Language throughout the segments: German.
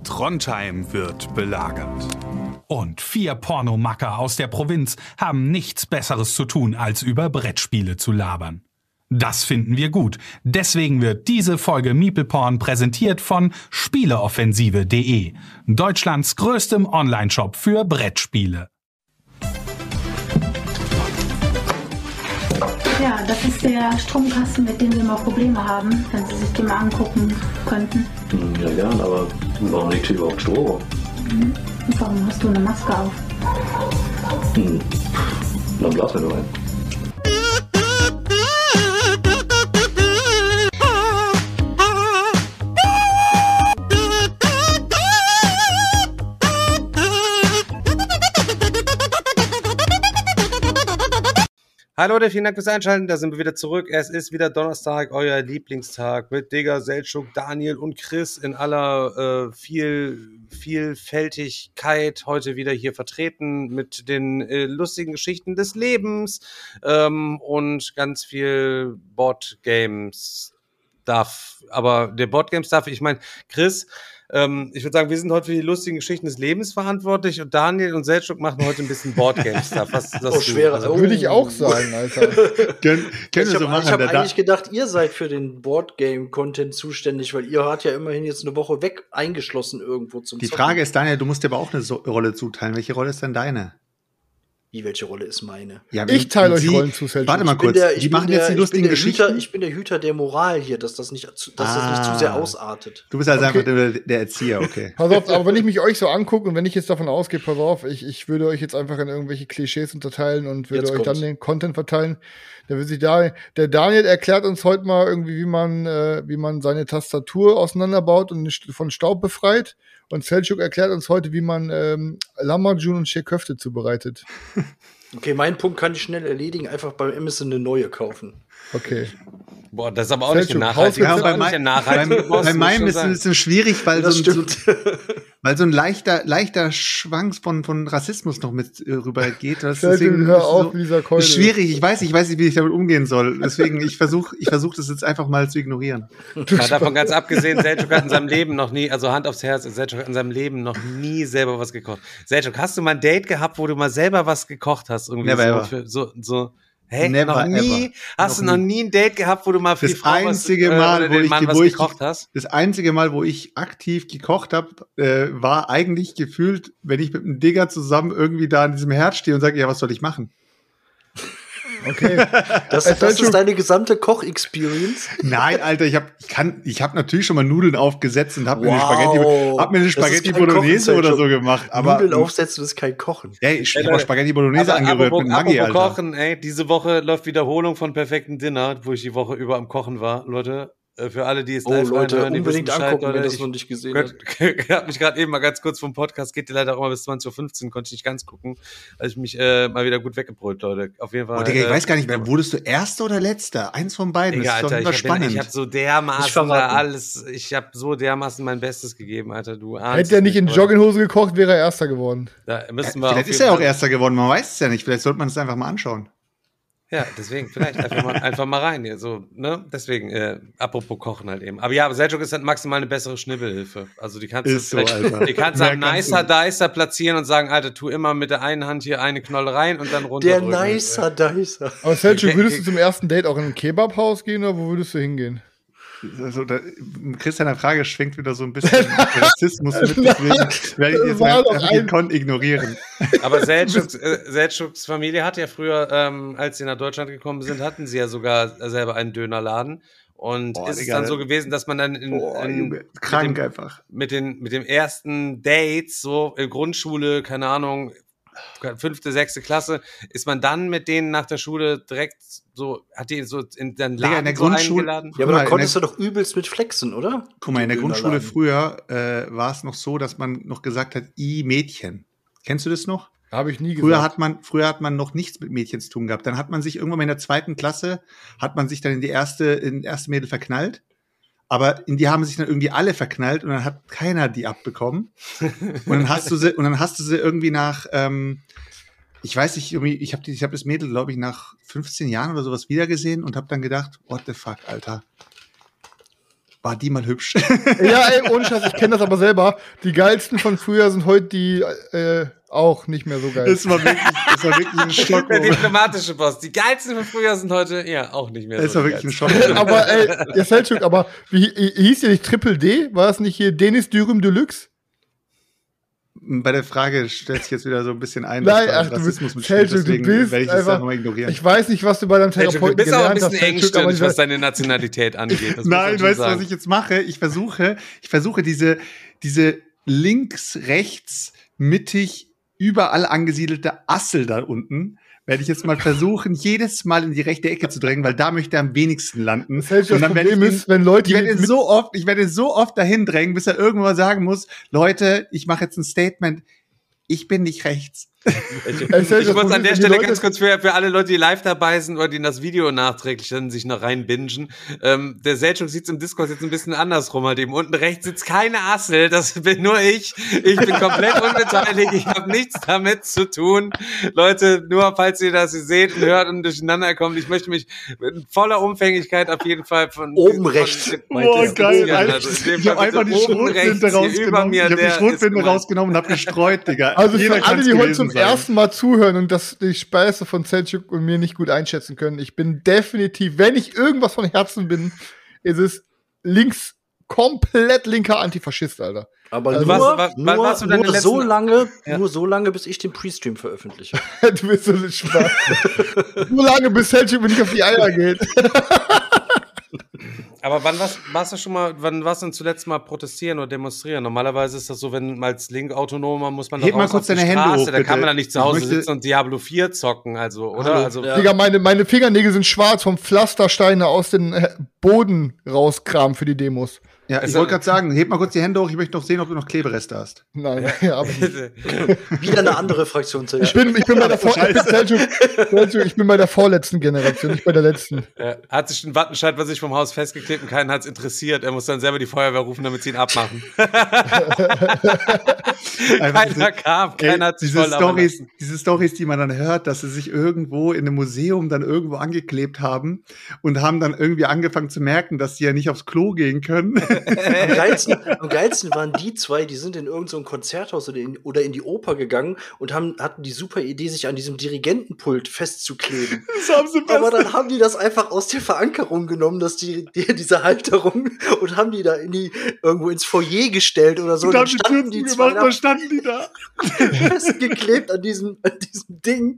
Trondheim wird belagert. Und 4 Pornomacker aus der Provinz haben nichts Besseres zu tun, als über Brettspiele zu labern. Das finden wir gut. Deswegen wird diese Folge MeeplePorn präsentiert von Spieleoffensive.de, Deutschlands größtem Onlineshop für Brettspiele. Ja, das ist der Stromkasten, mit dem wir mal Probleme haben, wenn Sie sich den mal angucken könnten. Ja, gern, aber warum liegt hier überhaupt Strom? Und warum hast du eine Maske auf? Dann blasen wir nur ein. Hallo Leute, vielen Dank fürs Einschalten, da sind wir wieder zurück. Es ist wieder Donnerstag, euer Lieblingstag mit Digga, Selçuk, Daniel und Chris in aller Vielfältigkeit heute wieder hier vertreten mit den lustigen Geschichten des Lebens und ganz viel Boardgames-Stuff. Aber der Boardgame-Stuff, ich meine, Chris, ich würde sagen, wir sind heute für die lustigen Geschichten des Lebens verantwortlich und Daniel und Selçuk machen heute ein bisschen Boardgame-Stuff. Würde ich auch sagen, Alter. Ich habe eigentlich gedacht, ihr seid für den Boardgame-Content zuständig, weil ihr wart ja immerhin jetzt eine Woche weg eingeschlossen irgendwo zum Die Zocken. Frage ist, Daniel, du musst dir aber auch eine Rolle zuteilen. Welche Rolle ist denn deine? Wie, welche Rolle ist meine? Ja, ich teile euch Rollen zu, Selçuk. Warte mal kurz, die machen jetzt die lustigen Geschichten. Ich bin der Hüter der Moral hier, dass das nicht zu sehr ausartet. Du bist also einfach der Erzieher, okay. Pass auf, aber wenn ich mich euch so angucke und wenn ich jetzt davon ausgehe, pass auf, ich würde euch jetzt einfach in irgendwelche Klischees unterteilen und würde euch dann den Content verteilen, dann wird sich der Daniel erklärt uns heute mal irgendwie, wie man seine Tastatur auseinanderbaut und von Staub befreit. Und Selçuk erklärt uns heute, wie man Lamajun und Schirköfte zubereitet. Okay, meinen Punkt kann ich schnell erledigen, einfach beim Amazon eine neue kaufen. Okay. Boah, das ist aber auch nicht nachhaltig. Ja, bei meinem ist es ein bisschen schwierig, weil so ein leichter Schwank von Rassismus noch mit rübergeht. Das ist hör auf, dieser Keule. Schwierig, ich weiß nicht, wie ich damit umgehen soll. Deswegen, ich versuch das jetzt einfach mal zu ignorieren. Ja, davon ganz abgesehen, Selçuk hat in seinem Leben noch nie, also Hand aufs Herz, Selçuk hat in seinem Leben noch nie selber was gekocht. Selçuk, hast du mal ein Date gehabt, wo du mal selber was gekocht hast? Irgendwie Never so. Hey, never, noch nie? ever. Hast du noch nie ein Date gehabt, wo du mal für die Frau was gekocht hast? Das einzige Mal, wo ich aktiv gekocht habe, war eigentlich gefühlt, wenn ich mit einem Digger zusammen irgendwie da an diesem Herd stehe und sage, ja, was soll ich machen? Okay. Das ist deine gesamte Koch-Experience? Nein, Alter, ich hab natürlich schon mal Nudeln aufgesetzt und hab mir eine Spaghetti Bolognese oder so gemacht. Aber Nudeln aufsetzen ist kein Kochen. Ey, ich habe Spaghetti Bolognese angerührt mit Maggi, Alter. Kochen, ey, diese Woche läuft Wiederholung von Perfekten Dinner, wo ich die Woche über am Kochen war, Leute. Für alle, die es live hören, unbedingt angucken, wenn das noch nicht gesehen hat. Ich habe mich gerade eben mal ganz kurz vom Podcast, geht leider auch immer bis 20:15 Uhr, konnte ich nicht ganz gucken, weil ich mich mal wieder gut weggebrüllt, Leute. Auf jeden Fall. Oh, Digga, ich weiß gar nicht mehr, wurdest du Erster oder Letzter? Eins von beiden. Digga, das ist doch spannend. Ich habe so dermaßen mein Bestes gegeben, Alter. Du ahnst. Hätte er nicht in Jogginghose gekocht, wäre er Erster geworden. Da müssen wir vielleicht ist er auch Erster geworden, man weiß es ja nicht. Vielleicht sollte man es einfach mal anschauen. Ja, deswegen, vielleicht einfach mal rein hier, so, ne? Deswegen, apropos Kochen halt eben. Aber ja, Selçuk ist halt maximal eine bessere Schnibbelhilfe. Also die kannst du am Nicer Dicer platzieren und sagen, Alter, tu immer mit der einen Hand hier eine Knolle rein und dann runter. Der Nicer Dicer. Aber Selçuk, würdest du zum ersten Date auch in ein Kebabhaus gehen oder wo würdest du hingehen? Also Christianer Frage schwingt wieder so ein bisschen Rassismus mit, deswegen werde ich jetzt mal gekonnt ignorieren. Aber Selçuks Familie hat ja früher, als sie nach Deutschland gekommen sind, hatten sie ja sogar selber einen Dönerladen. Und ist es dann so gewesen, dass man dann mit dem ersten Dates, so in Grundschule, keine Ahnung, 5., 6. Klasse, ist man dann mit denen nach der Schule direkt so, hat die so in den Laden in der Grundschule eingeladen? Ja, aber da konntest du doch übelst mit flexen, oder? Guck mal, in der Grundschule früher war es noch so, dass man noch gesagt hat, Mädchen. Kennst du das noch? Habe ich nie gesagt. Früher hat man noch nichts mit Mädchen zu tun gehabt. Dann hat man sich irgendwann mal in der 2. Klasse, hat man sich dann in erste Mädel verknallt. Aber in die haben sich dann irgendwie alle verknallt und dann hat keiner die abbekommen. Und dann hast du sie irgendwie nach, ich weiß nicht, irgendwie, ich hab das Mädel, glaube ich, nach 15 Jahren oder sowas wiedergesehen und habe dann gedacht, what the fuck, Alter. war die mal hübsch. Ja, ey, ohne Scheiß, ich kenne das aber selber. Die geilsten von früher sind heute die auch nicht mehr so geil. Das war wirklich ein Schock. Der diplomatische Boss. Die geilsten von früher sind heute auch nicht mehr das so. Das war wirklich ein Schock. Aber ey, Selçuk, aber wie hieß der nicht Triple D? War es nicht hier Denis Dürüm Deluxe? Bei der Frage stellt sich jetzt wieder so ein bisschen ein, nein, dass ach, Rassismus mit Selçuk, deswegen du bist werde ich das einfach, nochmal ignorieren. Ich weiß nicht, was du bei deinem Therapeuten gelernt hast. Du bist auch ein bisschen Selçuk, engstirnig, was deine Nationalität angeht. Nein, weißt du, was ich jetzt mache? Ich versuche diese links, rechts, mittig, überall angesiedelte Assel da unten, werde ich jetzt mal versuchen, jedes Mal in die rechte Ecke zu drängen, weil da möchte er am wenigsten landen. Das heißt, und dann Problem ist, wenn Leute ich werde so oft dahin drängen, bis er irgendwann mal sagen muss, Leute, ich mache jetzt ein Statement, ich bin nicht rechts. Ich muss an der Stelle ganz kurz für alle Leute, die live dabei sind oder die in das Video nachträglich dann sich noch reinbingen. Der Selçuk sieht's im Discord jetzt ein bisschen andersrum halt eben. Unten rechts sitzt keine Assel, das bin nur ich. Ich bin komplett unbeteiligt, ich habe nichts damit zu tun. Leute, nur falls ihr das seht und hört und durcheinander kommt, ich möchte mich in voller Umfänglichkeit auf jeden Fall von oben rechts. Boah, geil. Ich habe einfach die Schrotflinte rausgenommen. Ich habe die Schrotflinte rausgenommen und habe gestreut, Digga. Also für alle, die heute zum ersten Mal zuhören und das die Speise von Selçuk und mir nicht gut einschätzen können, ich bin definitiv, wenn ich irgendwas von Herzen bin, ist es komplett linker Antifaschist, Alter. Aber also nur so lange, bis ich den Pre-Stream veröffentliche. Du bist so ein Spaß. So lange, bis Selçuk mir nicht auf die Eier geht. Aber wann warst du denn zuletzt mal protestieren oder demonstrieren? Normalerweise ist das so, wenn man als Link-Autonomer muss man doch raus auf die Straße, da kann man da nicht zu Hause sitzen und Diablo 4 zocken, also, oder? Hallo. Also, ja. Digga, meine Fingernägel sind schwarz vom Pflastersteine aus dem Boden rauskramen für die Demos. Ja, ich wollte gerade sagen, heb mal kurz die Hände hoch, ich möchte noch sehen, ob du noch Klebereste hast. Nein, ja, aber wieder eine andere Fraktion. Ich bin bei der vorletzten Generation, nicht bei der letzten. Hat sich ein Wattenscheid bei sich vom Haus festgeklebt und keinen hat's interessiert. Er muss dann selber die Feuerwehr rufen, damit sie ihn abmachen. Keiner hat sich diese Storys, die man dann hört, dass sie sich irgendwo in einem Museum dann irgendwo angeklebt haben und haben dann irgendwie angefangen zu merken, dass sie ja nicht aufs Klo gehen können. Am geilsten waren die zwei, die sind in irgendein Konzerthaus oder in die Oper gegangen und hatten die super Idee, sich an diesem Dirigentenpult festzukleben. Das haben sie aber dann haben die das einfach aus der Verankerung genommen, dass diese Halterung, und haben die da irgendwo ins Foyer gestellt oder so. Und dann standen die zwei da. Standen die da. Festgeklebt an diesem Ding.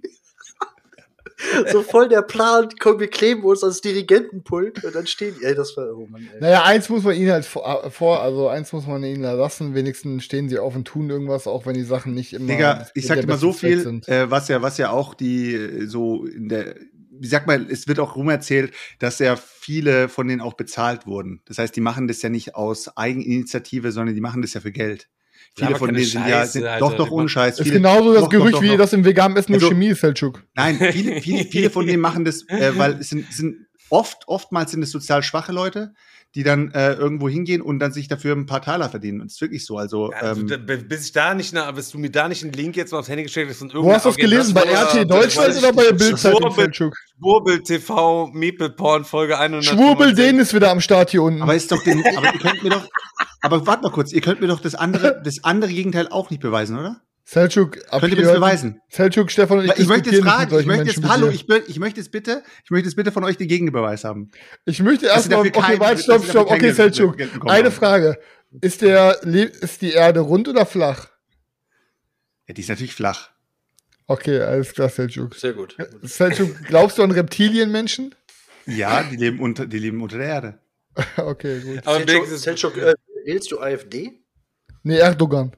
So voll der Plan, komm, wir kleben uns ans Dirigentenpult und dann stehen die, das war, oh Mann, ey. Naja, eins muss man ihnen halt eins muss man ihnen lassen, wenigstens stehen sie auf und tun irgendwas, auch wenn die Sachen nicht immer. Digga, ich sag dir mal so viel, was ja auch die so in der, wie sagt man, es wird auch rumerzählt, dass ja viele von denen auch bezahlt wurden. Das heißt, die machen das ja nicht aus Eigeninitiative, sondern die machen das ja für Geld. Viele von denen sind doch ohne Scheiß. Das ist genauso das Gerücht, wie das im veganen Essen nur Chemie ist, Selçuk. Nein, viele von denen machen das, weil es sind oftmals sind es sozial schwache Leute, die dann irgendwo hingehen und dann sich dafür ein paar Taler verdienen. Und das ist wirklich so. Also, bis du mir da nicht einen Link jetzt mal aufs Handy geschickt hast und wo hast du das gelesen? Bei RT Deutschland oder bei der Bild-Zeitung, Selçuk? Schwurbel TV, Meeple Porn, Folge 100. Schwurbel, den ist wieder am Start hier unten. Aber ihr könnt mir doch, aber warte mal kurz, ihr könnt mir doch das andere Gegenteil auch nicht beweisen, oder? Selçuk, könnt ihr mir das beweisen? Selçuk, Stefan und ich möchte jetzt fragen, ich möchte jetzt bitte von euch den Gegenbeweis haben. Ich möchte erstmal, stopp, okay, Selçuk, eine Frage. Ist die Erde rund oder flach? Ja, die ist natürlich flach. Okay, alles klar, Selçuk. Sehr gut. Selçuk, glaubst du an Reptilienmenschen? Ja, die leben unter der Erde. Okay, gut. Aber Selçuk, wählst du AfD? Nee, Erdogan.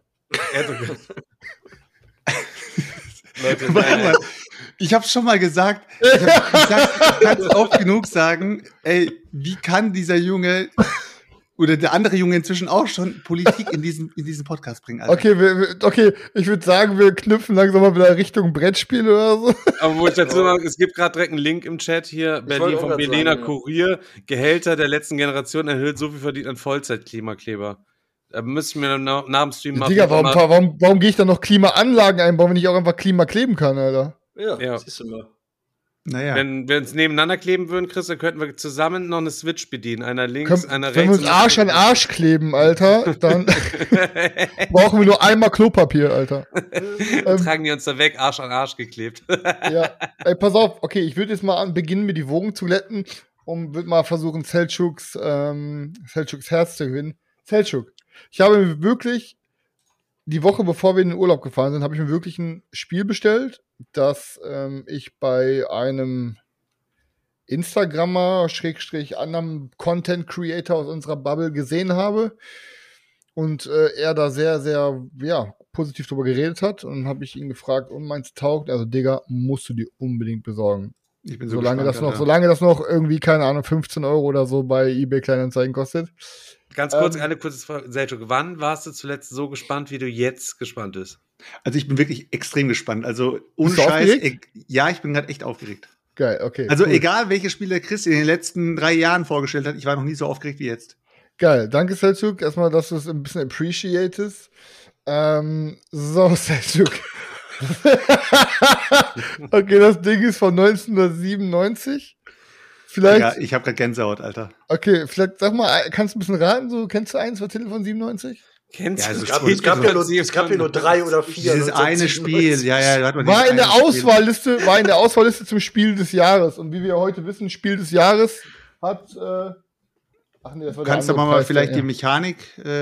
Leute, mal, ich hab's schon mal gesagt, ich kann es oft genug sagen, ey, wie kann dieser Junge oder der andere Junge inzwischen auch schon Politik in diesen Podcast bringen? Alter. Okay, ich würde sagen, wir knüpfen langsam mal wieder Richtung Brettspiel oder so. Aber wo ich dazu sage, es gibt gerade direkt einen Link im Chat hier, Berlin von Berliner Kurier, Gehälter der letzten Generation erhöht, so viel verdient an Vollzeit-Klimakleber. Da müssen wir nach dem Stream machen. Digga, warum gehe ich da noch Klimaanlagen einbauen, wenn ich auch einfach Klima kleben kann, Alter? Ja. Siehst du mal. Naja. Wenn wir uns nebeneinander kleben würden, Chris, dann könnten wir zusammen noch eine Switch bedienen. Einer links, einer rechts. Wenn wir uns Arsch an Arsch kleben, Alter, dann brauchen wir nur einmal Klopapier, Alter. Tragen die uns da weg, Arsch an Arsch geklebt. Ja, ey, pass auf, okay, ich würde jetzt mal beginnen, mir die Wogen zu glätten und würde mal versuchen, Selçuks Herz zu gewinnen. Selçuk, ich habe mir wirklich die Woche, bevor wir in den Urlaub gefahren sind, habe ich mir wirklich ein Spiel bestellt, das ich bei einem Instagrammer, / anderem Content Creator aus unserer Bubble gesehen habe und er da sehr, sehr, positiv drüber geredet hat und dann habe ich ihn gefragt, und meinst du taugt? Also, Digga, musst du dir unbedingt besorgen. Ich bin so solange gespannt, solange das noch irgendwie, keine Ahnung, 15 € oder so bei eBay Kleinanzeigen kostet. Ganz kurz, eine kurze Frage. Selçuk, wann warst du zuletzt so gespannt, wie du jetzt gespannt bist? Also ich bin wirklich extrem gespannt. Also ohne Bist du Scheiß. aufgeregt? Ja, ich bin gerade echt aufgeregt. Geil, okay. Also cool. egal, welche Spiele Chris in den letzten 3 Jahren vorgestellt hat, ich war noch nie so aufgeregt wie jetzt. Geil, danke Selçuk. Erstmal, dass du es ein bisschen appreciatest. So, Selçuk. Okay, das Ding ist von 1997. Vielleicht. Ja, ich habe gerade Gänsehaut, Alter. Okay, vielleicht sag mal, kannst du ein bisschen raten? So, kennst du eins von Titel von 97? Kennst Ja, du also Es gab ja nur 3 oder 4. Dieses eine Spiel, ja, da hat man War in der Auswahl. Auswahlliste zum Spiel des Jahres. Und wie wir heute wissen, Spiel des Jahres hat. Ach nee, das war Kannst du der andere mal Preis, vielleicht ja. die Mechanik.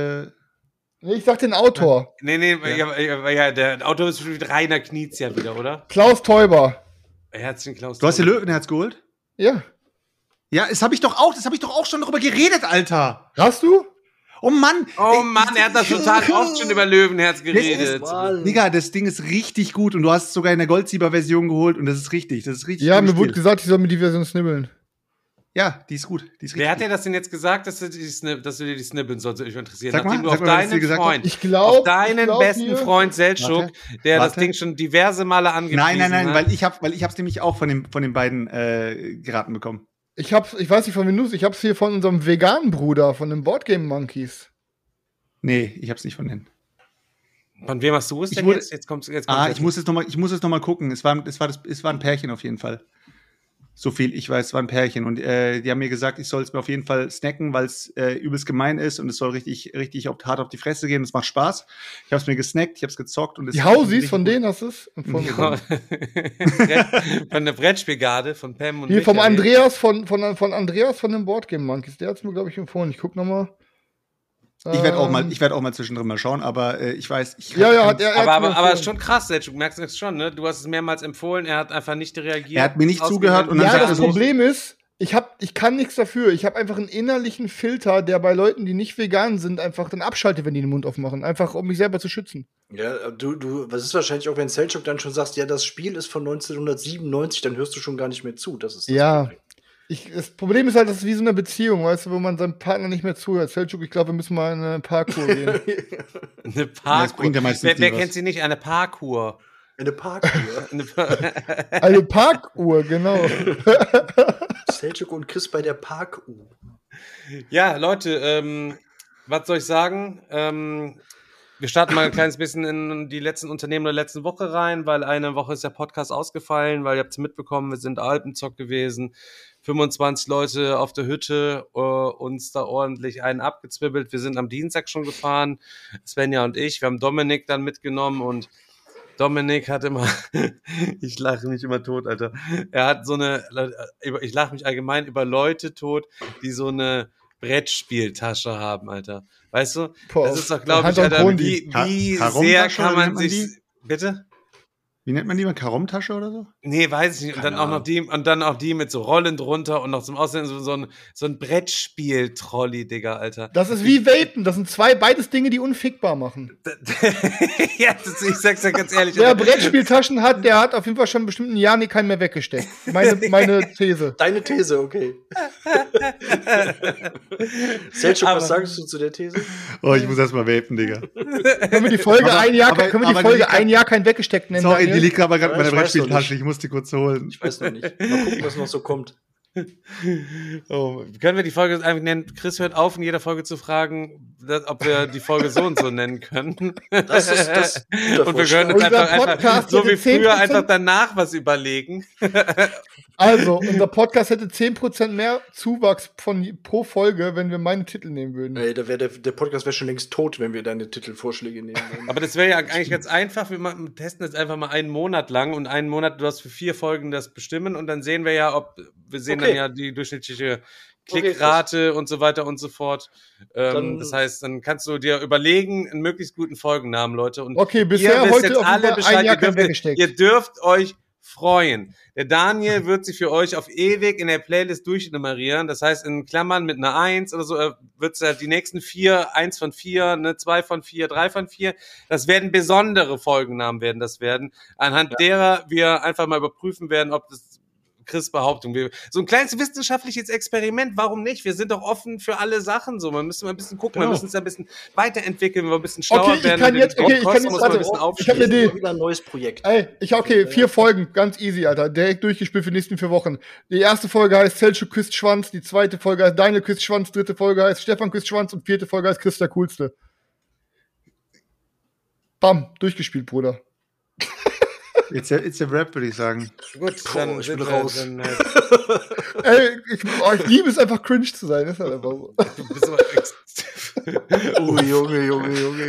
Nee, ich sag den Autor. Nee, ja, der Autor ist wieder Rainer Knizia wieder, oder? Klaus Teuber. Herzlichen Klaus. Du hast dir Löwenherz geholt? Ja. Ja, das habe ich doch auch schon darüber geredet, Alter. Hast du? Oh Mann. Oh Mann, er hat das total oft schon über Löwenherz geredet. Digga, das Ding ist richtig gut und du hast es sogar in der Goldsieber-Version geholt und das ist richtig. Ja, mir wurde gesagt, ich soll mir die Version snibbeln. Ja, die ist gut. Wer hat dir das denn jetzt gesagt, dass du dir die snibbeln sollst? Ich interessieren. Sag mal, Nachdem du auf was deinen gesagt Freund, Ich glaube, auf deinen besten Freund Selçuk, der das Warte. Ding schon diverse Male angepriesen hat. Nein, weil ich hab's nämlich auch von den beiden geraten bekommen. ich weiß nicht von wem du es, ich hab's hier von unserem veganen Bruder, von den Boardgame Monkeys. Nee, ich hab's nicht von denen. Von wem hast du es denn wurde- jetzt? Jetzt kommt's Ich muss jetzt noch mal gucken. Es war ein Pärchen auf jeden Fall. So viel ich weiß, es war ein Pärchen. Und die haben mir gesagt, ich soll es mir auf jeden Fall snacken, weil es übelst gemein ist und es soll richtig hart auf die Fresse gehen. Es macht Spaß. Ich habe es mir gesnackt, ich habe es gezockt. Und es Die ist Hausis, richtig von gut. denen hast du es? Ja. Von der Brettspielgarde, von Pam und Hier vom Michael. Andreas, von Andreas von den Boardgame Monkeys. Der hat's mir, glaube ich, empfohlen. Ich guck nochmal. Ich werde auch mal zwischendrin mal schauen, aber ich weiß. Aber schon krass, Selçuk, du merkst es schon, ne? Du hast es mehrmals empfohlen, er hat einfach nicht reagiert. Er hat mir nicht zugehört und dann Ja, sagt er das so, Problem ist, ich kann nichts dafür. Ich habe einfach einen innerlichen Filter, der bei Leuten, die nicht vegan sind, einfach dann abschaltet, wenn die den Mund aufmachen. Einfach, um mich selber zu schützen. Ja, was ist wahrscheinlich auch, wenn Selçuk dann schon sagst, ja, das Spiel ist von 1997, dann hörst du schon gar nicht mehr zu. Das ist das Ja. Problem. Das Problem ist halt, das ist wie so eine Beziehung, weißt du, wo man seinem Partner nicht mehr zuhört. Selçuk, ich glaube, wir müssen mal in eine Parkour gehen. Eine das Parkour. bringt ja meistens Wer nie was. kennt sie nicht? Eine Parkour. Eine Parkuhr. Eine Parkuhr, genau. Selçuk und Chris bei der Parkuhr. Ja, Leute, was soll ich sagen? Wir starten mal ein kleines bisschen in die letzten Unternehmen der letzten Woche rein, weil eine Woche ist der Podcast ausgefallen, weil ihr habt es mitbekommen, wir sind Alpenzock gewesen, 25 Leute auf der Hütte, uns da ordentlich einen abgezwibbelt. Wir sind am Dienstag schon gefahren, Svenja und ich, wir haben Dominik dann mitgenommen und Dominik hat immer, ich lache mich immer tot, Alter, er hat ich lache mich allgemein über Leute tot, die so eine Brettspieltasche haben, Alter. Weißt du? Boah, das ist doch, glaube ich, Hand Alter, und wie Karomtasche, sehr kann man nennt man sich... Bitte? Wie nennt man die mal? Karomtasche oder so? Nee, weiß ich nicht. Und dann auch die mit so Rollen drunter und noch zum Aussehen so ein Brettspiel-Trolley, Digga, Alter. Das ist wie Vapen. Das sind beides Dinge, die unfickbar machen. Ja, ich sag's ja ganz ehrlich. Wer Alter. Brettspieltaschen hat, der hat auf jeden Fall schon bestimmt ein Jahr keinen mehr weggesteckt. Meine These. Deine These, okay. Selçuk, was sagst du zu der These? Oh, ich muss erst mal vapen, Digga. Können wir die Folge ein Jahr kein weggesteckt nennen? Sorry, Daniel? die liegt aber gerade Ja, bei der ich weiß noch Brettspieltasche. nicht. Ich muss die kurz holen. Ich weiß noch nicht. Mal gucken, was noch so kommt. Oh, können wir die Folge einfach nennen? Chris hört auf, in jeder Folge zu fragen, ob wir die Folge so und so nennen können. Das ist ein guter Und wir können Vorschlag. uns Unser einfach Podcast so wie hätte 10%. früher einfach danach was überlegen. Also, unser Podcast hätte 10% mehr Zuwachs pro Folge, wenn wir meine Titel nehmen würden. Ey, der Podcast wäre schon längst tot, wenn wir deine Titelvorschläge nehmen würden. Aber das wäre ja eigentlich ganz einfach. Wir testen jetzt einfach mal einen Monat lang und einen Monat, du hast für 4 Folgen das bestimmen und dann sehen wir ja, dann ja die durchschnittliche Klickrate und so weiter und so fort. Das heißt, dann kannst du dir überlegen, einen möglichst guten Folgennamen, Leute. Und bisher heute jetzt alle Bescheid. Ihr dürft euch freuen. Der Daniel wird sie für euch auf ewig in der Playlist durchnummerieren. Das heißt, in Klammern mit einer 1 oder so wird es ja die nächsten 4, 1 von 4, 2 von 4, 3 von 4. Das werden besondere Folgennamen anhand derer wir einfach mal überprüfen werden, ob das Chris' Behauptung. So ein kleines wissenschaftliches Experiment, warum nicht? Wir sind doch offen für alle Sachen. So, man müsste mal ein bisschen gucken, man müssen uns ein bisschen weiterentwickeln, wir ein bisschen schlauer werden. Ich habe eine Idee. Ein neues Projekt. 4 Folgen, ganz easy, Alter. Direkt durchgespielt für die nächsten 4 Wochen. Die erste Folge heißt Selçuk küsst Schwanz, die zweite Folge heißt Daniel küsst Schwanz, dritte Folge heißt Stefan küsst Schwanz und 4. Folge heißt Chris der Coolste. Bam, durchgespielt, Bruder. It's a Rap, würde ich sagen. Gut, dann ich bin raus. Ich liebe es einfach cringe zu sein. Das ist halt einfach so. Du bist aber Junge.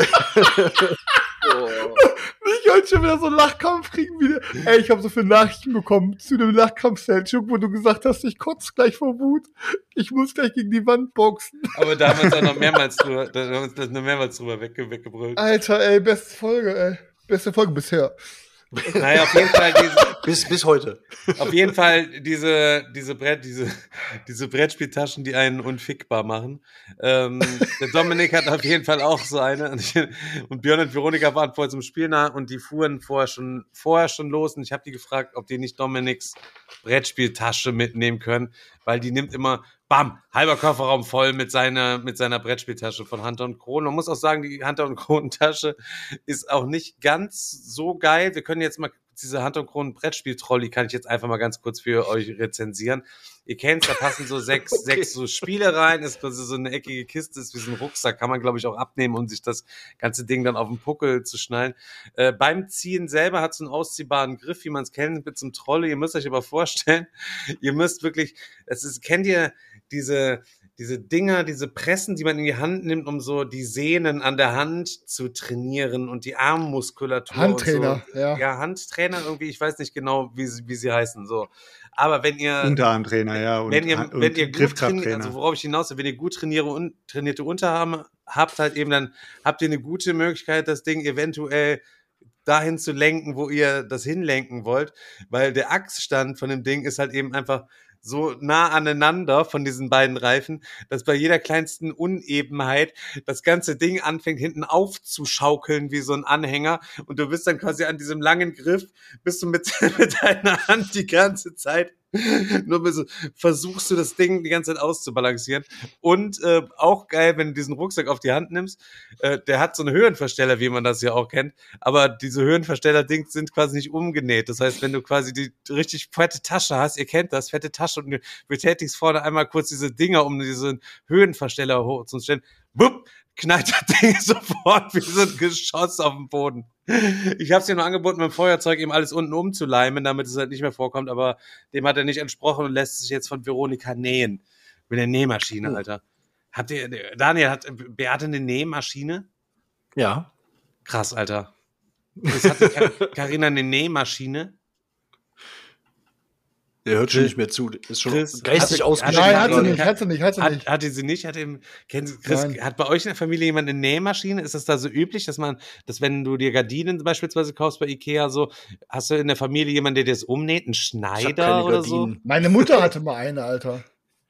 Ich wollte schon wieder so einen Lachkampf kriegen wieder. Ich habe so viele Nachrichten bekommen zu dem Lachkampf, Selçuk, wo du gesagt hast, ich kotze gleich vor Wut. Ich muss gleich gegen die Wand boxen. Aber da haben wir uns auch noch mehrmals drüber weggebrüllt. Alter, beste Folge, Beste Folge bisher. Naja, auf jeden Fall bis heute. Auf jeden Fall diese Brettspieltaschen, die einen unfickbar machen. Der Dominik hat auf jeden Fall auch so eine. Und Björn und Veronika waren vorher zum Spiel nah und die fuhren vorher schon los. Und ich habe die gefragt, ob die nicht Dominiks Brettspieltasche mitnehmen können, weil die nimmt immer, bam, halber Kofferraum voll mit seiner Brettspieltasche von Hunter und Kron. Man muss auch sagen, die Hunter und Kron Tasche ist auch nicht ganz so geil. Wir können jetzt mal diese Hunter und Kron Brettspiel-Trolley kann ich jetzt einfach mal ganz kurz für euch rezensieren. Ihr kennt's, da passen so sechs so Spiele rein, ist quasi so eine eckige Kiste, ist wie so ein Rucksack, kann man glaube ich auch abnehmen, um sich das ganze Ding dann auf den Puckel zu schnallen. Beim Ziehen selber hat es einen ausziehbaren Griff, wie man es kennt, mit so einem Trolley. Ihr müsst euch aber vorstellen, ihr müsst wirklich, kennt ihr diese Dinger, diese Pressen, die man in die Hand nimmt, um so die Sehnen an der Hand zu trainieren und die Armmuskulatur. Handtrainer, und so. Ja, Handtrainer irgendwie, ich weiß nicht genau, wie sie heißen, so. Aber wenn ihr Unterarmtrainer, ja, und wenn ihr gut trainiert, also worauf ich hinaus will, wenn ihr gut trainierte Unterarme habt, halt eben, dann habt ihr eine gute Möglichkeit, das Ding eventuell dahin zu lenken, wo ihr das hinlenken wollt, weil der Achsstand von dem Ding ist halt eben einfach so nah aneinander von diesen beiden Reifen, dass bei jeder kleinsten Unebenheit das ganze Ding anfängt, hinten aufzuschaukeln wie so ein Anhänger und du bist dann quasi an diesem langen Griff, bist du mit deiner Hand die ganze Zeit versuchst du das Ding die ganze Zeit auszubalancieren. Und auch geil, wenn du diesen Rucksack auf die Hand nimmst, der hat so einen Höhenversteller, wie man das ja auch kennt, aber diese Höhenversteller-Dings sind quasi nicht umgenäht. Das heißt, wenn du quasi die richtig fette Tasche hast, ihr kennt das, fette Tasche, und du betätigst vorne einmal kurz diese Dinger, um diesen Höhenversteller hochzustellen, wupp, knallt das Ding sofort wie so ein Geschoss auf den Boden. Ich habe es dir nur angeboten, mit dem Feuerzeug eben alles unten umzuleimen, damit es halt nicht mehr vorkommt, aber dem hat er nicht entsprochen und lässt sich jetzt von Veronika nähen. Mit der Nähmaschine, Alter. Daniel, hat Beate eine Nähmaschine? Ja. Krass, Alter. Hat Carina eine Nähmaschine? Der hört schon nicht mehr zu. Ist schon Chris, geistig ausgeschaltet. Nein, hat sie nicht. Hatte sie nicht? Hat bei euch in der Familie jemand eine Nähmaschine? Ist das da so üblich, dass wenn du dir Gardinen beispielsweise kaufst bei Ikea, so, hast du in der Familie jemanden, der dir das umnäht? Ein Schneider oder so? Meine Mutter hatte mal eine, Alter.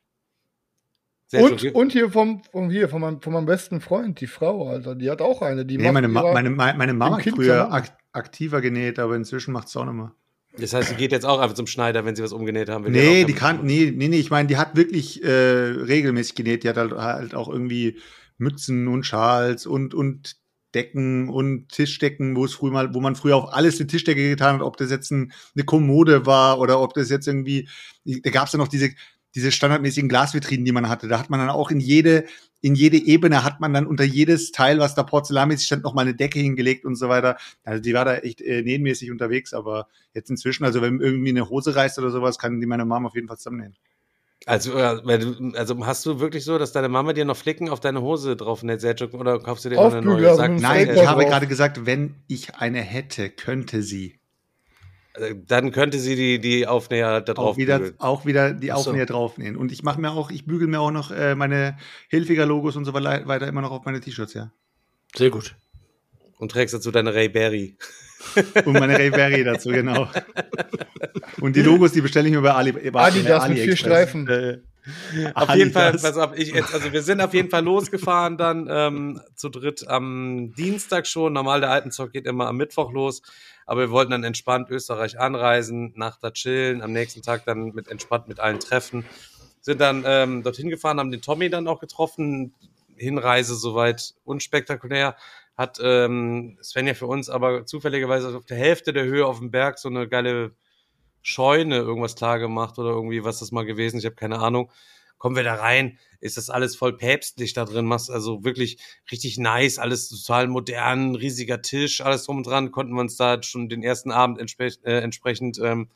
Und hier von meinem besten Freund, die Frau, Alter, die hat auch eine. Meine Mama hat früher aktiver genäht, aber inzwischen macht es auch nicht mehr. Das heißt, sie geht jetzt auch einfach zum Schneider, wenn sie was umgenäht haben. Nee, ich meine, die hat wirklich regelmäßig genäht. Die hat halt auch irgendwie Mützen und Schals und Decken und Tischdecken, wo man früher auf alles eine Tischdecke getan hat, ob das jetzt eine Kommode war oder ob das jetzt irgendwie, da gab es ja noch diese diese standardmäßigen Glasvitrinen, die man hatte. Da hat man dann auch in jede Ebene hat man dann unter jedes Teil, was da porzellanmäßig stand, noch mal eine Decke hingelegt und so weiter. Also die war da echt nähenmäßig unterwegs, aber jetzt inzwischen, also wenn irgendwie eine Hose reißt oder sowas, kann die meine Mama auf jeden Fall zusammennähen. Also hast du wirklich so, dass deine Mama dir noch Flicken auf deine Hose drauf näht, Selçuk, oder kaufst du dir immer eine neue? Nein, ich habe gerade gesagt, wenn ich eine hätte, könnte sie. Dann könnte sie die Aufnäher da drauf bügeln. Auch wieder die Aufnäher draufnähen. Und ich bügel mir auch noch meine Hilfiger-Logos und so weiter immer noch auf meine T-Shirts, ja. Sehr gut. Und trägst dazu deine Ray Berry. Und meine Ray Berry dazu, genau. Und die Logos, die bestelle ich mir bei Adidas mit 4 Streifen. Auf jeden Fall, pass auf, wir sind auf jeden Fall losgefahren dann zu dritt am Dienstag schon. Normal, der Alpenzock geht immer am Mittwoch los, aber wir wollten dann entspannt Österreich anreisen, Nacht da chillen, am nächsten Tag dann entspannt mit allen treffen. Sind dann dorthin gefahren, haben den Tommy dann auch getroffen. Hinreise soweit unspektakulär. Hat Svenja für uns aber zufälligerweise auf der Hälfte der Höhe auf dem Berg so eine geile Scheune irgendwas klar gemacht oder irgendwie, was das mal gewesen, ich habe keine Ahnung. Kommen wir da rein, ist das alles voll päpstlich da drin, machst also wirklich richtig nice, alles total modern, riesiger Tisch, alles drum und dran, konnten wir uns da schon den ersten Abend entsprechend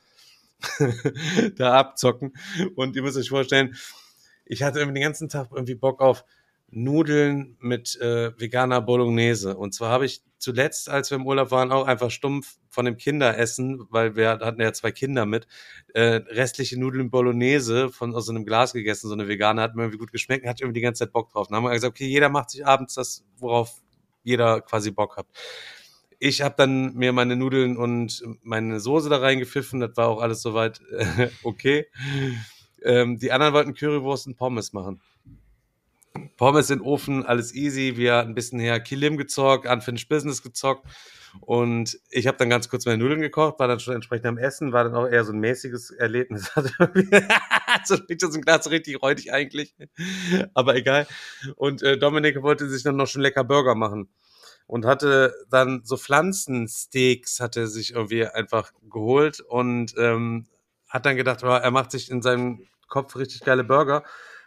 da abzocken. Und ihr müsst euch vorstellen, ich hatte irgendwie den ganzen Tag irgendwie Bock auf Nudeln mit veganer Bolognese. Und zwar habe ich zuletzt, als wir im Urlaub waren, auch einfach stumpf von dem Kinderessen, weil wir hatten ja 2 Kinder mit, restliche Nudeln Bolognese aus so einem Glas gegessen, so eine vegane, hat mir irgendwie gut geschmeckt, hatte irgendwie die ganze Zeit Bock drauf. Dann haben wir gesagt, okay, jeder macht sich abends das, worauf jeder quasi Bock hat. Ich habe dann mir meine Nudeln und meine Soße da reingepfiffen, das war auch alles soweit okay. Die anderen wollten Currywurst und Pommes machen. Pommes in den Ofen, alles easy. Wir hatten ein bisschen her Kilim gezockt, Unfinished Business gezockt. Und ich habe dann ganz kurz meine Nudeln gekocht, war dann schon entsprechend am Essen, war dann auch eher so ein mäßiges Erlebnis. So ein Glas richtig räudig eigentlich. Aber egal. Und Dominik wollte sich dann noch schon lecker Burger machen. Und hatte dann so Pflanzensteaks, hatte sich irgendwie einfach geholt und hat dann gedacht, er macht sich in seinem Kopf richtig geile Burger.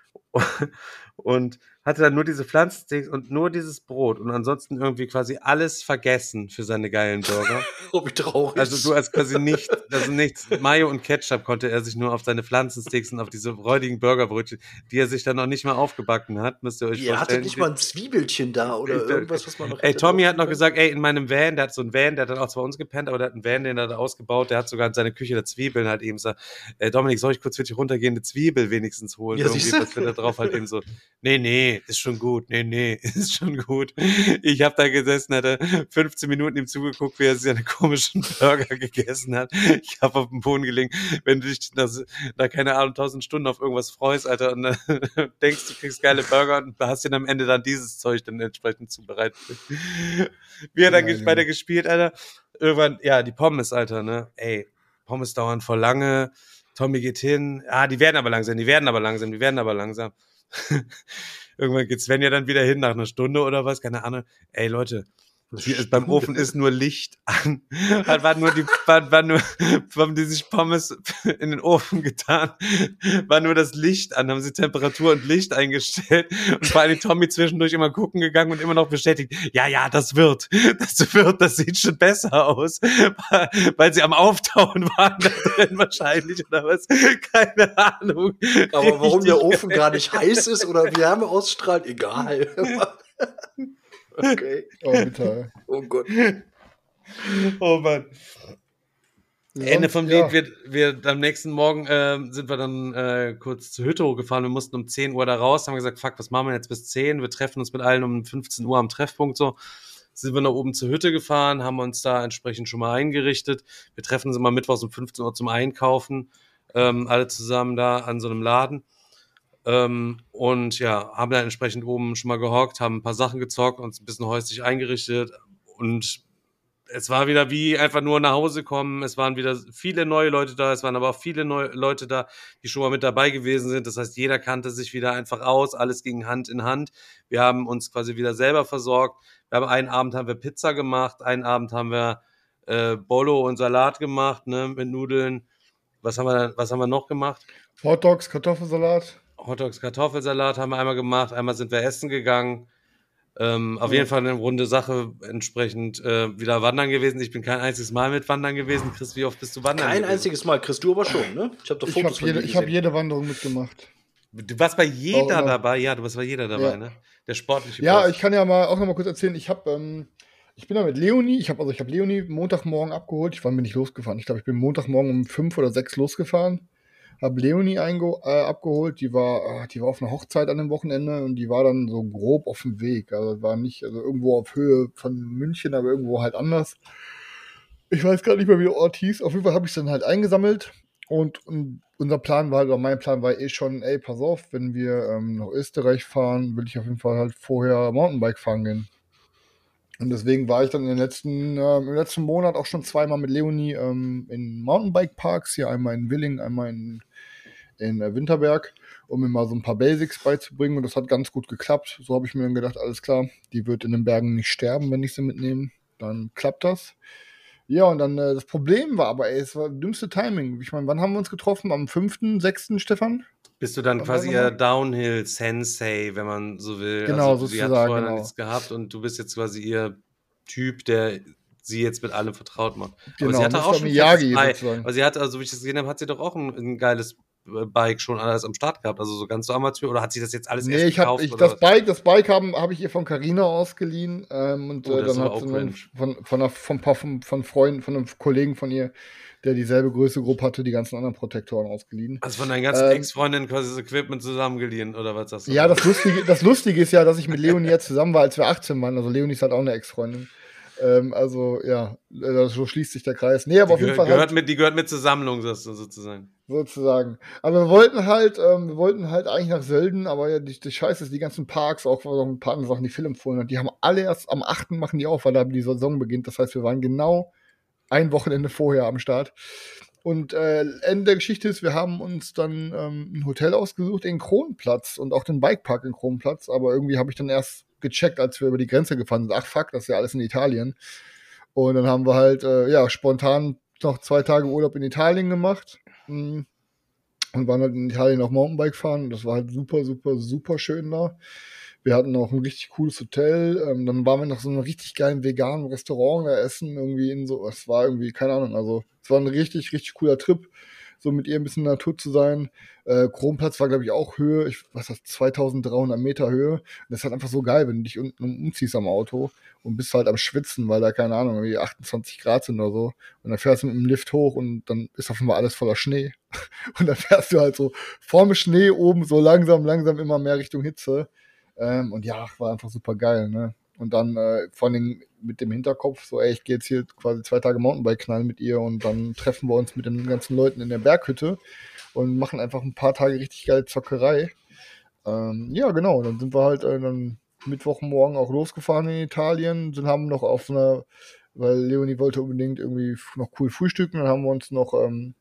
Und hatte dann nur diese Pflanzensteaks und nur dieses Brot und ansonsten irgendwie quasi alles vergessen für seine geilen Burger. Oh, wie traurig. Also du hast quasi nichts. Mayo und Ketchup konnte er sich nur auf seine Pflanzensteaks und auf diese räudigen Burgerbrötchen, die er sich dann noch nicht mal aufgebacken hat, müsst ihr euch vorstellen. Er hatte nicht mal ein Zwiebelchen da oder irgendwas, was man noch hätte. Tommy hat noch gesagt, in meinem Van, der hat so einen Van, der hat dann auch zwar uns gepennt, aber der hat einen Van, den er da ausgebaut, der hat sogar in seiner Küche da Zwiebeln halt eben so, Dominik, soll ich kurz für dich runtergehen, eine Zwiebel wenigstens holen? Ja, irgendwie, was wir da drauf halt eben so, nee, ist schon gut, ist schon gut. Ich habe da gesessen, hatte 15 Minuten ihm zugeguckt, wie er seine komischen Burger gegessen hat. Ich habe auf dem Boden gelegen. Wenn du dich da keine Ahnung, 1000 Stunden auf irgendwas freust, Alter, und dann denkst, du kriegst geile Burger und hast dir am Ende dann dieses Zeug dann entsprechend zubereitet. Wie er dann weiter gespielt, Alter. Irgendwann, ja, die Pommes, Alter, ne? Pommes dauern voll lange. Tommy geht hin. Die werden aber langsam. Irgendwann geht Svenja dann wieder hin nach einer Stunde oder was, keine Ahnung. Leute, beim Ofen ist nur Licht an. Haben die sich Pommes in den Ofen getan, war nur das Licht an, haben sie Temperatur und Licht eingestellt und vor allem Tommy zwischendurch immer gucken gegangen und immer noch bestätigt, ja, das sieht schon besser aus, weil sie am Auftauen waren da drin wahrscheinlich oder was, keine Ahnung. Aber warum der Ofen gar nicht heiß ist oder Wärme ausstrahlt, egal. Okay. Oh, bitte. Oh Gott. Oh Mann. Ende vom Lied, wir am nächsten Morgen sind wir dann kurz zur Hütte hochgefahren. Wir mussten um 10 Uhr da raus, haben gesagt, fuck, was machen wir jetzt bis 10? Wir treffen uns mit allen um 15 Uhr am Treffpunkt so. Sind wir nach oben zur Hütte gefahren, haben uns da entsprechend schon mal eingerichtet. Wir treffen uns immer mittwochs um 15 Uhr zum Einkaufen, alle zusammen da an so einem Laden. Und ja, haben dann entsprechend oben schon mal gehockt, haben ein paar Sachen gezockt, uns ein bisschen häuslich eingerichtet und es war wieder wie einfach nur nach Hause kommen. Es waren wieder viele neue Leute da, es waren aber auch viele neue Leute da, die schon mal mit dabei gewesen sind. Das heißt, jeder kannte sich wieder einfach aus, alles ging Hand in Hand. Wir haben uns quasi wieder selber versorgt. Einen Abend haben wir Pizza gemacht, einen Abend haben wir Bolo und Salat gemacht, ne, mit Nudeln. Was haben wir noch gemacht? Hotdogs, Kartoffelsalat. Hotdogs, Kartoffelsalat haben wir einmal gemacht. Einmal sind wir essen gegangen. Auf jeden Fall eine runde Sache, entsprechend wieder wandern gewesen. Ich bin kein einziges Mal mit wandern gewesen. Chris, wie oft bist du wandern gewesen? Kein einziges Mal, Chris, du aber schon, ne? Ich habe Ich habe jede Wanderung mitgemacht. Du warst bei jeder dabei? Ja, du warst bei jeder dabei, ne? Der sportliche Ja, Post. ich kann ja auch noch mal kurz erzählen, ich bin da mit Leonie, ich habe Leonie Montagmorgen abgeholt. Wann bin ich losgefahren? Ich glaube, ich bin Montagmorgen um 5 oder 6 losgefahren. Habe Leonie abgeholt, die war auf einer Hochzeit an dem Wochenende und die war dann so grob auf dem Weg. Also war nicht, also irgendwo auf Höhe von München, aber irgendwo halt anders. Ich weiß gar nicht mehr, wie der Ort hieß. Auf jeden Fall habe ich es dann halt eingesammelt und unser Plan war, oder mein Plan war schon, pass auf, wenn wir nach Österreich fahren, will ich auf jeden Fall halt vorher Mountainbike fahren gehen. Und deswegen war ich dann im letzten Monat auch schon zweimal mit Leonie in Mountainbike-Parks, hier einmal in Willingen, einmal in Winterberg, um mir mal so ein paar Basics beizubringen. Und das hat ganz gut geklappt. So habe ich mir dann gedacht, alles klar, die wird in den Bergen nicht sterben, wenn ich sie mitnehme. Dann klappt das. Ja, und dann das Problem war aber, es war dümmste Timing. Ich meine, wann haben wir uns getroffen? Am 5., 6., Stefan? Bist du dann quasi ihr Downhill-Sensei, wenn man so will? Genau, also, sozusagen. Sie hat vorher nichts gehabt und du bist jetzt quasi ihr Typ, der sie jetzt mit allem vertraut macht. Genau, aber sie hatte auch schon Miyagi, aber sie hatte, also wie ich das gesehen habe, hat sie doch auch ein geiles Bike schon alles am Start gehabt, also so ganz so Amateur, oder hat sie das jetzt alles erst gekauft? Das Bike habe ich ihr von Carina ausgeliehen und dann hat sie von einem Kollegen von ihr, der dieselbe Größe hatte, die ganzen anderen Protektoren ausgeliehen. Also von deinen ganzen Ex-Freundinnen quasi das Equipment zusammengeliehen, oder was sagst du? Ja, das Lustige ist ja, dass ich mit Leonie jetzt zusammen war, als wir 18 waren. Also Leonie ist halt auch eine Ex-Freundin. Also, ja, so schließt sich der Kreis. Nee, aber auf jeden Fall die gehört mit zur Sammlung, sozusagen. Sozusagen. Aber wir wollten halt eigentlich nach Sölden, aber ja, die Scheiße ist, die ganzen Parks, auch noch ein paar andere Sachen, die Phil empfohlen hat, die haben alle erst am 8. machen die auf, weil da die Saison beginnt. Das heißt, wir waren genau ein Wochenende vorher am Start. Und Ende der Geschichte ist, wir haben uns dann ein Hotel ausgesucht in Kronplatz und auch den Bikepark in Kronplatz, aber irgendwie habe ich dann erst gecheckt, als wir über die Grenze gefahren sind. Ach fuck, das ist ja alles in Italien. Und dann haben wir halt spontan noch 2 Tage Urlaub in Italien gemacht und waren halt in Italien auch Mountainbike fahren. Das war halt super, super, super schön da. Wir hatten auch ein richtig cooles Hotel. Dann waren wir nach so einem richtig geilen veganen Restaurant da essen. Irgendwie es war irgendwie, keine Ahnung, also es war ein richtig, richtig cooler Trip, so mit ihr ein bisschen in der Natur zu sein. Kronplatz war, glaube ich, auch Höhe, 2300 Meter Höhe. Und das ist halt einfach so geil, wenn du dich unten umziehst am Auto und bist halt am Schwitzen, weil da, keine Ahnung, irgendwie 28 Grad sind oder so. Und dann fährst du mit dem Lift hoch und dann ist auf einmal alles voller Schnee. Und dann fährst du halt so vorm Schnee oben so langsam immer mehr Richtung Hitze. Und ja, war einfach super geil, ne? Und dann vor allem mit dem Hinterkopf, so, ich gehe jetzt hier quasi 2 Tage Mountainbike knallen mit ihr und dann treffen wir uns mit den ganzen Leuten in der Berghütte und machen einfach ein paar Tage richtig geile Zockerei. Ja, genau, dann sind wir halt dann Mittwochmorgen auch losgefahren in Italien, haben noch weil Leonie wollte unbedingt irgendwie noch cool frühstücken, dann haben wir uns noch haben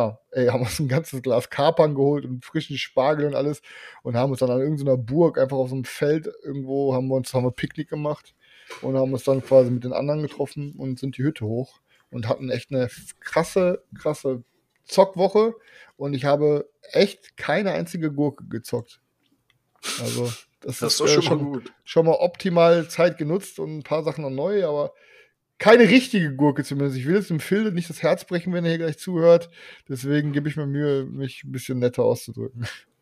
uns ein ganzes Glas Kapern geholt und frischen Spargel und alles und haben uns dann an irgendeiner Burg einfach auf so einem Feld irgendwo haben wir Picknick gemacht und haben uns dann quasi mit den anderen getroffen und sind die Hütte hoch und hatten echt eine krasse Zockwoche und ich habe echt keine einzige Gurke gezockt. Also das ist doch schon mal gut. Schon mal optimal Zeit genutzt und ein paar Sachen noch neu, aber keine richtige Gurke zumindest. Ich will jetzt dem Phil nicht das Herz brechen, wenn er hier gleich zuhört. Deswegen gebe ich mir Mühe, mich ein bisschen netter auszudrücken.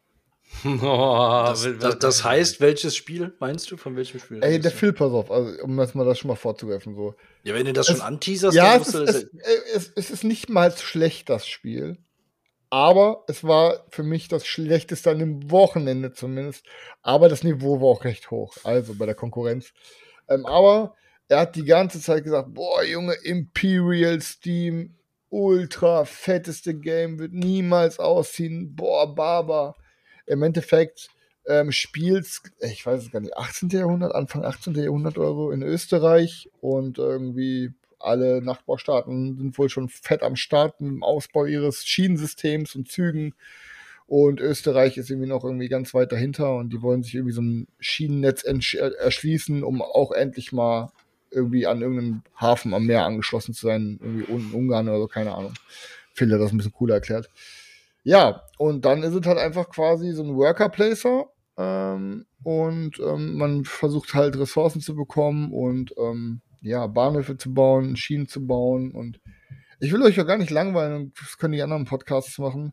Das heißt, welches Spiel meinst du? Von welchem Spiel? Der Phil, pass auf, also, um das schon mal vorzugreifen. So. Ja, wenn du das schon anteaserst, ja, dann musst du das... Es ist nicht mal schlecht, das Spiel. Aber es war für mich das Schlechteste an dem Wochenende zumindest. Aber das Niveau war auch recht hoch. Also bei der Konkurrenz. Aber er hat die ganze Zeit gesagt, boah, Junge, Imperial Steam, ultra fetteste Game, wird niemals ausziehen, boah, Barber. Im Endeffekt spielt's, ich weiß es gar nicht, 18. Jahrhundert, Anfang 18. Jahrhundert oder so in Österreich und irgendwie alle Nachbarstaaten sind wohl schon fett am Start im Ausbau ihres Schienensystems und Zügen. Und Österreich ist irgendwie noch ganz weit dahinter und die wollen sich irgendwie so ein Schienennetz erschließen, um auch endlich mal irgendwie an irgendeinem Hafen am Meer angeschlossen zu sein, irgendwie unten in Ungarn oder so, keine Ahnung. Phil hat das ein bisschen cooler erklärt. Ja, und dann ist es halt einfach quasi so ein Worker-Placer. Man versucht halt Ressourcen zu bekommen und Bahnhöfe zu bauen, Schienen zu bauen. Und ich will euch ja gar nicht langweilen, das können die anderen Podcasts machen.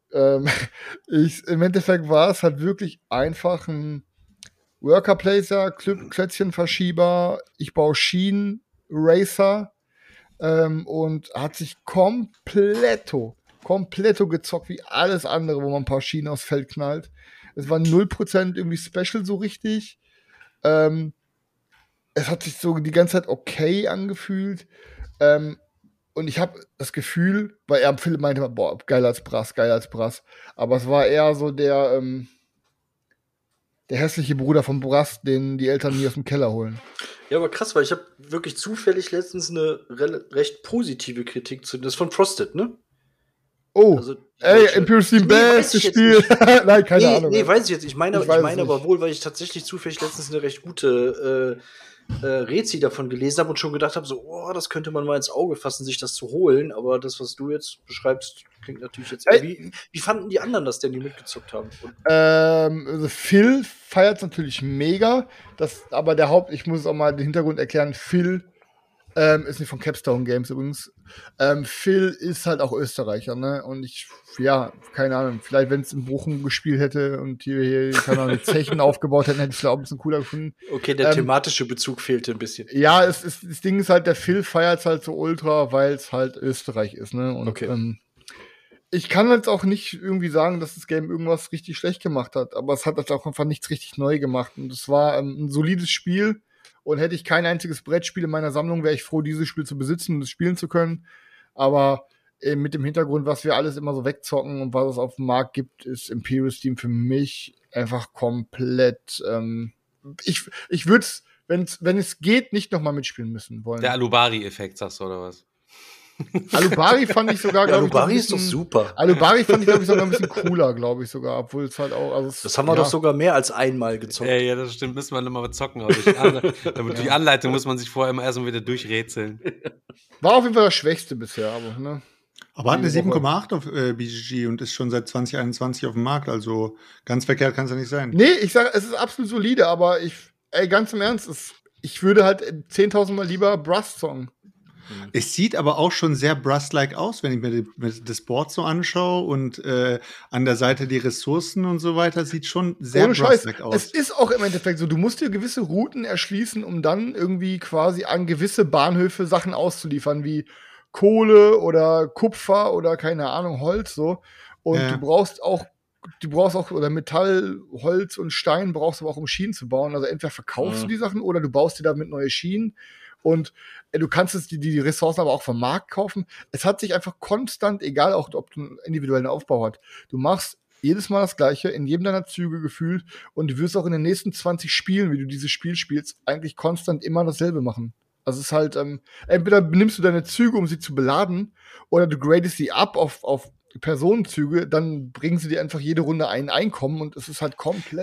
Im Endeffekt war es halt wirklich einfach ein Worker-Placer, Klötzchenverschieber, ich baue Schienen, Racer und hat sich kompletto gezockt wie alles andere, wo man ein paar Schienen aufs Feld knallt. Es war 0% irgendwie Special so richtig. Es hat sich so die ganze Zeit okay angefühlt. Und ich habe das Gefühl, weil Philipp meinte, boah, geiler als Brass. Aber es war eher so der hässliche Bruder von Brass, den die Eltern nie aus dem Keller holen. Ja, aber krass, weil ich habe wirklich zufällig letztens eine recht positive Kritik zu das von Frosted, ne? Oh, also, Imperial Steam bestes Spiel. Nein, keine Ahnung. Nee, weiß ich jetzt. Ich meine aber wohl, weil ich tatsächlich zufällig letztens eine recht gute Rezi davon gelesen habe und schon gedacht habe, so, oh, das könnte man mal ins Auge fassen, sich das zu holen. Aber das, was du jetzt beschreibst, klingt natürlich jetzt. Wie fanden die anderen das denn, die mitgezockt haben? Also Phil feiert es natürlich mega. Aber ich muss es auch mal den Hintergrund erklären, Phil ist nicht von Capstone Games übrigens. Phil ist halt auch Österreicher, ne? Und keine Ahnung, vielleicht wenn es in Bochum gespielt hätte und hier keine Ahnung, Zechen aufgebaut hätten, hätte ich es vielleicht auch ein bisschen cooler gefunden. Okay, der thematische Bezug fehlte ein bisschen. Ja, das Ding ist halt, der Phil feiert es halt so ultra, weil es halt Österreich ist, ne? Und okay. Ich kann jetzt auch nicht irgendwie sagen, dass das Game irgendwas richtig schlecht gemacht hat, aber es hat halt auch einfach nichts richtig neu gemacht. Und es war ein solides Spiel. Und hätte ich kein einziges Brettspiel in meiner Sammlung, wäre ich froh, dieses Spiel zu besitzen und es spielen zu können. Aber mit dem Hintergrund, was wir alles immer so wegzocken und was es auf dem Markt gibt, ist Imperial Steam für mich einfach komplett. Ich würde es, wenn es geht, nicht nochmal mitspielen müssen wollen. Der Alubari-Effekt, sagst du, oder was? Alubari fand ich sogar, glaube ich. Alubari ist doch super. Alubari fand ich, glaube ich, sogar ein bisschen cooler, glaube ich sogar, obwohl es halt auch. Also das haben wir doch sogar mehr als einmal gezockt. Ja, das stimmt, müssen wir nochmal zocken. Aber die Anleitung muss man sich vorher immer erstmal wieder durchrätseln. War auf jeden Fall das Schwächste bisher, aber, ne? Aber hat eine 7,8 auf BGG und ist schon seit 2021 auf dem Markt, also ganz verkehrt kann es ja nicht sein. Nee, ich sage, es ist absolut solide, aber ganz im Ernst, ich würde halt 10.000 Mal lieber Brass zocken. Es sieht aber auch schon sehr Brass-like aus, wenn ich mir das Board so anschaue und an der Seite die Ressourcen und so weiter, sieht schon sehr Brass-like aus. Es ist auch im Endeffekt so, du musst dir gewisse Routen erschließen, um dann irgendwie quasi an gewisse Bahnhöfe Sachen auszuliefern, wie Kohle oder Kupfer oder keine Ahnung, Holz so. Und du brauchst auch oder Metall, Holz und Stein brauchst du aber auch, um Schienen zu bauen. Also entweder verkaufst du die Sachen oder du baust dir damit neue Schienen. Und du kannst die Ressourcen aber auch vom Markt kaufen. Es hat sich einfach konstant, egal auch, ob du einen individuellen Aufbau hast, du machst jedes Mal das Gleiche, in jedem deiner Züge gefühlt und du wirst auch in den nächsten 20 Spielen, wie du dieses Spiel spielst, eigentlich konstant immer dasselbe machen. Also es ist halt, entweder nimmst du deine Züge, um sie zu beladen, oder du gradest sie ab auf Personenzüge, dann bringen sie dir einfach jede Runde ein Einkommen und es ist halt komplett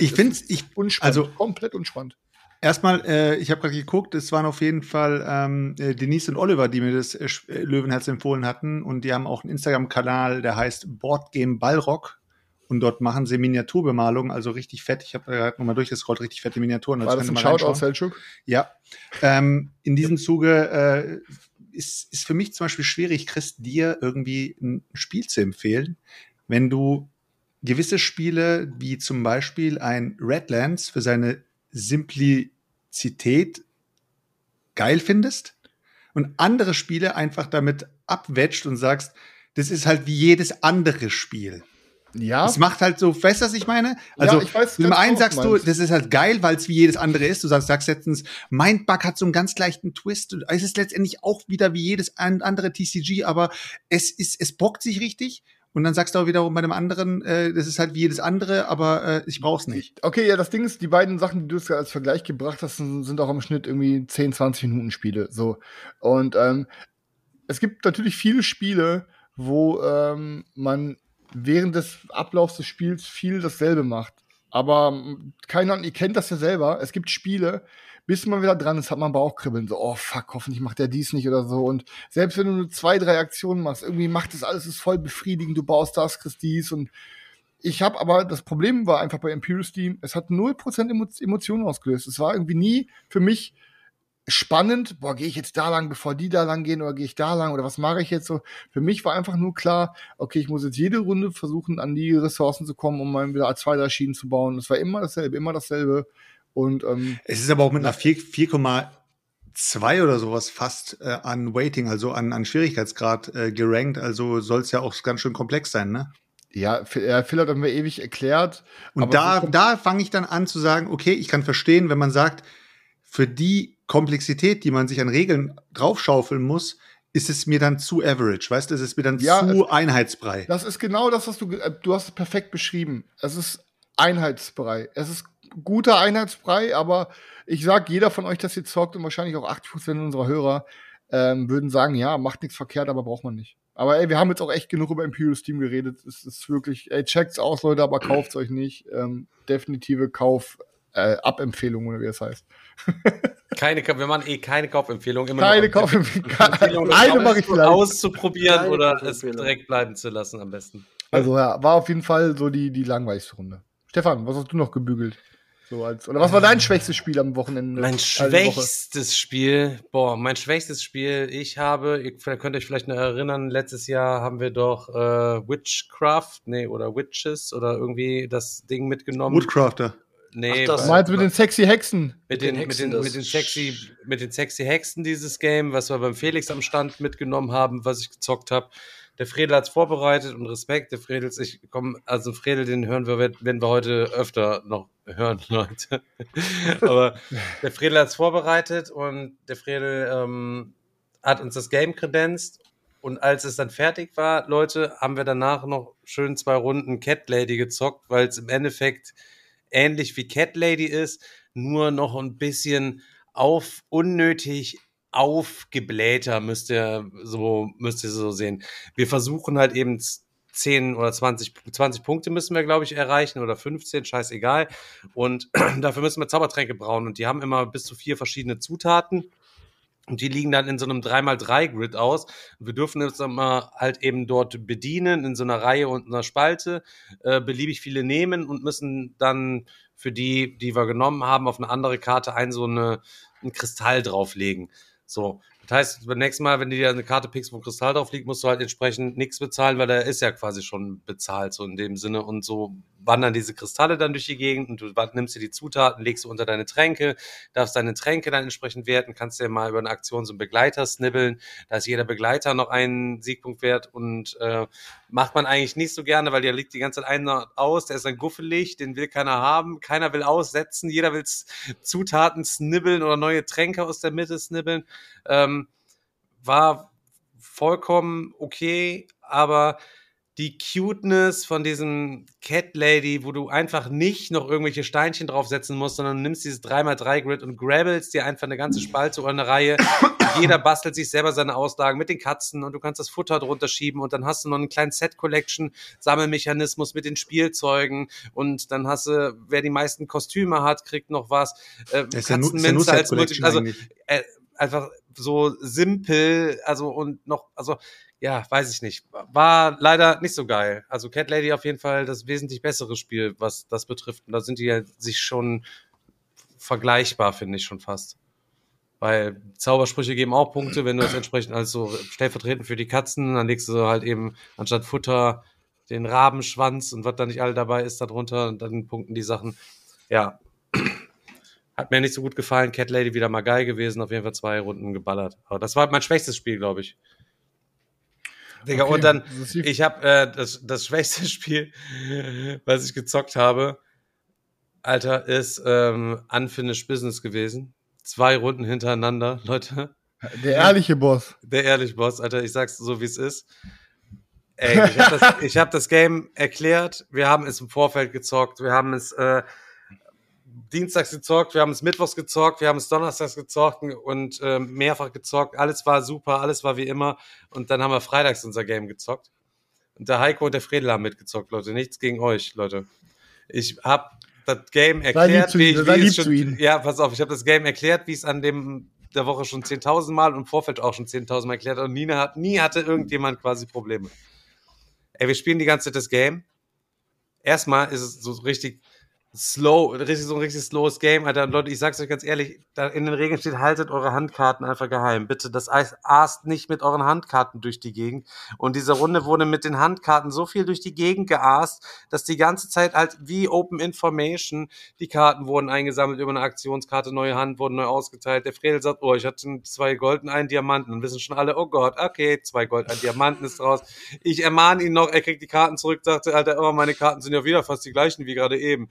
komplett unspannend. Erstmal, ich habe gerade geguckt, es waren auf jeden Fall Denise und Oliver, die mir das Löwenherz empfohlen hatten. Und die haben auch einen Instagram-Kanal, der heißt Boardgame Ballrock. Und dort machen sie Miniaturbemalungen, also richtig fett. Ich habe gerade nochmal durchgescrollt, richtig fette Miniaturen. War das ein Shoutout, Selçuk? Ja. In diesem Zuge ist für mich zum Beispiel schwierig, Chris, dir irgendwie ein Spiel zu empfehlen, wenn du gewisse Spiele, wie zum Beispiel ein Redlands für seine Simplizität geil findest und andere Spiele einfach damit abwetscht und sagst, das ist halt wie jedes andere Spiel. Ja. Das macht halt so, weißt du, was ich meine? Also, ja, ich weiß, zum einen sagst du, das ist halt geil, weil es wie jedes andere ist. Du sagst letztens, Mindbug hat so einen ganz leichten Twist. Und es ist letztendlich auch wieder wie jedes andere TCG, aber es bockt sich richtig. Und dann sagst du auch wiederum bei dem anderen, das ist halt wie jedes andere, aber ich brauch's nicht. Okay, ja, das Ding ist, die beiden Sachen, die du jetzt als Vergleich gebracht hast, sind auch im Schnitt irgendwie 10, 20 Minuten Spiele. So. Und es gibt natürlich viele Spiele, wo man während des Ablaufs des Spiels viel dasselbe macht. Aber keiner, ihr kennt das ja selber, es gibt Spiele, bis man wieder dran ist, hat man Bauchkribbeln. So, oh fuck, hoffentlich macht der dies nicht oder so. Und selbst wenn du nur 2, 3 Aktionen machst, irgendwie macht das alles, ist voll befriedigend, du baust das, kriegst dies. Und ich habe aber, das Problem war einfach bei Imperial Steam, es hat 0% Emotionen ausgelöst. Es war irgendwie nie für mich spannend, gehe ich jetzt da lang, bevor die da lang gehen, oder gehe ich da lang, oder was mache ich jetzt so? Für mich war einfach nur klar, okay, ich muss jetzt jede Runde versuchen, an die Ressourcen zu kommen, um mal wieder 2, 3 Schienen zu bauen. Es war immer dasselbe. Und es ist aber auch mit einer 4,2 oder sowas fast an Weighting, also an Schwierigkeitsgrad gerankt, also soll es ja auch ganz schön komplex sein, ne? Ja, Phil hat mir ewig erklärt. Und da fange ich dann an zu sagen, okay, ich kann verstehen, wenn man sagt, für die Komplexität, die man sich an Regeln draufschaufeln muss, ist es mir dann zu average, weißt du, es ist mir dann zu Einheitsbrei. Das ist genau das, was du hast es perfekt beschrieben. Es ist Einheitsbrei. Es ist guter Einheitsbrei, aber ich sag, jeder von euch, das hier zockt, und wahrscheinlich auch 80% unserer Hörer, würden sagen, ja, macht nichts verkehrt, aber braucht man nicht. Aber ey, wir haben jetzt auch echt genug über Imperial Steam geredet. Es ist wirklich, checkt's aus, Leute, aber kauft's euch nicht. Definitive Kauf-Ab-Empfehlung, oder wie das heißt. Wir machen keine Kaufempfehlung. Keine Kaufempfehlung. Eine mache ich vielleicht. Auszuprobieren oder es direkt bleiben zu lassen am besten. Also ja, war auf jeden Fall so die langweiligste Runde. Stefan, was hast du noch gebügelt? Oder was war dein schwächstes Spiel am Wochenende? Mein schwächstes Spiel, ihr könnt euch vielleicht noch erinnern, letztes Jahr haben wir doch Witches oder irgendwie das Ding mitgenommen. Woodcrafter. Nee, meinst du mit den sexy Hexen? Mit den sexy Hexen dieses Game, was wir beim Felix am Stand mitgenommen haben, was ich gezockt habe. Der Fredel hat's vorbereitet und Respekt, der Fredel, Fredel, den werden wir heute öfter noch hören, Leute. Aber der Fredel hat's vorbereitet und der Fredel hat uns das Game kredenzt. Und als es dann fertig war, Leute, haben wir danach noch schön 2 Runden Cat Lady gezockt, weil es im Endeffekt ähnlich wie Cat Lady ist, nur noch ein bisschen unnötig aufgeblähter, müsst ihr so sehen. Wir versuchen halt eben 10 oder 20 Punkte müssen wir, glaube ich, erreichen oder 15, scheißegal. Und dafür müssen wir Zaubertränke brauen und die haben immer bis zu 4 verschiedene Zutaten. Und die liegen dann in so einem 3x3-Grid aus. Und wir dürfen uns dann mal halt eben dort bedienen, in so einer Reihe und einer Spalte, beliebig viele nehmen und müssen dann für die wir genommen haben, auf eine andere Karte einen Kristall drauflegen. So, das heißt, beim nächsten Mal, wenn du dir eine Karte pickst, wo ein Kristall drauf liegt, musst du halt entsprechend nichts bezahlen, weil der ist ja quasi schon bezahlt, so in dem Sinne. Und so wandern diese Kristalle dann durch die Gegend und du nimmst dir die Zutaten, legst du unter deine Tränke, darfst deine Tränke dann entsprechend werten, kannst dir mal über eine Aktion so einen Begleiter snibbeln. Da ist jeder Begleiter noch einen Siegpunkt wert und macht man eigentlich nicht so gerne, weil der liegt die ganze Zeit einer aus, der ist dann guffelig, den will keiner haben, keiner will aussetzen, jeder will Zutaten snibbeln oder neue Tränke aus der Mitte snibbeln. War vollkommen okay, aber die Cuteness von diesem Cat Lady, wo du einfach nicht noch irgendwelche Steinchen draufsetzen musst, sondern du nimmst dieses 3x3-Grid und grabbelst dir einfach eine ganze Spalte oder eine Reihe. Jeder bastelt sich selber seine Auslagen mit den Katzen und du kannst das Futter drunter schieben und dann hast du noch einen kleinen Set-Collection-Sammelmechanismus mit den Spielzeugen und dann hast du, wer die meisten Kostüme hat, kriegt noch was. Katzenminze als einfach so simpel, ja, weiß ich nicht. War leider nicht so geil. Also Cat Lady auf jeden Fall das wesentlich bessere Spiel, was das betrifft. Und da sind die ja sich schon vergleichbar, finde ich schon fast. Weil Zaubersprüche geben auch Punkte, wenn du das entsprechend als so stellvertretend für die Katzen, dann legst du halt eben anstatt Futter den Rabenschwanz und was da nicht alle dabei ist darunter und dann punkten die Sachen. Ja, hat mir nicht so gut gefallen. Cat Lady wieder mal geil gewesen, auf jeden Fall 2 Runden geballert. Aber das war mein schwächstes Spiel, glaube ich. Digga, okay. Und dann, ich habe das schwächste Spiel, was ich gezockt habe, Alter, ist Unfinished Business gewesen. 2 Runden hintereinander, Leute. Der ehrliche Boss. Der ehrliche Boss, Alter, ich sag's so, wie es ist. Ey, ich hab das Game erklärt, wir haben es im Vorfeld gezockt, wir haben es dienstags gezockt, wir haben es mittwochs gezockt, wir haben es donnerstags gezockt und mehrfach gezockt. Alles war super, alles war wie immer. Und dann haben wir freitags unser Game gezockt. Und der Heiko und der Fredel haben mitgezockt, Leute. Nichts gegen euch, Leute. Ich habe das Game erklärt, ja, pass auf, ich habe das Game erklärt, wie es an der Woche schon 10.000 Mal und im Vorfeld auch schon 10.000 Mal erklärt und nie hatte irgendjemand quasi Probleme. Ey, wir spielen die ganze Zeit das Game. Erstmal ist es so richtig so ein richtig slowes Game, Alter. Und Leute, ich sag's euch ganz ehrlich, da in den Regeln steht, haltet eure Handkarten einfach geheim. Bitte, das aast nicht mit euren Handkarten durch die Gegend. Und diese Runde wurde mit den Handkarten so viel durch die Gegend geaast, dass die ganze Zeit halt wie Open Information, die Karten wurden eingesammelt über eine Aktionskarte, neue Hand wurden neu ausgeteilt. Der Fredel sagt, oh, ich hatte 2 Gold und 1 Diamanten. Dann wissen schon alle, oh Gott, okay, 2 Gold, 1 Diamanten ist raus. Ich ermahne ihn noch, er kriegt die Karten zurück, sagte, Alter, oh, meine Karten sind ja wieder fast die gleichen wie gerade eben.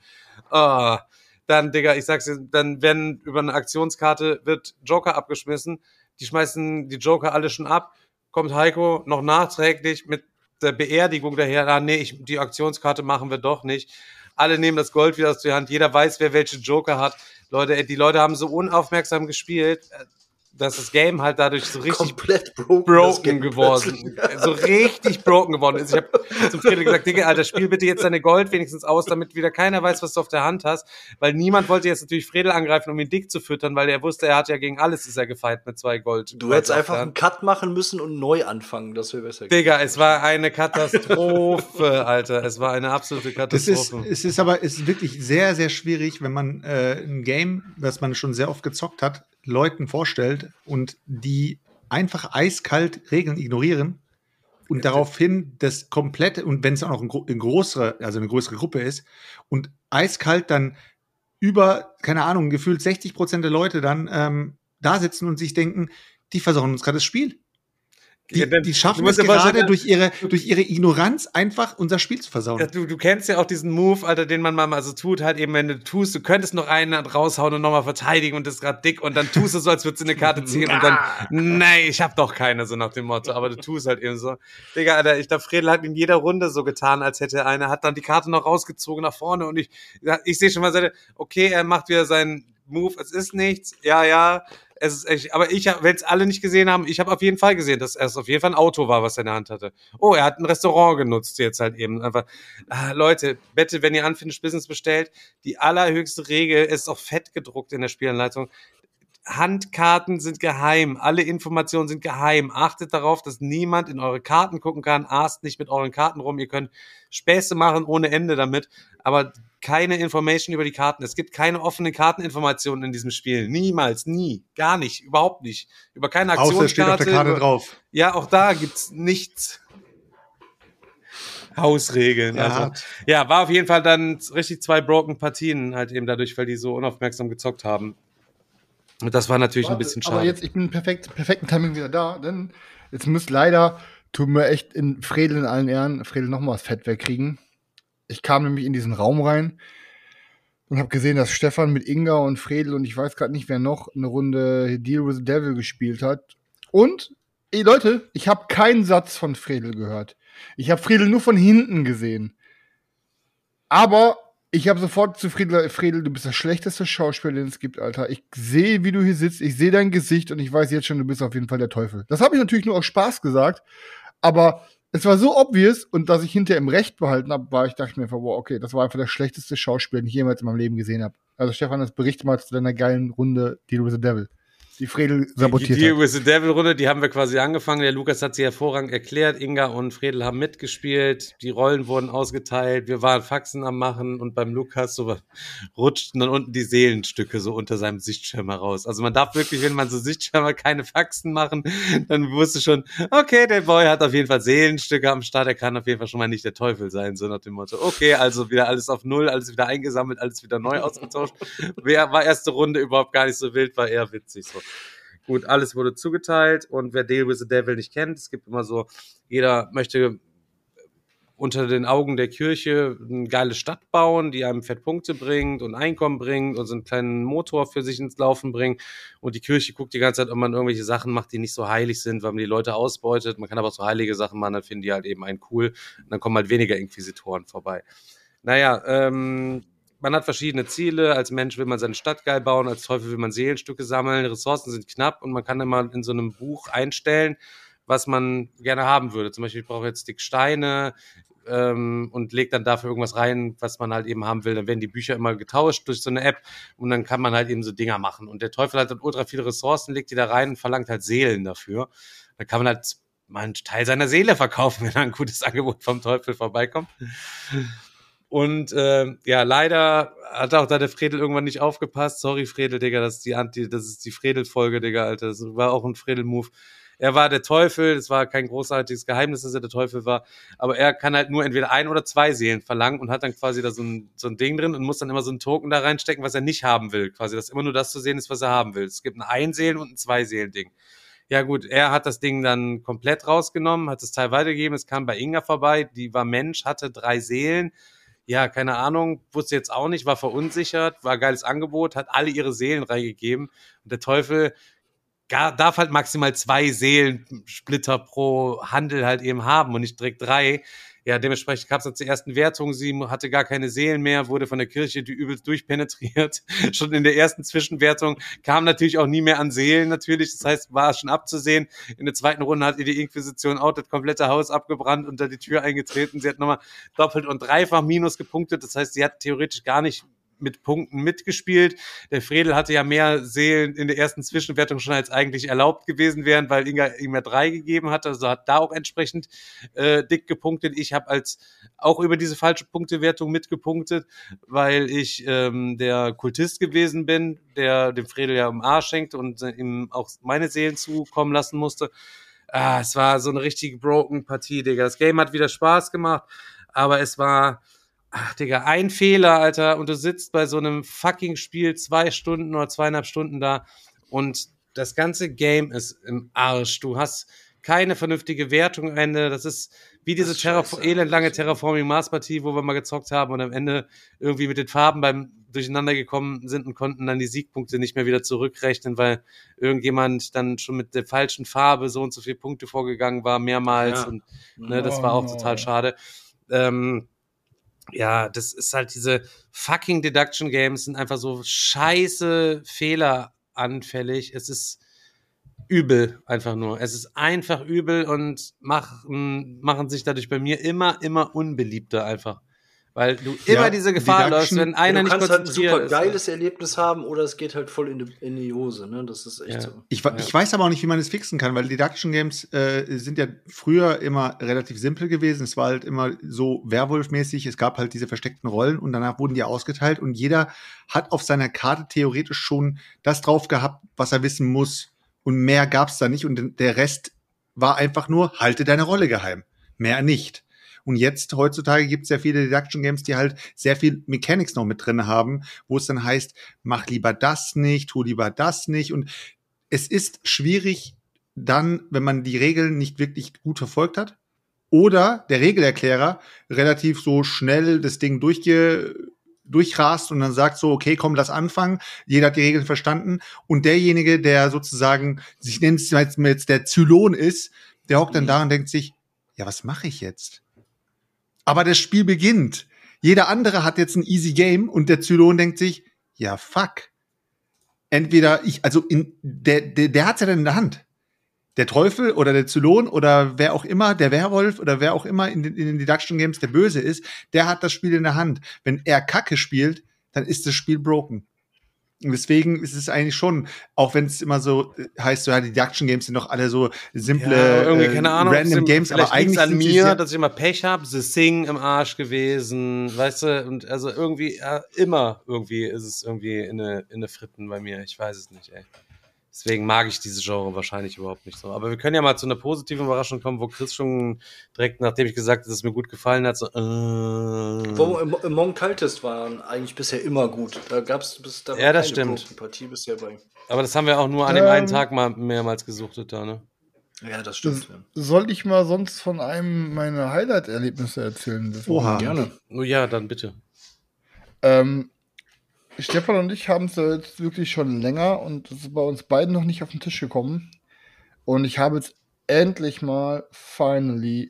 Dann, Digga, ich sag's dir, dann werden über eine Aktionskarte wird Joker abgeschmissen, die schmeißen die Joker alle schon ab, kommt Heiko noch nachträglich mit der Beerdigung daher, die Aktionskarte machen wir doch nicht. Alle nehmen das Gold wieder aus der Hand, jeder weiß, wer welche Joker hat. Leute, die Leute haben so unaufmerksam gespielt, dass das Game halt dadurch so richtig komplett broken geworden, so richtig broken geworden ist. Ich habe zum Fredel gesagt, Digga, Alter, spiel bitte jetzt deine Gold wenigstens aus, damit wieder keiner weiß, was du auf der Hand hast, weil niemand wollte jetzt natürlich Fredel angreifen, um ihn dick zu füttern, weil er wusste, er hat ja gegen alles ist er gefeit mit 2 Gold. Du hättest einfach einen Cut machen müssen und neu anfangen, das wäre besser. Digga, es war eine Katastrophe, Alter, es war eine absolute Katastrophe. Es ist wirklich sehr, sehr schwierig, wenn man ein Game, das man schon sehr oft gezockt hat, Leuten vorstellt und die einfach eiskalt Regeln ignorieren und daraufhin das komplette, und wenn es auch noch eine größere Gruppe ist, und eiskalt dann über, keine Ahnung, gefühlt 60% der Leute dann da sitzen und sich denken, die versauen uns gerade das Spiel. Die schaffen es gerade durch ihre Ignoranz einfach unser Spiel zu versauen. Ja, du kennst ja auch diesen Move, Alter, den man mal so tut, halt eben, wenn du tust, du könntest noch einen raushauen und nochmal verteidigen und das ist gerade dick und dann tust du so, als würdest du eine Karte ziehen und dann, nee, ich hab doch keine, so nach dem Motto, aber du tust halt eben so. Digga, Alter, ich glaube, Fredel hat in jeder Runde so getan, als hätte er eine, hat dann die Karte noch rausgezogen nach vorne und ich sehe schon mal, okay, er macht wieder seinen Move, es ist nichts, ja, es ist echt, aber wenn es alle nicht gesehen haben, ich habe auf jeden Fall gesehen, dass es auf jeden Fall ein Auto war, was er in der Hand hatte. Oh, er hat ein Restaurant genutzt jetzt halt eben. Einfach, Leute, bitte, wenn ihr Unfinished Business bestellt, die allerhöchste Regel ist auch fett gedruckt in der Spielanleitung. Handkarten sind geheim, alle Informationen sind geheim. Achtet darauf, dass niemand in eure Karten gucken kann. Aßt nicht mit euren Karten rum. Ihr könnt Späße machen ohne Ende damit, aber keine Information über die Karten. Es gibt keine offenen Karteninformationen in diesem Spiel. Niemals, nie, gar nicht, überhaupt nicht. Über keine Aktionskarte. Außer steht auf der Karte drauf. Ja, auch da gibt's nichts. Hausregeln. Ja. Also, ja, war auf jeden Fall dann richtig 2 broken Partien halt eben dadurch, weil die so unaufmerksam gezockt haben. Und das war natürlich ein bisschen schade. Aber jetzt, ich bin perfekten Timing wieder da, denn jetzt müsst leider, tut mir echt in Fredel in allen Ehren, Fredel nochmal das Fett wegkriegen. Ich kam nämlich in diesen Raum rein und habe gesehen, dass Stefan mit Inga und Fredel und ich weiß gerade nicht, wer noch eine Runde Deal with the Devil gespielt hat. Und, Leute, ich habe keinen Satz von Fredel gehört. Ich habe Fredel nur von hinten gesehen. Aber ich habe sofort zu Fredel, du bist der schlechteste Schauspieler, den es gibt, Alter. Ich sehe, wie du hier sitzt, ich sehe dein Gesicht und ich weiß jetzt schon, du bist auf jeden Fall der Teufel. Das habe ich natürlich nur aus Spaß gesagt, aber es war so obvious und dass ich hinterher im Recht behalten habe, dachte ich mir einfach, wow, okay, das war einfach der schlechteste Schauspieler, den ich jemals in meinem Leben gesehen habe. Also Stefan, das berichte mal zu deiner geilen Runde Deal with the Devil. Die Fredel sabotiert hat. Die Deal with the Devil Runde, die haben wir quasi angefangen. Der Lukas hat sie hervorragend erklärt. Inga und Fredel haben mitgespielt. Die Rollen wurden ausgeteilt. Wir waren Faxen am Machen und beim Lukas so rutschten dann unten die Seelenstücke so unter seinem Sichtschirm heraus. Also man darf wirklich, wenn man so Sichtschirme keine Faxen machen, dann wusste schon, okay, der Boy hat auf jeden Fall Seelenstücke am Start. Er kann auf jeden Fall schon mal nicht der Teufel sein, so nach dem Motto. Okay, also wieder alles auf Null, alles wieder eingesammelt, alles wieder neu ausgetauscht. War erste Runde überhaupt gar nicht so wild, war eher witzig so. Gut, alles wurde zugeteilt und wer Deal with the Devil nicht kennt, es gibt immer so, jeder möchte unter den Augen der Kirche eine geile Stadt bauen, die einem Fettpunkte bringt und Einkommen bringt und so einen kleinen Motor für sich ins Laufen bringt und die Kirche guckt die ganze Zeit, ob man irgendwelche Sachen macht, die nicht so heilig sind, weil man die Leute ausbeutet. Man kann aber auch so heilige Sachen machen, dann finden die halt eben einen cool und dann kommen halt weniger Inquisitoren vorbei. Naja, man hat verschiedene Ziele. Als Mensch will man seine Stadt geil bauen, als Teufel will man Seelenstücke sammeln. Ressourcen sind knapp und man kann immer in so einem Buch einstellen, was man gerne haben würde. Zum Beispiel, ich brauche jetzt dick Steine, und legt dann dafür irgendwas rein, was man halt eben haben will. Dann werden die Bücher immer getauscht durch so eine App und dann kann man halt eben so Dinger machen. Und der Teufel hat dann ultra viele Ressourcen, legt die da rein und verlangt halt Seelen dafür. Da kann man halt mal einen Teil seiner Seele verkaufen, wenn da ein gutes Angebot vom Teufel vorbeikommt. Und leider hat auch da der Fredel irgendwann nicht aufgepasst. Sorry, Fredel, Digga, das ist die Fredel-Folge, Digga, Alter. Das war auch ein Fredel-Move. Er war der Teufel, es war kein großartiges Geheimnis, dass er der Teufel war, aber er kann halt nur entweder 1 oder 2 Seelen verlangen und hat dann quasi da so ein Ding drin und muss dann immer so einen Token da reinstecken, was er nicht haben will. Quasi, dass immer nur das zu sehen ist, was er haben will. Es gibt ein 1-Seelen- und ein 2-Seelen-Ding. Ja gut, er hat das Ding dann komplett rausgenommen, hat das Teil weitergegeben, es kam bei Inga vorbei, die war Mensch, hatte 3 Seelen. Ja, keine Ahnung, wusste jetzt auch nicht, war verunsichert, war ein geiles Angebot, hat alle ihre Seelen reingegeben und der Teufel darf halt maximal 2 Seelensplitter pro Handel halt eben haben und nicht direkt 3. Ja, dementsprechend gab es dann zur ersten Wertung, sie hatte gar keine Seelen mehr, wurde von der Kirche die übelst durchpenetriert. Schon in der ersten Zwischenwertung kam natürlich auch nie mehr an Seelen natürlich, das heißt, war schon abzusehen. In der zweiten Runde hat ihr die Inquisition auch das komplette Haus abgebrannt, unter die Tür eingetreten. Sie hat nochmal doppelt und dreifach Minus gepunktet, das heißt, sie hat theoretisch gar nicht mit Punkten mitgespielt. Der Fredel hatte ja mehr Seelen in der ersten Zwischenwertung schon als eigentlich erlaubt gewesen wären, weil Inga ihm ja 3 gegeben hat, also hat da auch entsprechend dick gepunktet. Ich habe auch über diese falsche Punktewertung mitgepunktet, weil ich der Kultist gewesen bin, der dem Fredel ja im Arsch schenkt und ihm auch meine Seelen zukommen lassen musste. Es war so eine richtig broken Partie, Digga. Das Game hat wieder Spaß gemacht, aber es war Digga, ein Fehler, Alter, und du sitzt bei so einem fucking Spiel 2 Stunden oder 2,5 Stunden da und das ganze Game ist im Arsch. Du hast keine vernünftige Wertung am Ende. Das ist wie diese elendlange Terraforming-Mars-Partie, wo wir mal gezockt haben und am Ende irgendwie mit den Farben beim Durcheinander gekommen sind und konnten dann die Siegpunkte nicht mehr wieder zurückrechnen, weil irgendjemand dann schon mit der falschen Farbe so und so viele Punkte vorgegangen war, mehrmals. Ja. Und das war auch total schade. Ja, das ist halt diese fucking Deduction Games sind einfach so scheiße fehleranfällig. Es ist übel einfach nur. Es ist einfach übel und machen sich dadurch bei mir immer unbeliebter einfach. Weil du immer diese Gefahr läufst, wenn einer nicht konzentriert ist. Du kannst halt ein super geiles Erlebnis haben oder es geht halt voll in die Hose, ne? Das ist echt so. Ich weiß aber auch nicht, wie man es fixen kann, weil Deduction Games sind ja früher immer relativ simpel gewesen. Es war halt immer so Werwolf-mäßig. Es gab halt diese versteckten Rollen und danach wurden die ausgeteilt und jeder hat auf seiner Karte theoretisch schon das drauf gehabt, was er wissen muss. Und mehr gab's da nicht und der Rest war einfach nur, halte deine Rolle geheim. Mehr nicht. Und jetzt, heutzutage gibt es ja viele Deduction Games, die halt sehr viel Mechanics noch mit drin haben, wo es dann heißt, mach lieber das nicht, tu lieber das nicht. Und es ist schwierig dann, wenn man die Regeln nicht wirklich gut verfolgt hat oder der Regelerklärer relativ so schnell das Ding durchrast und dann sagt so, okay, komm, lass anfangen. Jeder hat die Regeln verstanden. Und derjenige, der sozusagen, ich nenne es jetzt der Zylon ist, der hockt dann da und denkt sich, ja, was mache ich jetzt? Aber das Spiel beginnt. Jeder andere hat jetzt ein easy Game und der Zylon denkt sich, ja, fuck. Entweder der hat's ja dann in der Hand. Der Teufel oder der Zylon oder wer auch immer, der Werwolf oder wer auch immer in den Deduction Games der Böse ist, der hat das Spiel in der Hand. Wenn er Kacke spielt, dann ist das Spiel broken. Und deswegen ist es eigentlich schon, auch wenn es immer so heißt, so ja, die Deduction Games sind doch alle so simple, irgendwie, keine Ahnung, random Games, aber eigentlich an mir, dass ich immer Pech habe, The Thing im Arsch gewesen, weißt du, und also irgendwie, immer irgendwie ist es irgendwie in eine Fritten bei mir, ich weiß es nicht, ey. Deswegen mag ich diese Genre wahrscheinlich überhaupt nicht so. Aber wir können ja mal zu einer positiven Überraschung kommen, wo Chris schon direkt, nachdem ich gesagt habe, dass es mir gut gefallen hat, so Among Cultist waren eigentlich bisher immer gut. Da gab's ja, das stimmt. Partie bisher bei. Aber das haben wir auch nur an dem einen Tag mal mehrmals gesuchtet da, ne? Ja, das stimmt. Soll ich mal sonst von einem meiner Highlight-Erlebnisse erzählen? Oha, gerne. Oh ja, dann bitte. Stefan und ich haben es ja jetzt wirklich schon länger und es ist bei uns beiden noch nicht auf den Tisch gekommen. Und ich habe jetzt endlich mal finally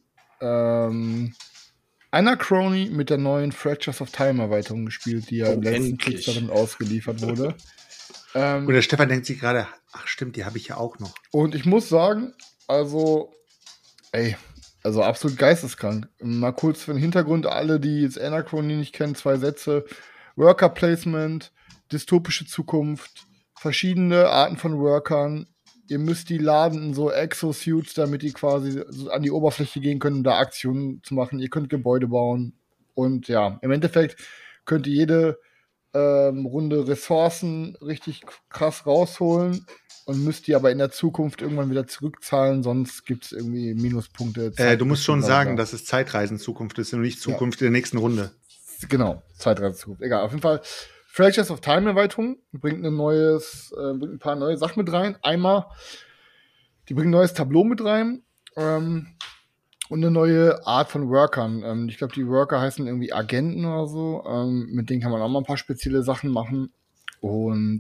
Anachrony mit der neuen Fractures of Time Erweiterung gespielt, die ja im letzten Kickstarter ausgeliefert wurde. Und der Stefan denkt sich gerade, ach stimmt, die habe ich ja auch noch. Und ich muss sagen, also, Also absolut geisteskrank. Mal kurz für den Hintergrund, alle, die jetzt Anachronie nicht kennen, 2 Sätze. Worker Placement, dystopische Zukunft, verschiedene Arten von Workern. Ihr müsst die laden in so Exosuits, damit die quasi so an die Oberfläche gehen können, um da Aktionen zu machen. Ihr könnt Gebäude bauen. Und ja, im Endeffekt könnt ihr jede Runde Ressourcen richtig krass rausholen und müsst die aber in der Zukunft irgendwann wieder zurückzahlen, sonst gibt es irgendwie Minuspunkte. Du musst schon sagen, dass es Zeitreisen-Zukunft ist und nicht Zukunft in der nächsten Runde. Genau, Zeitreisen-Zukunft. Egal, auf jeden Fall. Fractures of Time-Erweiterung bringt ein paar neue Sachen mit rein. Einmal, die bringen ein neues Tableau mit rein und eine neue Art von Workern. Ich glaube, die Worker heißen irgendwie Agenten oder so. Mit denen kann man auch mal ein paar spezielle Sachen machen. Und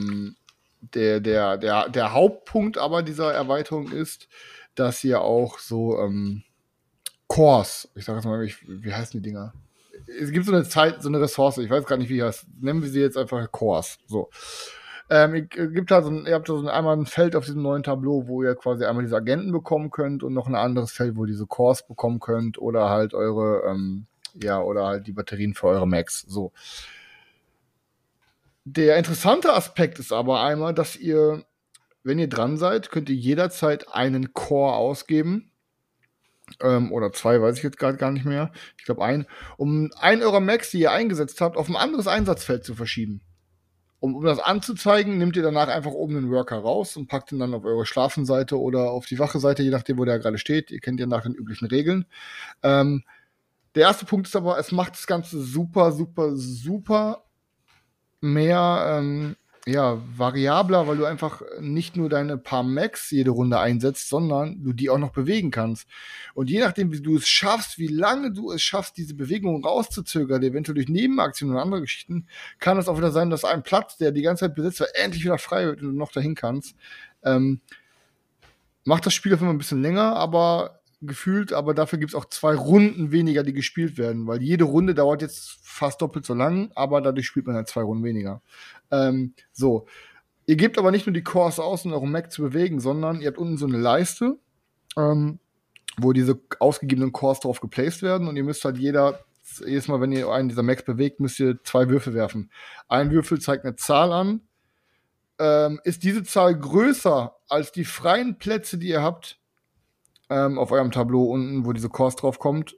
der Hauptpunkt aber dieser Erweiterung ist, dass ihr auch so Cores, ich sag jetzt mal, wie heißen die Dinger? Es gibt so eine Ressource, ich weiß gar nicht, wie die heißt. Nennen wir sie jetzt einfach Cores. So. Ihr habt da einmal ein Feld auf diesem neuen Tableau, wo ihr quasi einmal diese Agenten bekommen könnt und noch ein anderes Feld, wo ihr diese Cores bekommen könnt oder halt oder halt die Batterien für eure Macs. So. Der interessante Aspekt ist aber einmal, dass ihr, wenn ihr dran seid, könnt ihr jederzeit einen Core ausgeben. Oder 2, weiß ich jetzt gerade gar nicht mehr. Ich glaube um einen eurer Macs, die ihr eingesetzt habt, auf ein anderes Einsatzfeld zu verschieben. Um das anzuzeigen, nehmt ihr danach einfach oben den Worker raus und packt ihn dann auf eure Schlafenseite oder auf die Wache-Seite, je nachdem, wo der gerade steht. Ihr kennt ja nach den üblichen Regeln. Der erste Punkt ist aber, es macht das Ganze super, super, super mehr variabler, weil du einfach nicht nur deine paar Macs jede Runde einsetzt, sondern du die auch noch bewegen kannst. Und je nachdem, wie du es schaffst, wie lange du es schaffst, diese Bewegung rauszuzögern, eventuell durch Nebenaktionen oder andere Geschichten, kann es auch wieder sein, dass ein Platz, der die ganze Zeit besetzt war, endlich wieder frei wird und du noch dahin kannst. Macht das Spiel auf immer ein bisschen länger, aber dafür gibt es auch 2 Runden weniger, die gespielt werden, weil jede Runde dauert jetzt fast doppelt so lang, aber dadurch spielt man halt 2 Runden weniger. So. Ihr gebt aber nicht nur die Cores aus, um euren Mac zu bewegen, sondern ihr habt unten so eine Leiste, wo diese ausgegebenen Cores drauf geplaced werden und ihr müsst halt jedes Mal, wenn ihr einen dieser Macs bewegt, müsst ihr 2 Würfel werfen. Ein Würfel zeigt eine Zahl an. Ist diese Zahl größer als die freien Plätze, die ihr habt, auf eurem Tableau unten, wo diese Cores drauf kommt,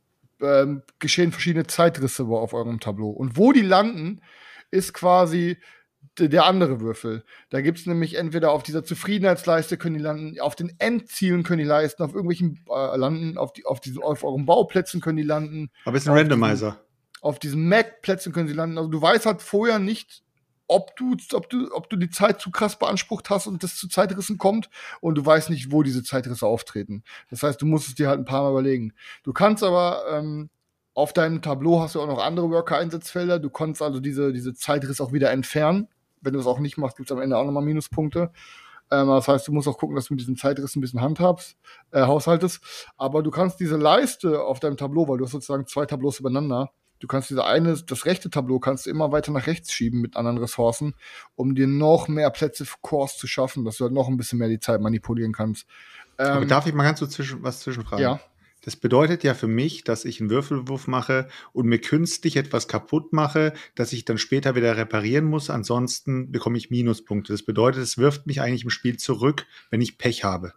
geschehen verschiedene Zeitrisse auf eurem Tableau. Und wo die landen, ist quasi der andere Würfel. Da gibt es nämlich entweder auf dieser Zufriedenheitsleiste können die landen, auf den Endzielen können die leisten, auf irgendwelchen landen, auf euren Bauplätzen können die landen. Aber es ist ein Randomizer. Auf diesen Mac-Plätzen können sie landen. Also du weißt halt vorher nicht, ob du die Zeit zu krass beansprucht hast und das zu Zeitrissen kommt und du weißt nicht, wo diese Zeitrisse auftreten. Das heißt, du musst es dir halt ein paar Mal überlegen. Du kannst aber auf deinem Tableau hast du auch noch andere Worker-Einsatzfelder. Du kannst also diese Zeitrisse auch wieder entfernen. Wenn du es auch nicht machst, gibt es am Ende auch nochmal Minuspunkte. Das heißt, du musst auch gucken, dass du mit diesen Zeitrissen ein bisschen haushaltest. Aber du kannst diese Leiste auf deinem Tableau, weil du hast sozusagen 2 Tableaus übereinander, du kannst das rechte Tableau kannst du immer weiter nach rechts schieben mit anderen Ressourcen, um dir noch mehr Plätze für Cores zu schaffen, dass du halt noch ein bisschen mehr die Zeit manipulieren kannst. Aber darf ich mal ganz so zwischenfragen? Ja. Das bedeutet ja für mich, dass ich einen Würfelwurf mache und mir künstlich etwas kaputt mache, dass ich dann später wieder reparieren muss. Ansonsten bekomme ich Minuspunkte. Das bedeutet, es wirft mich eigentlich im Spiel zurück, wenn ich Pech habe.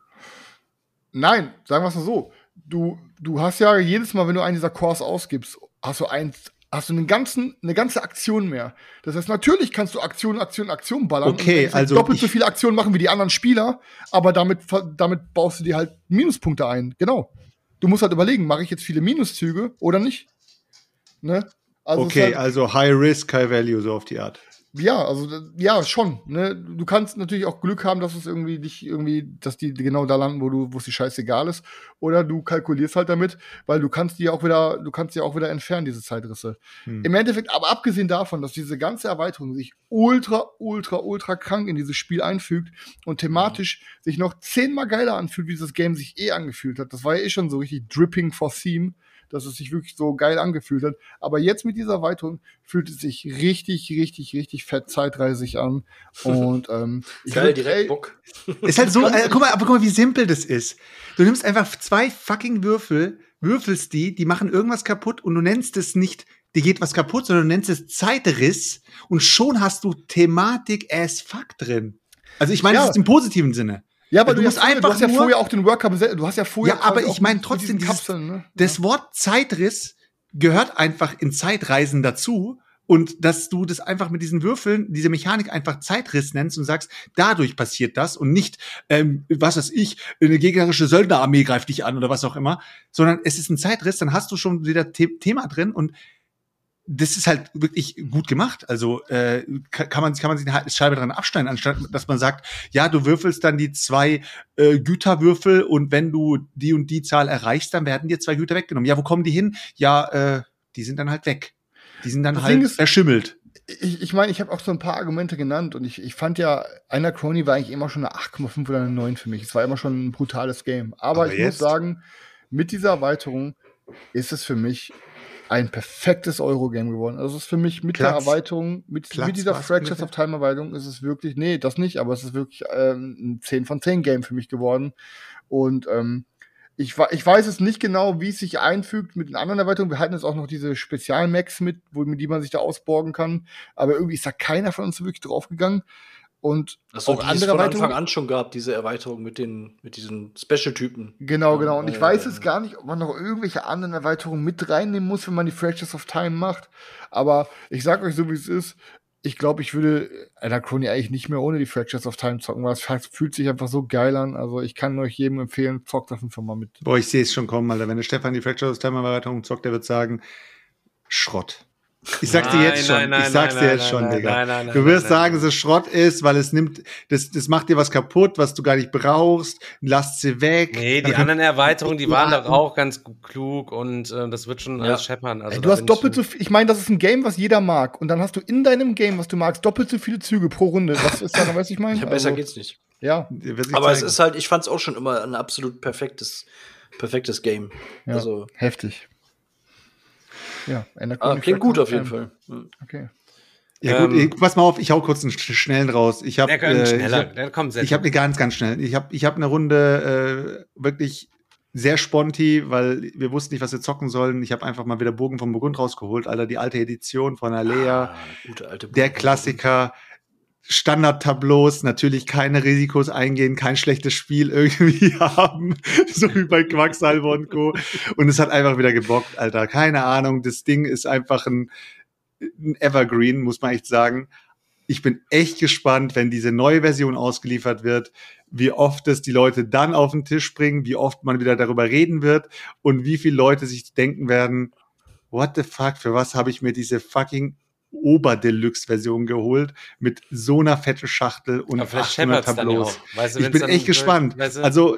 Nein, sagen wir es mal so. Du hast ja jedes Mal, wenn du einen dieser Cores ausgibst, hast du eine ganze Aktion mehr. Das heißt, natürlich kannst du Aktion ballern. Okay, und also doppelt so viele Aktionen machen wie die anderen Spieler, aber damit baust du dir halt Minuspunkte ein. Genau. Du musst halt überlegen, mache ich jetzt viele Minuszüge oder nicht? Ne? Also okay, halt, also High Risk, High Value, so auf die Art. Ja, also ja, schon. Ne? Du kannst natürlich auch Glück haben, dass es dass die genau da landen, wo es dir scheißegal ist. Oder du kalkulierst halt damit, weil du kannst die auch wieder entfernen, diese Zeitrisse. Im Endeffekt, aber abgesehen davon, dass diese ganze Erweiterung sich ultra, ultra, ultra krank in dieses Spiel einfügt und thematisch sich noch 10-mal geiler anfühlt, wie dieses Game sich angefühlt hat. Das war ja schon so richtig dripping for theme. dass es sich wirklich so geil angefühlt hat. Aber jetzt mit dieser Erweiterung fühlt es sich richtig, richtig, richtig fett zeitreisig an. Und geil, direkt Bock. Ist halt so, guck mal, wie simpel das ist. Du nimmst einfach 2 fucking Würfel, würfelst die machen irgendwas kaputt und du nennst es nicht, dir geht was kaputt, sondern du nennst es Zeitriss und schon hast du Thematik as fuck drin. Also ich meine, das ist im positiven Sinne. Ja, aber du hast ja vorher auch den Worker besetzt. Du hast ja vorher. Ja, aber ich meine trotzdem, Kapseln, ne? Das Wort Zeitriss gehört einfach in Zeitreisen dazu. Und dass du das einfach mit diesen Würfeln, diese Mechanik einfach Zeitriss nennst und sagst, dadurch passiert das und nicht, was weiß ich, eine gegnerische Söldnerarmee greift dich an oder was auch immer, sondern es ist ein Zeitriss, dann hast du schon wieder Thema drin und das ist halt wirklich gut gemacht. Also kann man sich eine Scheibe dran abschneiden, anstatt dass man sagt, ja, du würfelst dann die 2 Güterwürfel und wenn du die und die Zahl erreichst, dann werden dir 2 Güter weggenommen. Ja, wo kommen die hin? Ja, die sind dann halt weg. Die sind dann halt verschimmelt. Ich meine, ich habe auch so ein paar Argumente genannt und ich fand ja, Anachrony war eigentlich immer schon eine 8,5 oder eine 9 für mich. Es war immer schon ein brutales Game. Aber ich muss sagen, mit dieser Erweiterung ist es für mich ein perfektes Eurogame geworden. Also es ist für mich mit der Erweiterung, mit dieser Fractures of Time Erweiterung ist es wirklich, nee, das nicht, aber es ist wirklich ein 10 von 10 Game für mich geworden. Und ich weiß es nicht genau, wie es sich einfügt mit den anderen Erweiterungen. Wir hatten jetzt auch noch diese Spezial-Max mit die man sich da ausborgen kann. Aber irgendwie ist da keiner von uns wirklich draufgegangen. Und auch andere Erweiterungen. Von Anfang an schon gab, diese Erweiterung mit diesen Special-Typen. Genau. Und ich weiß jetzt gar nicht, ob man noch irgendwelche anderen Erweiterungen mit reinnehmen muss, wenn man die Fractures of Time macht. Aber ich sag euch so, wie es ist. Ich glaube, ich würde Anachrony eigentlich nicht mehr ohne die Fractures of Time zocken, weil es fühlt sich einfach so geil an. Also ich kann euch jedem empfehlen, zockt das einfach mal mit. Boah, ich sehe es schon kommen, Alter. Wenn der Stefan die Fractures of Time Erweiterung zockt, der wird sagen, Schrott. Ich sag's dir jetzt schon, Digga. Du wirst sagen, dass es Schrott ist, weil es nimmt, das macht dir was kaputt, was du gar nicht brauchst. Lasst sie weg. Nee, die anderen Erweiterungen, die waren doch auch ganz klug und das wird schon alles scheppern. Also du hast doppelt so viel, ich meine, das ist ein Game, was jeder mag. Und dann hast du in deinem Game, was du magst, doppelt so viele Züge pro Runde. Was ist da, was ich meine? Ja, besser geht's nicht. Ja. Aber es ist halt, ich fand's auch schon immer ein absolut perfektes Game. Ja, also heftig. Ja, klingt gut auf jeden Fall. Okay. Ja gut, pass mal auf, ich hau kurz einen schnellen raus. Der kommt sehr. Ich habe eine ganz schnell. Ich hab eine Runde wirklich sehr sponti, weil wir wussten nicht, was wir zocken sollen. Ich habe einfach mal wieder Burgen von Burgund rausgeholt, Alter, die alte Edition von Alea. Gute alte Burgen. Der Klassiker. Standard-Tableaus, natürlich keine Risikos eingehen, kein schlechtes Spiel irgendwie haben, so wie bei Quacksalber und Co. Und es hat einfach wieder gebockt, Alter. Keine Ahnung, das Ding ist einfach ein Evergreen, muss man echt sagen. Ich bin echt gespannt, wenn diese neue Version ausgeliefert wird, wie oft es die Leute dann auf den Tisch bringen, wie oft man wieder darüber reden wird und wie viele Leute sich denken werden, what the fuck, für was habe ich mir diese fucking Oberdeluxe-Version geholt mit so einer fetten Schachtel und 800 Tableaus. Weißt du, ich bin echt gespannt. Weißt du? Also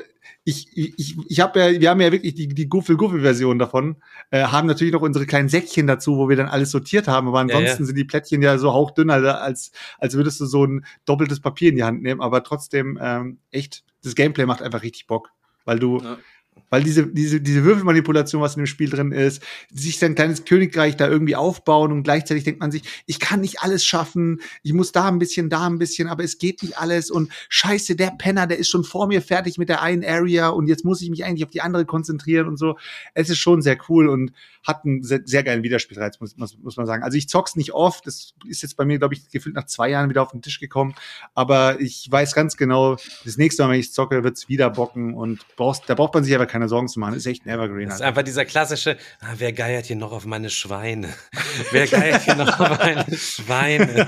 wir haben ja wirklich die Guffel-Version davon, haben natürlich noch unsere kleinen Säckchen dazu, wo wir dann alles sortiert haben, aber ansonsten sind die Plättchen ja so hauchdünn, als würdest du so ein doppeltes Papier in die Hand nehmen, aber trotzdem echt, das Gameplay macht einfach richtig Bock, weil diese Würfelmanipulation, was in dem Spiel drin ist, sich sein kleines Königreich da irgendwie aufbauen und gleichzeitig denkt man sich, ich kann nicht alles schaffen, ich muss da ein bisschen, aber es geht nicht alles und scheiße, der Penner, der ist schon vor mir fertig mit der einen Area und jetzt muss ich mich eigentlich auf die andere konzentrieren und so. Es ist schon sehr cool und hat einen sehr, sehr geilen Wiederspielreiz, muss man sagen. Also ich zock's nicht oft, das ist jetzt bei mir, glaube ich, gefühlt nach 2 Jahren wieder auf den Tisch gekommen, aber ich weiß ganz genau, das nächste Mal, wenn ich zocke, wird's wieder bocken und da braucht man sich aber keine Sorgen zu machen. Das ist echt ein Evergreen. Das ist einfach dieser klassische, wer geiert hier noch auf meine Schweine? Wer geiert hier noch auf meine Schweine?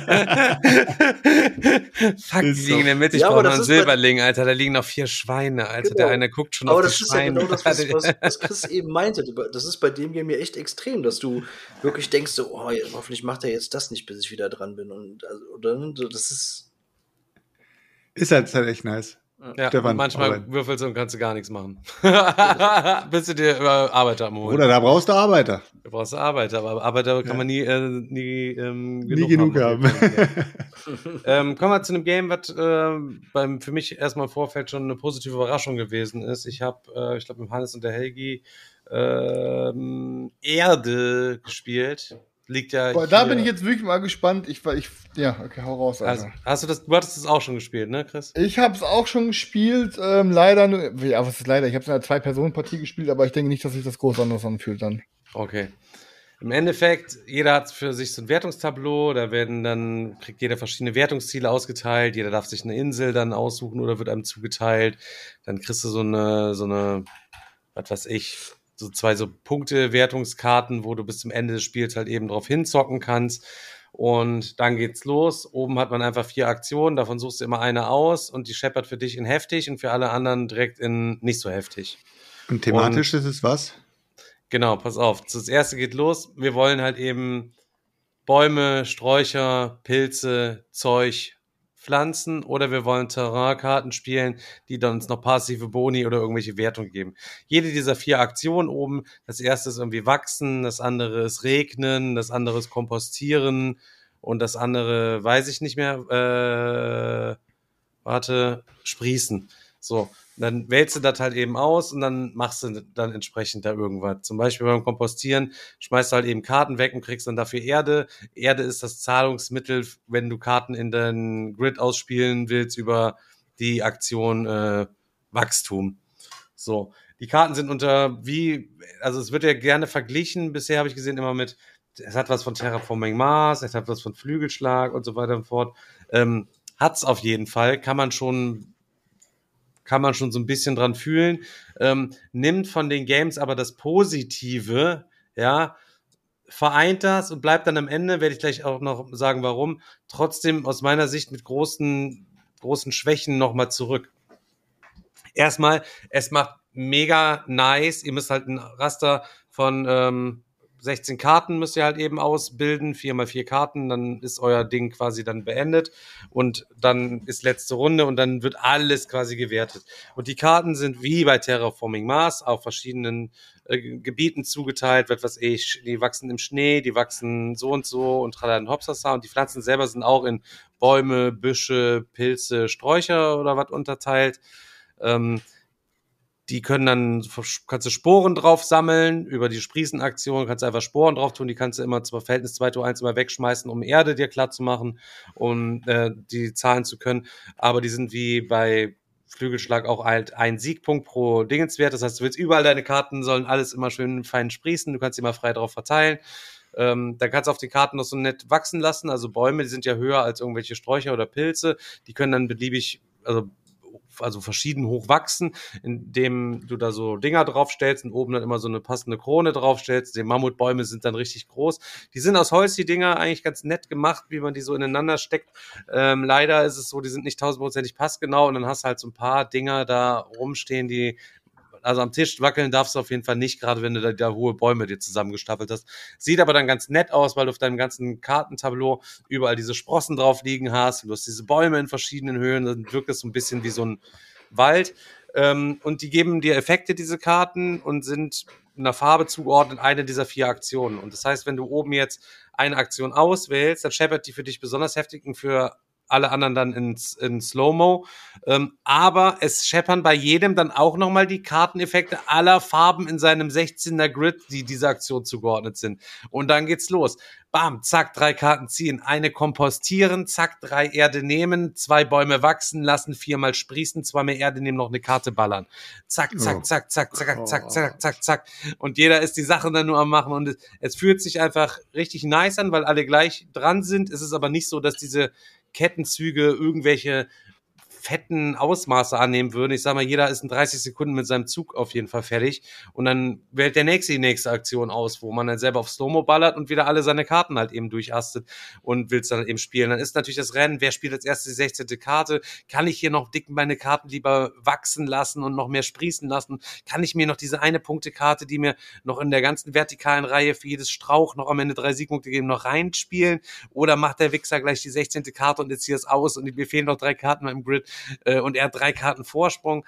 Fuck, die liegen in der Mitte, ich brauche noch einen Silberling, Alter, da liegen noch 4 Schweine, Alter, genau. Der eine guckt schon auf die Schweine. Aber das ist ja genau das, was Chris eben meinte. Das ist bei dem Game ja echt extrem, dass du wirklich denkst, so, oh, hoffentlich macht er jetzt das nicht, bis ich wieder dran bin. Das ist... Ist halt echt nice. Ja, Stefan, manchmal würfelst du und kannst du gar nichts machen. Bist du dir Arbeiter am Holen. Oder da brauchst du Arbeiter. Da brauchst du Arbeiter, aber Arbeiter kann man nie genug haben. Kommen wir zu einem Game, was für mich erstmal im Vorfeld schon eine positive Überraschung gewesen ist. Ich habe, ich glaube, mit Hannes und der Helgi Erde gespielt. Liegt ja. Boah, da bin ich jetzt wirklich mal gespannt. Ja, okay, hau raus, Alter. Also, du hattest das auch schon gespielt, ne, Chris? Ich hab's auch schon gespielt, leider nur, ja, was ist leider? Ich hab's in einer 2-Personen-Partie gespielt, aber ich denke nicht, dass sich das groß anders anfühlt dann. Okay. Im Endeffekt, jeder hat für sich so ein Wertungstableau, da kriegt jeder verschiedene Wertungsziele ausgeteilt, jeder darf sich eine Insel dann aussuchen oder wird einem zugeteilt. Dann kriegst du so eine, was weiß ich, so 2 so Punkte-Wertungskarten, wo du bis zum Ende des Spiels halt eben drauf hinzocken kannst. Und dann geht's los. Oben hat man einfach 4 Aktionen, davon suchst du immer eine aus und die scheppert für dich in heftig und für alle anderen direkt in nicht so heftig. Und thematisch ist es was? Genau, pass auf. Das erste geht los. Wir wollen halt eben Bäume, Sträucher, Pilze, Zeug, Pflanzen oder wir wollen Terrainkarten spielen, die dann uns noch passive Boni oder irgendwelche Wertungen geben. Jede dieser 4 Aktionen oben, das erste ist irgendwie wachsen, das andere ist regnen, das andere ist kompostieren und das andere weiß ich nicht mehr, sprießen. So, dann wählst du das halt eben aus und dann machst du dann entsprechend da irgendwas. Zum Beispiel beim Kompostieren schmeißt du halt eben Karten weg und kriegst dann dafür Erde. Erde ist das Zahlungsmittel, wenn du Karten in deinen Grid ausspielen willst über die Aktion Wachstum. So, die Karten sind also es wird ja gerne verglichen, bisher habe ich gesehen immer mit, es hat was von Terraforming Mars, es hat was von Flügelschlag und so weiter und fort. Hat's auf jeden Fall, kann man schon so ein bisschen dran fühlen, nimmt von den Games aber das Positive, ja, vereint das und bleibt dann am Ende, werde ich gleich auch noch sagen, warum, trotzdem aus meiner Sicht mit großen Schwächen nochmal zurück. Erstmal, es macht mega nice, ihr müsst halt ein Raster von 16 Karten müsst ihr halt eben ausbilden, 4x4 Karten, dann ist euer Ding quasi dann beendet und dann ist letzte Runde und dann wird alles quasi gewertet. Und die Karten sind wie bei Terraforming Mars auf verschiedenen Gebieten zugeteilt, die wachsen im Schnee, die wachsen so und tralala und hopsasa und die Pflanzen selber sind auch in Bäume, Büsche, Pilze, Sträucher oder was unterteilt. Die können dann, kannst du Sporen drauf sammeln, über die Sprießenaktion kannst du einfach Sporen drauf tun, die kannst du immer zum Verhältnis 2:1 immer wegschmeißen, um Erde dir klar zu machen, um die zahlen zu können. Aber die sind wie bei Flügelschlag auch halt ein Siegpunkt pro Dingenswert. Das heißt, du willst überall deine Karten, sollen alles immer schön fein sprießen, du kannst sie immer frei drauf verteilen. Dann kannst du auf den Karten noch so nett wachsen lassen. Also Bäume, die sind ja höher als irgendwelche Sträucher oder Pilze. Die können dann beliebig, also verschieden hoch wachsen, indem du da so Dinger draufstellst und oben dann immer so eine passende Krone draufstellst. Die Mammutbäume sind dann richtig groß. Die sind aus Holz, die Dinger, eigentlich ganz nett gemacht, wie man die so ineinander steckt. Leider ist es so, die sind nicht 1000% passgenau und dann hast du halt so ein paar Dinger da rumstehen, die also am Tisch wackeln darfst du auf jeden Fall nicht, gerade wenn du da hohe Bäume dir zusammengestapelt hast. Sieht aber dann ganz nett aus, weil du auf deinem ganzen Kartentableau überall diese Sprossen drauf liegen hast. Du hast diese Bäume in verschiedenen Höhen, dann wirkt es so ein bisschen wie so ein Wald. Und die geben dir Effekte, diese Karten, und sind einer Farbe zugeordnet, eine dieser 4 Aktionen. Und das heißt, wenn du oben jetzt eine Aktion auswählst, dann scheppert die für dich besonders heftig und für alle anderen dann in Slow-Mo. Aber es scheppern bei jedem dann auch nochmal die Karteneffekte aller Farben in seinem 16er Grid, die dieser Aktion zugeordnet sind. Und dann geht's los. Bam, zack, 3 Karten ziehen, eine kompostieren, zack, 3 Erde nehmen, 2 Bäume wachsen lassen, 4-mal sprießen, 2 mehr Erde nehmen, noch eine Karte ballern. Zack, zack, zack, zack, zack, zack, zack, zack, zack. Und jeder ist die Sache dann nur am Machen. Und es fühlt sich einfach richtig nice an, weil alle gleich dran sind. Es ist aber nicht so, dass diese Kettenzüge irgendwelche fetten Ausmaße annehmen würden. Ich sag mal, jeder ist in 30 Sekunden mit seinem Zug auf jeden Fall fertig und dann wählt der Nächste die nächste Aktion aus, wo man dann selber auf Slow-Mo ballert und wieder alle seine Karten halt eben durchastet und will's dann eben spielen. Dann ist natürlich das Rennen, wer spielt als erstes die 16. Karte? Kann ich hier noch meine Karten lieber wachsen lassen und noch mehr sprießen lassen? Kann ich mir noch diese eine Punktekarte, die mir noch in der ganzen vertikalen Reihe für jedes Strauch noch am Ende 3 Siegpunkte geben, noch reinspielen? Oder macht der Wichser gleich die 16. Karte und jetzt hier ist aus und mir fehlen noch 3 Karten im Grid und er hat 3 Karten Vorsprung?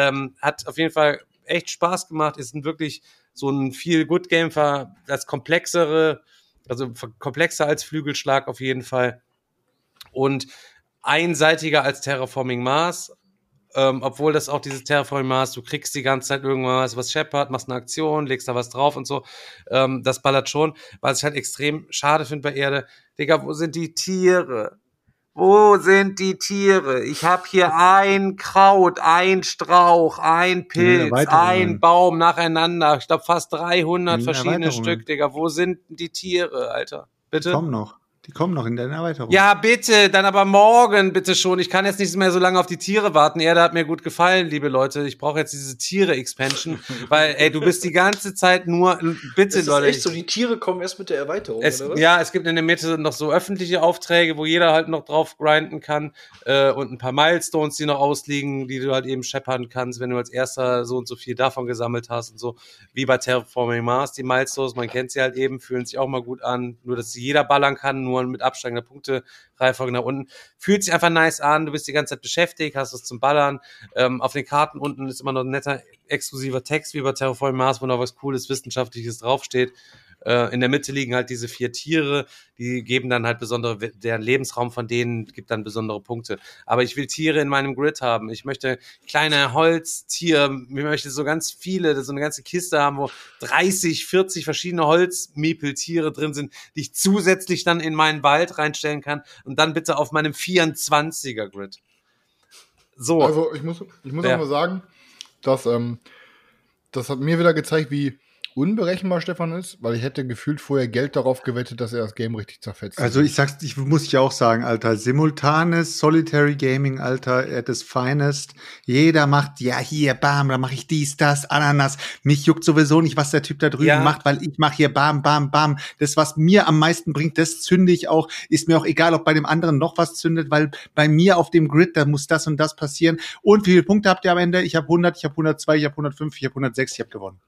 Hat auf jeden Fall echt Spaß gemacht, ist wirklich so ein Feel-Good-Game, das komplexere, also komplexer als Flügelschlag auf jeden Fall und einseitiger als Terraforming Mars, obwohl das auch dieses Terraforming Mars, du kriegst die ganze Zeit irgendwas, was scheppert, machst eine Aktion, legst da was drauf und so, das ballert schon, was ich halt extrem schade finde bei Erde. Digga, wo sind die Tiere? Wo sind die Tiere? Ich habe hier ein Kraut, ein Strauch, ein Pilz, ein Baum nacheinander. Ich glaube fast 300 verschiedene Stück, Digga. Wo sind die Tiere, Alter? Bitte? Die kommen noch in der Erweiterung. Ja, bitte, dann aber morgen, bitte schon. Ich kann jetzt nicht mehr so lange auf die Tiere warten. Erde hat mir gut gefallen, liebe Leute. Ich brauche jetzt diese Tiere-Expansion, weil, ey, du bist die ganze Zeit nur, bitte, Leute. Ist echt so, die Tiere kommen erst mit der Erweiterung, oder was? Ja, es gibt in der Mitte noch so öffentliche Aufträge, wo jeder halt noch drauf grinden kann, und ein paar Milestones, die noch ausliegen, die du halt eben scheppern kannst, wenn du als erster so und so viel davon gesammelt hast und so. Wie bei Terraforming Mars, die Milestones, man kennt sie halt eben, fühlen sich auch mal gut an, nur dass sie jeder ballern kann, nur mit absteigender Punkte-Reihenfolge nach unten. Fühlt sich einfach nice an, du bist die ganze Zeit beschäftigt, hast was zum Ballern. Auf den Karten unten ist immer noch ein netter, exklusiver Text, wie bei Terraforming Mars, wo noch was Cooles, Wissenschaftliches draufsteht. In der Mitte liegen halt diese 4 Tiere, die geben dann halt besondere, deren Lebensraum von denen gibt dann besondere Punkte. Aber ich will Tiere in meinem Grid haben. Ich möchte kleine Holztiere, ich möchte so ganz viele, so eine ganze Kiste haben, wo 30, 40 verschiedene Holzmiepeltiere drin sind, die ich zusätzlich dann in meinen Wald reinstellen kann und dann bitte auf meinem 24er Grid. So. Also ich muss auch mal sagen, dass das hat mir wieder gezeigt, wie unberechenbar Stefan ist, weil ich hätte gefühlt vorher Geld darauf gewettet, dass er das Game richtig zerfetzt. Also ich muss ja auch sagen, Alter, simultanes Solitary Gaming, Alter, at its finest. Jeder macht, ja hier, bam, dann mache ich dies, das, Ananas. Mich juckt sowieso nicht, was der Typ da drüben macht, weil ich mache hier bam, bam, bam. Das, was mir am meisten bringt, das zünde ich auch. Ist mir auch egal, ob bei dem anderen noch was zündet, weil bei mir auf dem Grid, da muss das und das passieren. Und wie viele Punkte habt ihr am Ende? Ich habe 100, ich habe 102, ich habe 105, ich habe 106, ich habe gewonnen.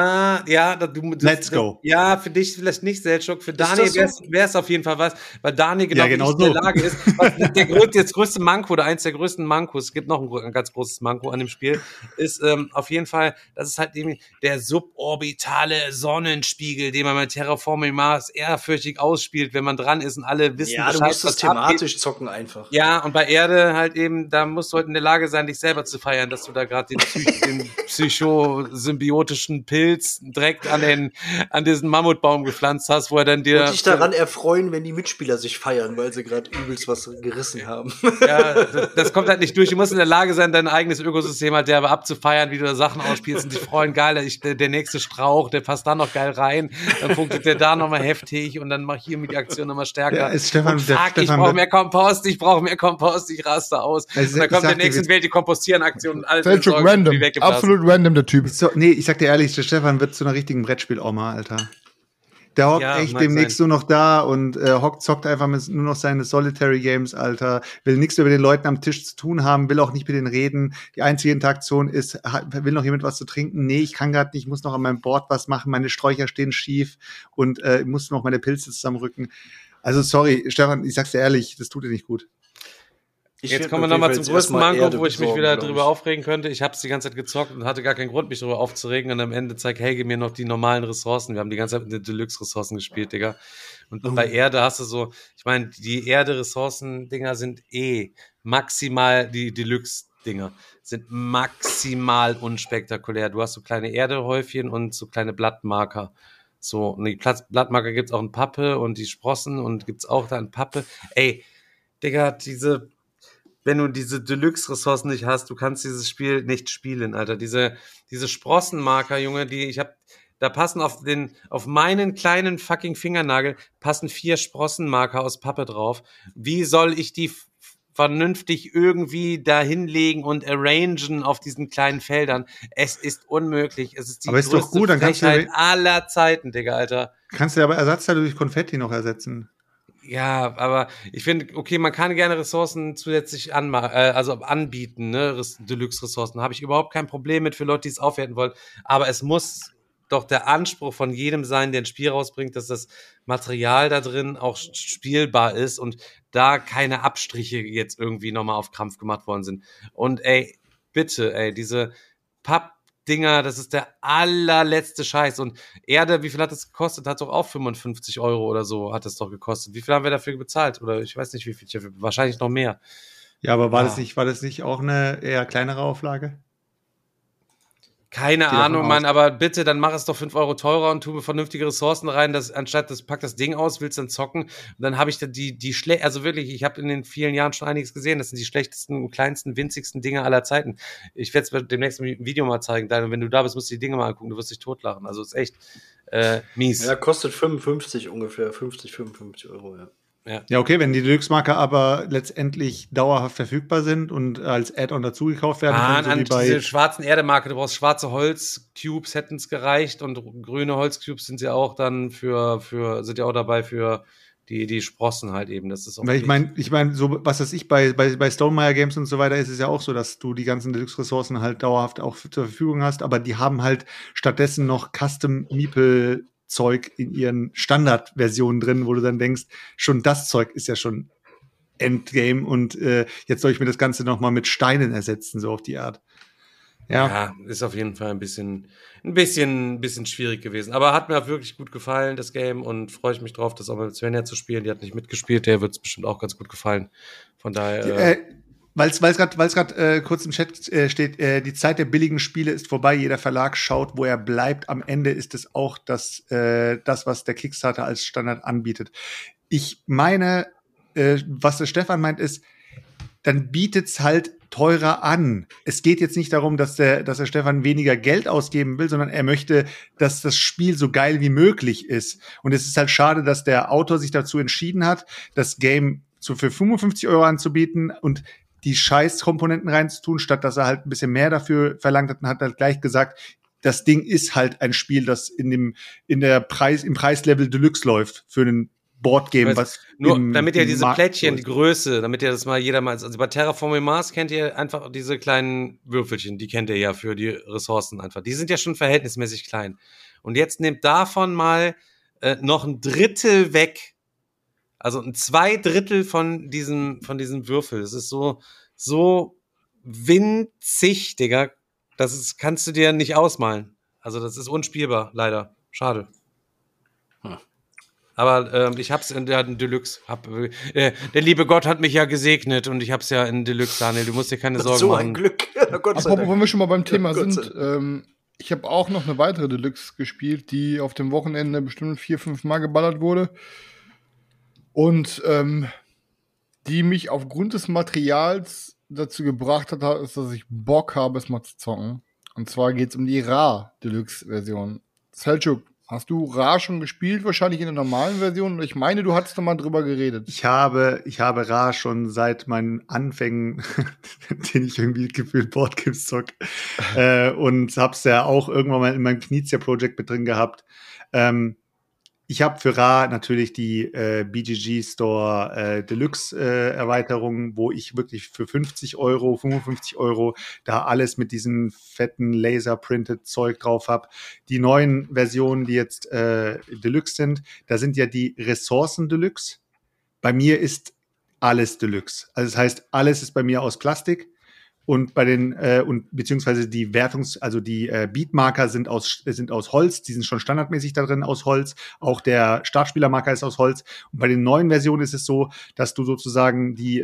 Let's go. Ja, für dich vielleicht nicht, Selchuk. Für Daniel wäre es auf jeden Fall was, weil Daniel genau in der Lage ist. Das größte Manko oder eins der größten Mankos, es gibt noch ein ganz großes Manko an dem Spiel, ist auf jeden Fall, das ist halt eben der suborbitale Sonnenspiegel, den man mit Terraforming Mars ehrfürchtig ausspielt, wenn man dran ist und alle wissen, ja, du musst das thematisch zocken einfach. Ja, und bei Erde halt eben, da musst du halt in der Lage sein, dich selber zu feiern, dass du da gerade den psychosymbiotischen Pilz direkt an diesen Mammutbaum gepflanzt hast, wo er dann dir... Und dich daran erfreuen, wenn die Mitspieler sich feiern, weil sie gerade übelst was gerissen haben. Ja, das kommt halt nicht durch. Du musst in der Lage sein, dein eigenes Ökosystem halt derbe abzufeiern, wie du da Sachen ausspielst und dich freuen, geil, der nächste Strauch, der passt da noch geil rein, dann punktet der da nochmal heftig und dann mach ich hier mit die Aktion nochmal stärker. Ja, Stefan, ich brauche mehr Kompost, ich raste aus. Also, und dann kommt der nächste Welt die Kompostieren-Aktion und alles random, absolut random, der Typ. So, nee, ich sag dir ehrlich, der Stefan wird zu einer richtigen Brettspiel-Oma, Alter. Der hockt echt demnächst nur noch da und zockt einfach nur noch seine Solitary Games, Alter. Will nichts über den Leuten am Tisch zu tun haben, will auch nicht mit denen reden. Die einzige Interaktion ist, will noch jemand was zu trinken? Nee, ich kann gerade nicht, ich muss noch an meinem Board was machen, meine Sträucher stehen schief und ich muss noch meine Pilze zusammenrücken. Also sorry, Stefan, ich sag's dir ehrlich, das tut dir nicht gut. Jetzt kommen wir nochmal zum größten Manko, wo ich mich wieder drüber aufregen könnte. Ich habe es die ganze Zeit gezockt und hatte gar keinen Grund, mich darüber aufzuregen. Und am Ende zeigt Helge mir noch die normalen Ressourcen. Wir haben die ganze Zeit mit den Deluxe-Ressourcen gespielt, Digga. Und bei Erde hast du so, ich meine, die Erde-Ressourcen-Dinger sind maximal, die Deluxe-Dinger sind maximal unspektakulär. Du hast so kleine Erdehäufchen und so kleine Blattmarker. So, und die Blattmarker gibt's auch in Pappe und die Sprossen und gibt's auch da in Pappe. Ey, Digga, wenn du diese Deluxe-Ressourcen nicht hast, du kannst dieses Spiel nicht spielen, Alter. Diese Sprossenmarker, Junge, da passen auf meinen kleinen fucking Fingernagel passen 4 Sprossenmarker aus Pappe drauf. Wie soll ich die vernünftig irgendwie da hinlegen und arrangen auf diesen kleinen Feldern? Es ist unmöglich. Es ist die größte Frechheit aller Zeiten, Digga, Alter. Kannst du aber Ersatzteile durch Konfetti noch ersetzen? Ja, aber ich finde, okay, man kann gerne Ressourcen zusätzlich anbieten, ne, Deluxe-Ressourcen. Habe ich überhaupt kein Problem mit für Leute, die es aufwerten wollen. Aber es muss doch der Anspruch von jedem sein, der ein Spiel rausbringt, dass das Material da drin auch spielbar ist und da keine Abstriche jetzt irgendwie nochmal auf Krampf gemacht worden sind. Und bitte, diese Pappdinger, das ist der allerletzte Scheiß. Und Erde, wie viel hat das gekostet? Hat doch auch 55 € oder so hat es doch gekostet. Wie viel haben wir dafür bezahlt? Oder ich weiß nicht, wie viel, wahrscheinlich noch mehr. Ja, aber war das nicht auch eine eher kleinere Auflage? Keine Ahnung, Mann, aber bitte, dann mach es doch 5 Euro teurer und tu mir vernünftige Ressourcen rein, pack das Ding aus, willst dann zocken und dann habe ich da also wirklich, ich habe in den vielen Jahren schon einiges gesehen, das sind die schlechtesten, kleinsten, winzigsten Dinge aller Zeiten. Ich werde es demnächst ein Video mal zeigen, wenn du da bist, musst du die Dinge mal angucken, du wirst dich totlachen, also ist echt mies. Ja, kostet 55 ungefähr, 55 Euro, ja. Ja, okay, wenn die Deluxe-Marker aber letztendlich dauerhaft verfügbar sind und als Add-on dazugekauft werden können, diese schwarzen Erde-Marke, du brauchst schwarze Holz-Cubes, hätten es gereicht und grüne Holz-Cubes sind ja auch dann sind ja auch dabei für die Sprossen halt eben. Das ist auch. Weil ich meine, so was weiß ich, bei Stonemaier Games und so weiter ist es ja auch so, dass du die ganzen Deluxe-Ressourcen halt dauerhaft auch zur Verfügung hast, aber die haben halt stattdessen noch Custom-Meeple Zeug in ihren Standardversionen drin, wo du dann denkst, schon das Zeug ist ja schon Endgame und jetzt soll ich mir das Ganze nochmal mit Steinen ersetzen, so auf die Art. Ja, ist auf jeden Fall ein bisschen schwierig gewesen. Aber hat mir auch wirklich gut gefallen, das Game, und freue ich mich drauf, das auch mit Svenja zu spielen. Die hat nicht mitgespielt, der wird es bestimmt auch ganz gut gefallen. Von daher. Weil es gerade kurz im Chat steht, die Zeit der billigen Spiele ist vorbei, jeder Verlag schaut, wo er bleibt. Am Ende ist es auch das, was der Kickstarter als Standard anbietet. Ich meine, was der Stefan meint, ist, dann bietet's halt teurer an. Es geht jetzt nicht darum, dass der Stefan weniger Geld ausgeben will, sondern er möchte, dass das Spiel so geil wie möglich ist. Und es ist halt schade, dass der Autor sich dazu entschieden hat, das Game für 55 Euro anzubieten und die Scheißkomponenten reinzutun, statt dass er halt ein bisschen mehr dafür verlangt hat, und hat halt gleich gesagt, das Ding ist halt ein Spiel, das im Preislevel Deluxe läuft für einen Boardgame, was nur damit ihr diese Plättchen, die Größe, damit ihr das mal also bei Terraforming Mars kennt ihr einfach diese kleinen Würfelchen, die kennt ihr ja für die Ressourcen einfach. Die sind ja schon verhältnismäßig klein. Und jetzt nehmt davon mal noch ein Drittel weg. Also 2/3 von diesem Würfel. Das ist so winzig, Digga. Kannst du dir nicht ausmalen. Also das ist unspielbar, leider. Schade. Aber ich hab's in der Deluxe. Der liebe Gott hat mich ja gesegnet und ich hab's ja in Deluxe, Daniel. Du musst dir keine Sorgen machen. So ein Glück. Gott sei Dank. Wenn wir schon mal beim Thema sind, ich habe auch noch eine weitere Deluxe gespielt, die auf dem Wochenende bestimmt 4-5 Mal geballert wurde. Und die mich aufgrund des Materials dazu gebracht hat, ist, dass ich Bock habe, es mal zu zocken. Und zwar geht es um die Ra-Deluxe-Version. Selchuk, hast du Ra schon gespielt? Wahrscheinlich in der normalen Version? Ich meine, du hattest da mal drüber geredet. Ich habe Ra schon seit meinen Anfängen, den ich irgendwie gefühlt Boardgames zock, und hab's ja auch irgendwann mal in meinem Knizia-Projekt mit drin gehabt. Ich habe für Ra natürlich die BGG Store Deluxe Erweiterung, wo ich wirklich für 50 Euro, 55 Euro da alles mit diesem fetten Laser-Printed Zeug drauf habe. Die neuen Versionen, die jetzt Deluxe sind, da sind ja die Ressourcen Deluxe. Bei mir ist alles Deluxe. Also das heißt, alles ist bei mir aus Plastik. Und bei den beziehungsweise die Beatmarker sind aus Holz, die sind schon standardmäßig da drin aus Holz. Auch der Startspielermarker ist aus Holz. Und bei den neuen Versionen ist es so, dass du sozusagen die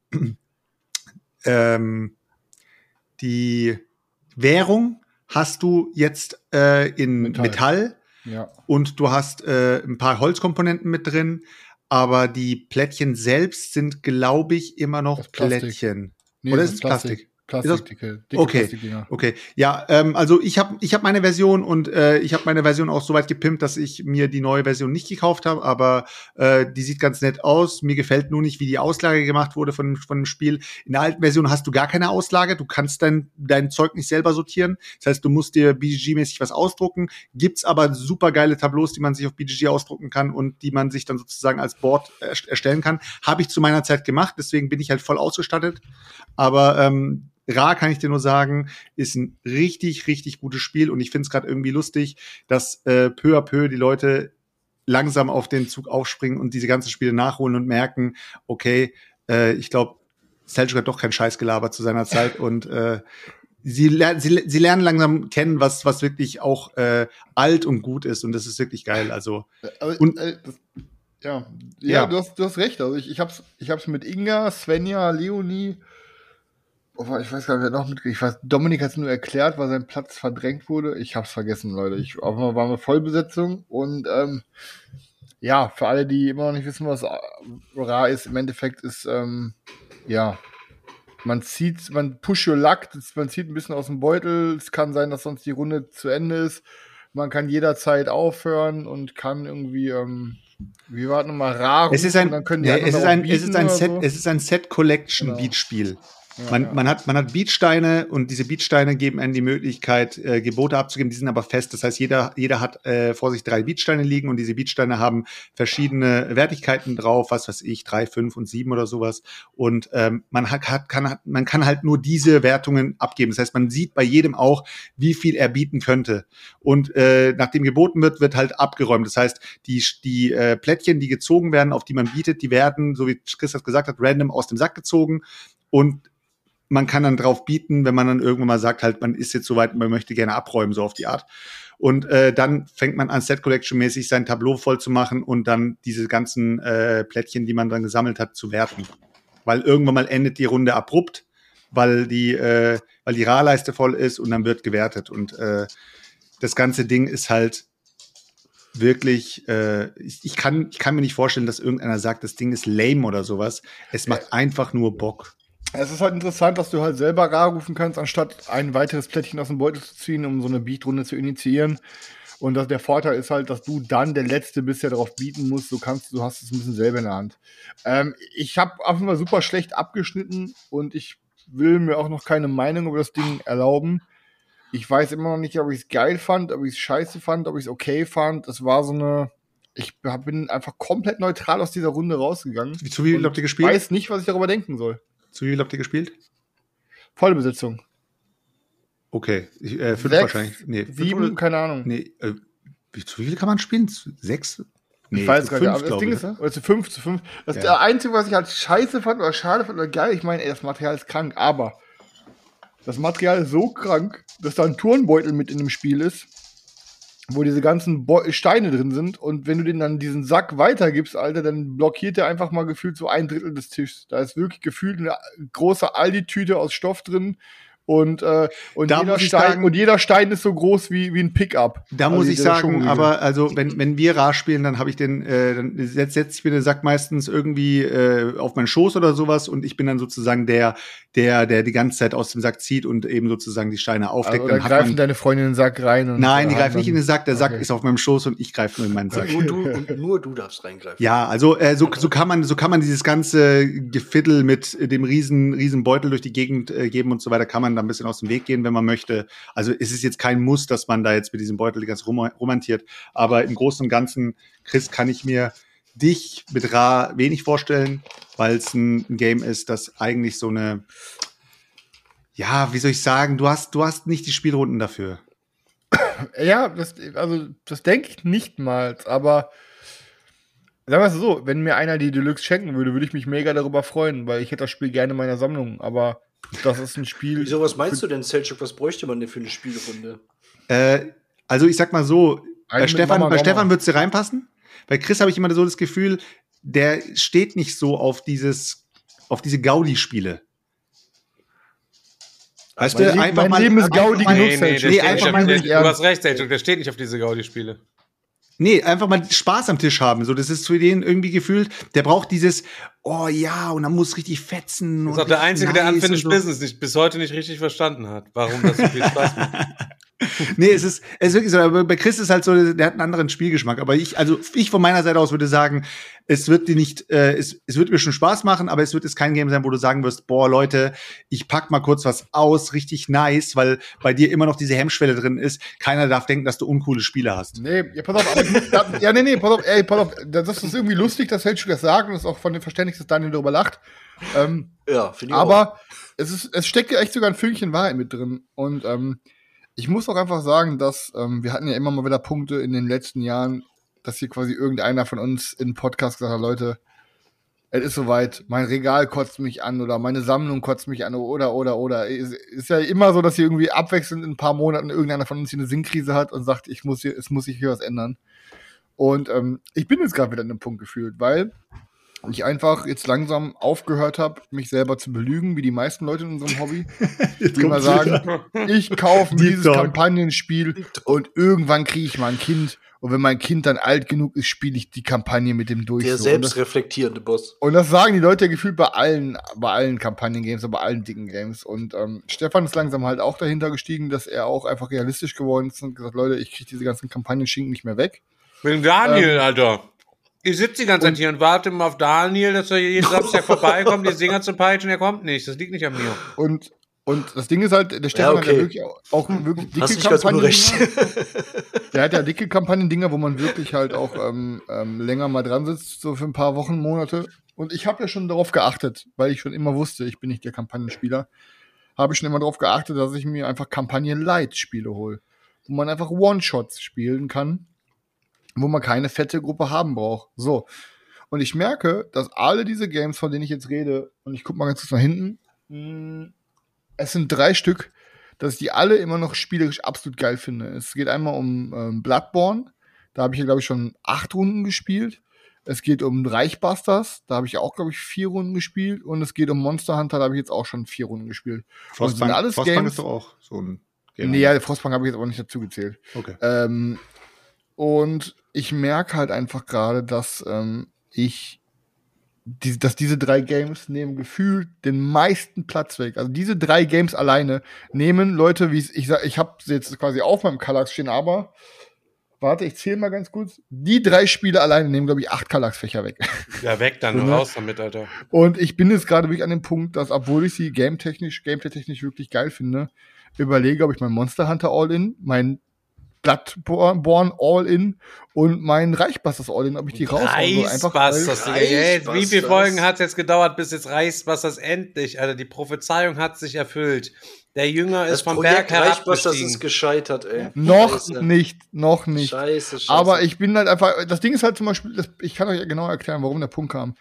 Währung hast du jetzt in Metall. Ja. Und du hast ein paar Holzkomponenten mit drin, aber die Plättchen selbst sind, glaube ich, immer noch Plättchen. Nee, oder ist es Plastik? Dicke okay. Plastikdinger. Okay, ja, also ich hab meine Version und ich habe meine Version auch so weit gepimpt, dass ich mir die neue Version nicht gekauft habe, aber die sieht ganz nett aus. Mir gefällt nur nicht, wie die Auslage gemacht wurde von dem Spiel. In der alten Version hast du gar keine Auslage, du kannst dein Zeug nicht selber sortieren. Das heißt, du musst dir BGG-mäßig was ausdrucken. Gibt's aber super geile Tableaus, die man sich auf BGG ausdrucken kann und die man sich dann sozusagen als Board erstellen kann. Habe ich zu meiner Zeit gemacht, deswegen bin ich halt voll ausgestattet. Aber Ra, kann ich dir nur sagen, ist ein richtig, richtig gutes Spiel und ich finde es gerade irgendwie lustig, dass peu à peu die Leute langsam auf den Zug aufspringen und diese ganzen Spiele nachholen und merken, okay, ich glaube, Selchuk hat doch keinen Scheiß gelabert zu seiner Zeit und sie lernen langsam kennen, was wirklich auch alt und gut ist und das ist wirklich geil. Also Ja, du hast recht. Also ich hab's mit Inga, Svenja, Leonie, ich weiß gar nicht, wer noch mitgekriegt. Dominik hat es nur erklärt, weil sein Platz verdrängt wurde. Ich hab's vergessen, Leute. Auf einmal waren wir Vollbesetzung und für alle, die immer noch nicht wissen, was Ra ist, im Endeffekt ist, man push your luck, man zieht ein bisschen aus dem Beutel. Es kann sein, dass sonst die Runde zu Ende ist. Man kann jederzeit aufhören und kann irgendwie, wie war das nochmal, Ra es ist ein Set-Collection-Beat-Spiel. Man hat Beatsteine und diese Beatsteine geben einem die Möglichkeit, Gebote abzugeben, die sind aber fest. Das heißt, jeder hat vor sich 3 Beatsteine liegen und diese Beatsteine haben verschiedene Wertigkeiten drauf, was weiß ich, 3, 5 und 7 oder sowas. Und man kann halt nur diese Wertungen abgeben. Das heißt, man sieht bei jedem auch, wie viel er bieten könnte. Und nachdem geboten wird halt abgeräumt. Das heißt, die Plättchen, die gezogen werden, auf die man bietet, die werden, so wie Christoph gesagt hat, random aus dem Sack gezogen und man kann dann drauf bieten, wenn man dann irgendwann mal sagt, halt, man ist jetzt soweit, man möchte gerne abräumen, so auf die Art. Und dann fängt man an, Set-Collection-mäßig sein Tableau voll zu machen und dann diese ganzen Plättchen, die man dann gesammelt hat, zu werten. Weil irgendwann mal endet die Runde abrupt, weil die Ra-Leiste voll ist und dann wird gewertet. Und das ganze Ding ist halt wirklich, ich kann mir nicht vorstellen, dass irgendeiner sagt, das Ding ist lame oder sowas. Es macht einfach nur Bock. Es ist halt interessant, dass du halt selber Ra rufen kannst, anstatt ein weiteres Plättchen aus dem Beutel zu ziehen, um so eine Beat-Runde zu initiieren. Und der Vorteil ist halt, dass du dann der Letzte bist, der darauf bieten muss. Du hast es ein bisschen selber in der Hand. Ich habe auf jeden Fall super schlecht abgeschnitten und ich will mir auch noch keine Meinung über das Ding erlauben. Ich weiß immer noch nicht, ob ich es geil fand, ob ich es scheiße fand, ob ich es okay fand. Es war so eine... Ich bin einfach komplett neutral aus dieser Runde rausgegangen. Zu wie viel habt ihr gespielt? Ich weiß nicht, was ich darüber denken soll. Zu wie viel habt ihr gespielt? Vollbesetzung. Okay, 5 wahrscheinlich. Nee, 7, keine Ahnung. Nee, zu wie viel kann man spielen? 6? Nee, ich weiß gar nicht, aber das Ding ist, oder zu 5. Das ist der Einzige, was ich halt scheiße fand oder schade fand oder geil. Ich meine, das Material ist krank, aber das Material ist so krank, dass da ein Turnbeutel mit in dem Spiel ist, wo diese ganzen Steine drin sind und wenn du den dann diesen Sack weitergibst, Alter, dann blockiert der einfach mal gefühlt so 1/3 des Tischs. Da ist wirklich gefühlt eine große Aldi-Tüte aus Stoff drin und jeder Stein ist so groß wie ein Pickup. Da muss ich sagen, aber also wenn wir Ra spielen, dann habe ich dann setze ich mir den Sack meistens irgendwie auf meinen Schoß oder sowas und ich bin dann sozusagen der die ganze Zeit aus dem Sack zieht und eben sozusagen die Steine aufdeckt. Also, dann greifen deine Freunde in den Sack rein? Und nein, die greifen nicht in den Sack, der Sack ist auf meinem Schoß und ich greife nur in meinen Sack. Nur du darfst reingreifen. Ja, also so kann man dieses ganze Gefiddel mit dem riesen Beutel durch die Gegend geben und so weiter, kann man da ein bisschen aus dem Weg gehen, wenn man möchte. Also es ist jetzt kein Muss, dass man da jetzt mit diesem Beutel die ganze romantiert, aber im Großen und Ganzen, Chris, kann ich mir dich mit Ra wenig vorstellen, weil es ein Game ist, das eigentlich so eine, ja, wie soll ich sagen, du hast nicht die Spielrunden dafür. Ja, das denke ich nicht mal, aber sagen wir es so, wenn mir einer die Deluxe schenken würde ich mich mega darüber freuen, weil ich hätte das Spiel gerne in meiner Sammlung, aber das ist ein Spiel. Wieso, was meinst du denn, Selchuk? Was bräuchte man denn für eine Spielrunde? Also ich sag mal so, bei Stefan wird es dir reinpassen. Bei Chris habe ich immer so das Gefühl, der steht nicht so auf diese Gaudi-Spiele. Weißt du, einfach mein Leben ist Gaudi genug. Du hast recht, Selchuk, der steht nicht auf diese Gaudi-Spiele. Nee, einfach mal Spaß am Tisch haben. So, das ist für den irgendwie gefühlt, der braucht dieses, oh ja, und dann muss richtig fetzen. Das ist auch der Einzige, der Unfinished Business bis heute nicht richtig verstanden hat, warum das so viel Spaß macht. Nee, es ist wirklich so, aber bei Chris ist halt so, der hat einen anderen Spielgeschmack. Aber ich von meiner Seite aus würde sagen, es wird dir nicht, es wird mir schon Spaß machen, aber es wird jetzt kein Game sein, wo du sagen wirst, boah, Leute, ich pack mal kurz was aus, richtig nice, weil bei dir immer noch diese Hemmschwelle drin ist. Keiner darf denken, dass du uncoole Spiele hast. Nee, ja, pass auf, pass auf, das ist irgendwie lustig, dass Selchuk das sagt und es ist auch von dem Verständnis, dass Daniel darüber lacht. Ja, finde ich aber auch. Es steckt echt sogar ein Fünkchen Wahrheit mit drin und ich muss auch einfach sagen, dass wir hatten ja immer mal wieder Punkte in den letzten Jahren, dass hier quasi irgendeiner von uns in Podcast gesagt hat, Leute, es ist soweit, mein Regal kotzt mich an oder meine Sammlung kotzt mich an oder. Es ist ja immer so, dass hier irgendwie abwechselnd in ein paar Monaten irgendeiner von uns hier eine Sinnkrise hat und sagt, es muss sich hier was ändern. Und ich bin jetzt gerade wieder an einem Punkt gefühlt, weil ich einfach jetzt langsam aufgehört habe, mich selber zu belügen, wie die meisten Leute in unserem Hobby. Die immer sagen, ich kaufe mir dieses Kampagnenspiel und irgendwann kriege ich mal ein Kind. Und wenn mein Kind dann alt genug ist, spiele ich die Kampagne mit dem durch. Der selbstreflektierende Boss. Und das sagen die Leute ja gefühlt bei allen Kampagnen-Games, bei allen dicken Games. Und Stefan ist langsam halt auch dahinter gestiegen, dass er auch einfach realistisch geworden ist und gesagt, Leute, ich kriege diese ganzen Kampagnen-Schinken nicht mehr weg. Wegen Daniel, Alter. Ich sitze die ganze Zeit hier und warte mal auf Daniel, dass er jeden Samstag vorbeikommt, die Singer zu peitschen, er kommt nicht. Das liegt nicht an mir. Und das Ding ist halt, der Stefan hat ja wirklich auch wirklich dicke Kampagnen-Dinger. Der hat ja dicke Kampagnen-Dinger, wo man wirklich halt auch länger mal dran sitzt, so für ein paar Wochen, Monate. Und ich habe ja schon darauf geachtet, weil ich schon immer wusste, ich bin nicht der Kampagnenspieler, habe ich schon immer darauf geachtet, dass ich mir einfach Kampagnen-Light-Spiele hole. Wo man einfach One-Shots spielen kann, wo man keine fette Gruppe haben braucht. So. Und ich merke, dass alle diese Games, von denen ich jetzt rede, und ich guck mal ganz kurz nach hinten, es sind 3 Stück, dass ich die alle immer noch spielerisch absolut geil finde. Es geht einmal um Bloodborne, da habe ich ja, glaube ich, schon 8 Runden gespielt. Es geht um Reichbusters, da habe ich auch, glaube ich, 4 Runden gespielt. Und es geht um Monster Hunter, da habe ich jetzt auch schon 4 Runden gespielt. Frostpunk ist doch auch so ein Game. Nee, ja, der Frostpunk habe ich jetzt aber nicht dazu gezählt. Okay. Und ich merke halt einfach gerade, dass dass diese 3 Games nehmen gefühlt den meisten Platz weg. Also diese 3 Games alleine nehmen Leute, wie ich habe sie jetzt quasi auf meinem Kallax stehen, aber warte, ich zähle mal ganz kurz. Die 3 Spiele alleine nehmen, glaube ich, 8 Kallax-Fächer weg. Ja, weg dann, raus damit, Alter. Und ich bin jetzt gerade wirklich an dem Punkt, dass, obwohl ich sie gameplay-technisch wirklich geil finde, überlege, ob ich mein Monster Hunter All-In, mein Bloodborne All-In und mein Reichbusters All-In, ob ich die raushaue. Reichbusters, Digga. Wie viele Folgen hat es jetzt gedauert, bis jetzt Reichbusters endlich, Alter, die Prophezeiung hat sich erfüllt. Der Jünger ist vom Berg herabgestiegen. Reichbusters ist gescheitert, ey. Noch nicht. Scheiße. Aber ich bin halt einfach, das Ding ist halt zum Beispiel, ich kann euch ja genau erklären, warum der Punkt kam.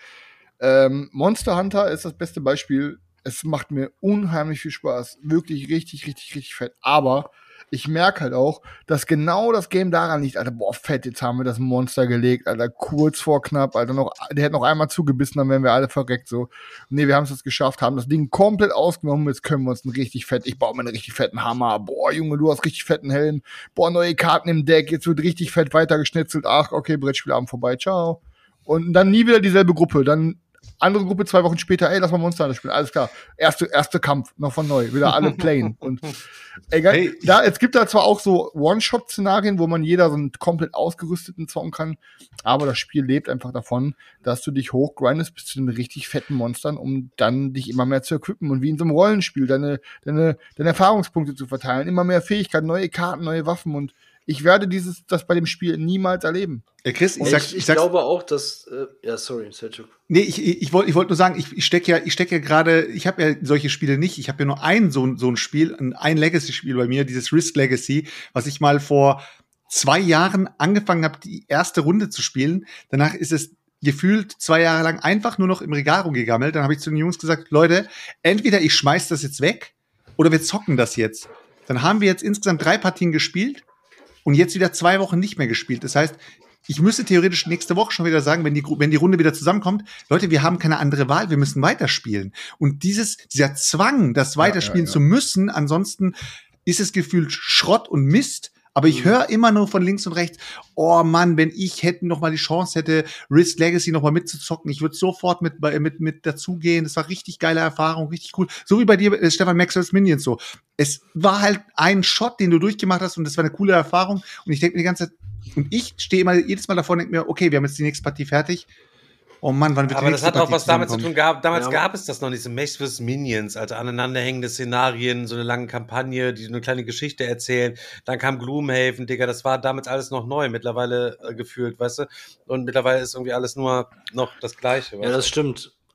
Monster Hunter ist das beste Beispiel. Es macht mir unheimlich viel Spaß. Wirklich richtig fett. Aber ich merke halt auch, dass genau das Game daran liegt, Alter, boah, fett, jetzt haben wir das Monster gelegt, Alter, kurz vor knapp, Alter, der hätte noch einmal zugebissen, dann wären wir alle verreckt, so. Nee, wir haben es jetzt geschafft, haben das Ding komplett ausgenommen, jetzt können wir uns ich baue mir einen richtig fetten Hammer, boah, Junge, du hast richtig fetten Helm, boah, neue Karten im Deck, jetzt wird richtig fett weitergeschnitzelt, ach, okay, Brettspielabend vorbei, ciao. Und dann nie wieder dieselbe Gruppe, dann andere Gruppe 2 Wochen später, ey, lass mal Monster Hunter spielen. Alles klar. Erste Kampf, noch von neu. Wieder alle playen. Und egal, es gibt da zwar auch so One-Shot-Szenarien, wo man jeder so einen komplett ausgerüsteten zocken kann, aber das Spiel lebt einfach davon, dass du dich hochgrindest bis zu den richtig fetten Monstern, um dann dich immer mehr zu equippen und wie in so einem Rollenspiel deine Erfahrungspunkte zu verteilen. Immer mehr Fähigkeiten, neue Karten, neue Waffen und ich werde das bei dem Spiel niemals erleben. Chris, ich glaube auch, dass sorry, Selçuk. Nee, ich wollte nur sagen, ich stecke ja gerade, ich habe ja solche Spiele nicht. Ich habe ja nur so ein Spiel, ein Legacy-Spiel bei mir, dieses Risk Legacy, was ich mal vor 2 Jahren angefangen habe, die erste Runde zu spielen. Danach ist es gefühlt 2 Jahre lang einfach nur noch im Regal rumgegammelt. Dann habe ich zu den Jungs gesagt, Leute, entweder ich schmeiß das jetzt weg oder wir zocken das jetzt. Dann haben wir jetzt insgesamt 3 Partien gespielt. Und jetzt wieder 2 Wochen nicht mehr gespielt. Das heißt, ich müsste theoretisch nächste Woche schon wieder sagen, wenn die Runde wieder zusammenkommt, Leute, wir haben keine andere Wahl, wir müssen weiterspielen. Und dieser Zwang, das weiterspielen zu müssen, ansonsten ist es gefühlt Schrott und Mist. Aber ich höre immer nur von links und rechts, oh Mann, wenn ich noch mal die Chance hätte, Risk Legacy noch mal mitzuzocken, ich würde sofort mit dazugehen. Das war richtig geile Erfahrung, richtig cool. So wie bei dir, Stefan, Maxwell's Minions so. Es war halt ein Shot, den du durchgemacht hast und das war eine coole Erfahrung. Und ich denke mir die ganze Zeit, und ich stehe immer jedes Mal davor und denke mir, okay, wir haben jetzt die nächste Partie fertig. Oh Mann, wann wird aber das hat auch was damit zu tun gehabt. Damals gab es das noch nicht, so Max vs. Minions, also aneinanderhängende Szenarien, so eine lange Kampagne, die eine kleine Geschichte erzählen. Dann kam Gloomhaven, Digga, das war damals alles noch neu, mittlerweile gefühlt, weißt du? Und mittlerweile ist irgendwie alles nur noch das Gleiche. Ja, das stimmt.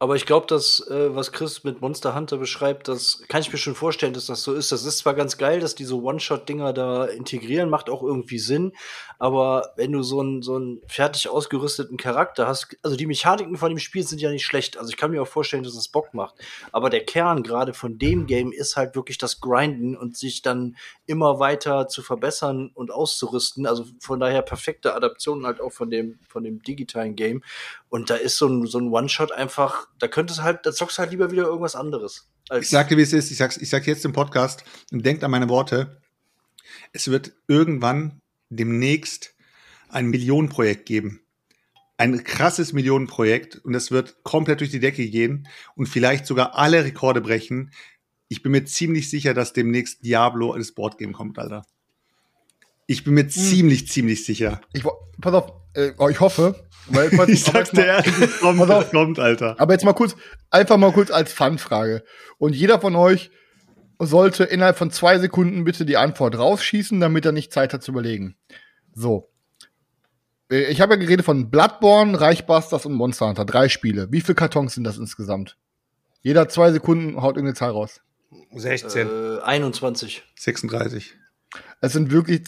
Aber ich glaube, dass, was Chris mit Monster Hunter beschreibt, das kann ich mir schon vorstellen, dass das so ist. Das ist zwar ganz geil, dass diese One-Shot-Dinger da integrieren, macht auch irgendwie Sinn. Aber wenn du so einen fertig ausgerüsteten Charakter hast, also die Mechaniken von dem Spiel sind ja nicht schlecht. Also ich kann mir auch vorstellen, dass es Bock macht. Aber der Kern gerade von dem Game ist halt wirklich das Grinden und sich dann immer weiter zu verbessern und auszurüsten. Also von daher perfekte Adaptionen halt auch von dem digitalen Game. Und da ist so ein One-Shot einfach, da zockst du halt lieber wieder irgendwas anderes. Ich sag dir, wie es ist. Ich sag jetzt im Podcast und denkt an meine Worte. Es wird irgendwann demnächst ein Millionenprojekt geben. Ein krasses Millionenprojekt. Und es wird komplett durch die Decke gehen und vielleicht sogar alle Rekorde brechen. Ich bin mir ziemlich sicher, dass demnächst Diablo als Boardgame kommt, Alter. Ich bin mir ziemlich sicher. Pass auf, ich hoffe. Weil, ich sag's dir ehrlich, es kommt, Alter. Aber jetzt einfach mal kurz als Fun-Frage. Und jeder von euch sollte innerhalb von 2 Sekunden bitte die Antwort rausschießen, damit er nicht Zeit hat zu überlegen. So. Ich habe ja geredet von Bloodborne, Reichbusters und Monster Hunter. 3 Spiele. Wie viele Kartons sind das insgesamt? Jeder 2 Sekunden haut irgendeine Zahl raus. 16. 21. 36. Es sind wirklich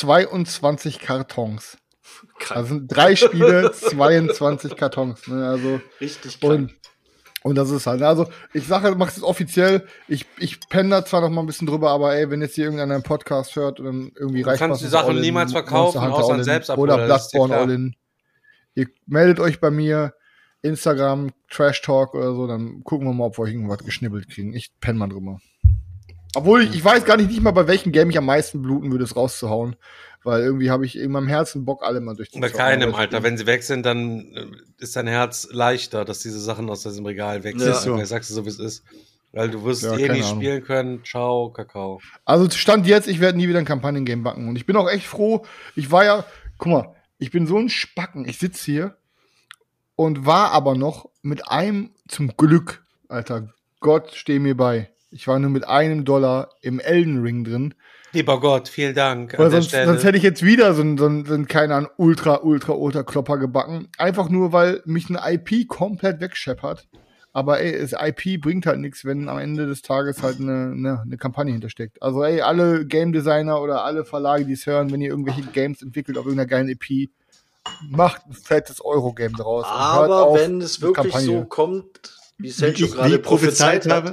22 Kartons. Krank. Also sind 3 Spiele, 22 Kartons. Ne? Also, richtig krank. Und das ist halt, also ich sage, mach's jetzt offiziell, ich penne da zwar noch mal ein bisschen drüber, aber ey, wenn jetzt hier irgendeiner einen Podcast hört und dann irgendwie reicht, du kannst die Sachen niemals verkaufen, außer an Selbstabholer. Oder Bloodborne All-In. Ihr meldet euch bei mir, Instagram, Trash Talk oder so, dann gucken wir mal, ob wir irgendwas geschnibbelt kriegen. Ich penne mal drüber. Obwohl, ich weiß gar nicht mal, bei welchem Game ich am meisten bluten würde, es rauszuhauen. Weil irgendwie habe ich in meinem Herzen Bock, alle mal durchzuziehen. Bei keinem, Alter. Wenn sie weg sind, dann ist dein Herz leichter, dass diese Sachen aus diesem Regal weg sind. Ja. So. Sagst du so, wie es ist. Weil du wirst nicht spielen können. Ciao, Kakao. Also Stand jetzt, ich werde nie wieder ein Kampagnen-Game backen. Und ich bin auch echt froh. Ich war ja, guck mal, ich bin so ein Spacken. Ich sitze hier und war aber noch mit einem, zum Glück, Alter, Gott, steh mir bei. Ich war nur mit $1 im Elden Ring drin. Lieber Gott, vielen Dank. Weil sonst hätte ich jetzt wieder so einen keine Ahnung, ultra Klopper gebacken. Einfach nur, weil mich eine IP komplett wegscheppert. Aber ey, das IP bringt halt nichts, wenn am Ende des Tages halt eine Kampagne hintersteckt. Also ey, alle Game Designer oder alle Verlage, die es hören, wenn ihr irgendwelche Games entwickelt auf irgendeiner geilen IP, macht ein fettes Eurogame draus. Aber wenn es wirklich so kommt, wie Selchuk gerade prophezeit habe.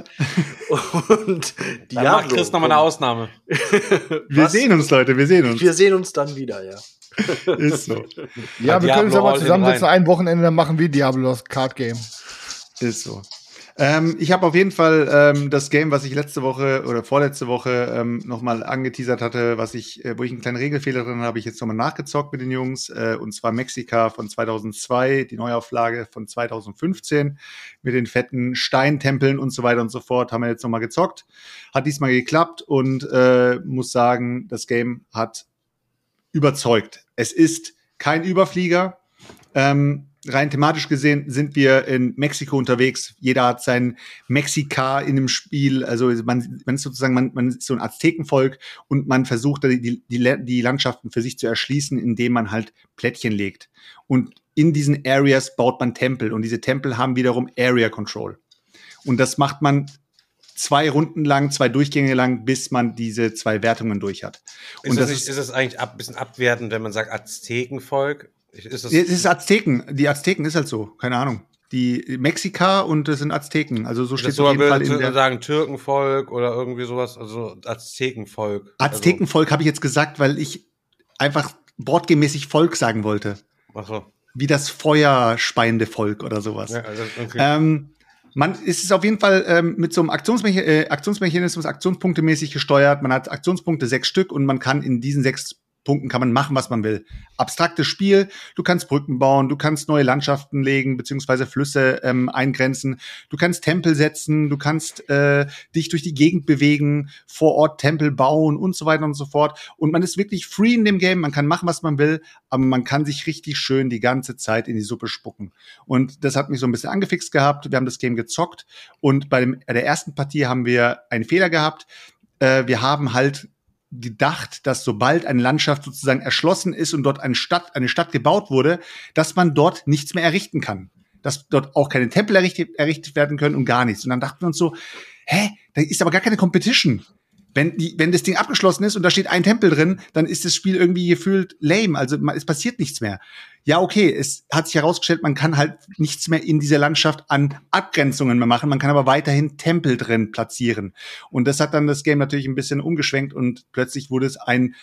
Und Diablo. Dann macht Chris nochmal eine Ausnahme. Wir sehen uns, Leute, wir sehen uns. Wir sehen uns dann wieder, ja. Ist so. Ja, wir können uns aber zusammensetzen, ein Wochenende, dann machen wir Diablo, das Card Game. Ist so. Ich habe auf jeden Fall das Game, was ich letzte Woche oder vorletzte Woche nochmal angeteasert hatte, wo ich einen kleinen Regelfehler drin habe, ich jetzt nochmal nachgezockt mit den Jungs, und zwar Mexica von 2002, die Neuauflage von 2015 mit den fetten Steintempeln und so weiter und so fort, haben wir jetzt nochmal gezockt. Hat diesmal geklappt und muss sagen, das Game hat überzeugt. Es ist kein Überflieger. Rein thematisch gesehen sind wir in Mexiko unterwegs. Jeder hat sein Mexika in dem Spiel. Also man ist sozusagen, man ist so ein Aztekenvolk und man versucht die Landschaften für sich zu erschließen, indem man halt Plättchen legt. Und in diesen Areas baut man Tempel und diese Tempel haben wiederum Area Control. Und das macht man 2 Runden lang, 2 Durchgänge lang, bis man diese 2 Wertungen durch hat. Und ist es eigentlich ein bisschen abwertend, wenn man sagt Aztekenvolk? Es ist Azteken. Die Azteken ist halt so. Keine Ahnung. Die Mexika und es sind Azteken. Also so steht es auf jeden Fall in der... sagen Türkenvolk oder irgendwie sowas. Also Aztekenvolk. Aztekenvolk habe ich jetzt gesagt, weil ich einfach boardgame-mäßig Volk sagen wollte. Ach so. Wie das feuerspeiende Volk oder sowas. Ja, also okay. Es ist auf jeden Fall mit so einem Aktionsmechanismus aktionspunktemäßig gesteuert. Man hat Aktionspunkte 6 Stück und man kann in diesen 6 Punkten kann man machen, was man will. Abstraktes Spiel, du kannst Brücken bauen, du kannst neue Landschaften legen, beziehungsweise Flüsse eingrenzen, du kannst Tempel setzen, du kannst dich durch die Gegend bewegen, vor Ort Tempel bauen und so weiter und so fort. Und man ist wirklich free in dem Game, man kann machen, was man will, aber man kann sich richtig schön die ganze Zeit in die Suppe spucken. Und das hat mich so ein bisschen angefixt gehabt, wir haben das Game gezockt und bei der ersten Partie haben wir einen Fehler gehabt. Wir haben halt gedacht, dass sobald eine Landschaft sozusagen erschlossen ist und dort eine Stadt gebaut wurde, dass man dort nichts mehr errichten kann. dass dort auch keine Tempel errichtet werden können und gar nichts. Und dann dachten wir uns so, da ist aber gar keine Competition. Wenn das Ding abgeschlossen ist und da steht ein Tempel drin, dann ist das Spiel irgendwie gefühlt lame. Also es passiert nichts mehr. Ja, okay, es hat sich herausgestellt, man kann halt nichts mehr in dieser Landschaft an Abgrenzungen mehr machen. Man kann aber weiterhin Tempel drin platzieren. Und das hat dann das Game natürlich ein bisschen umgeschwenkt und plötzlich wurde es ein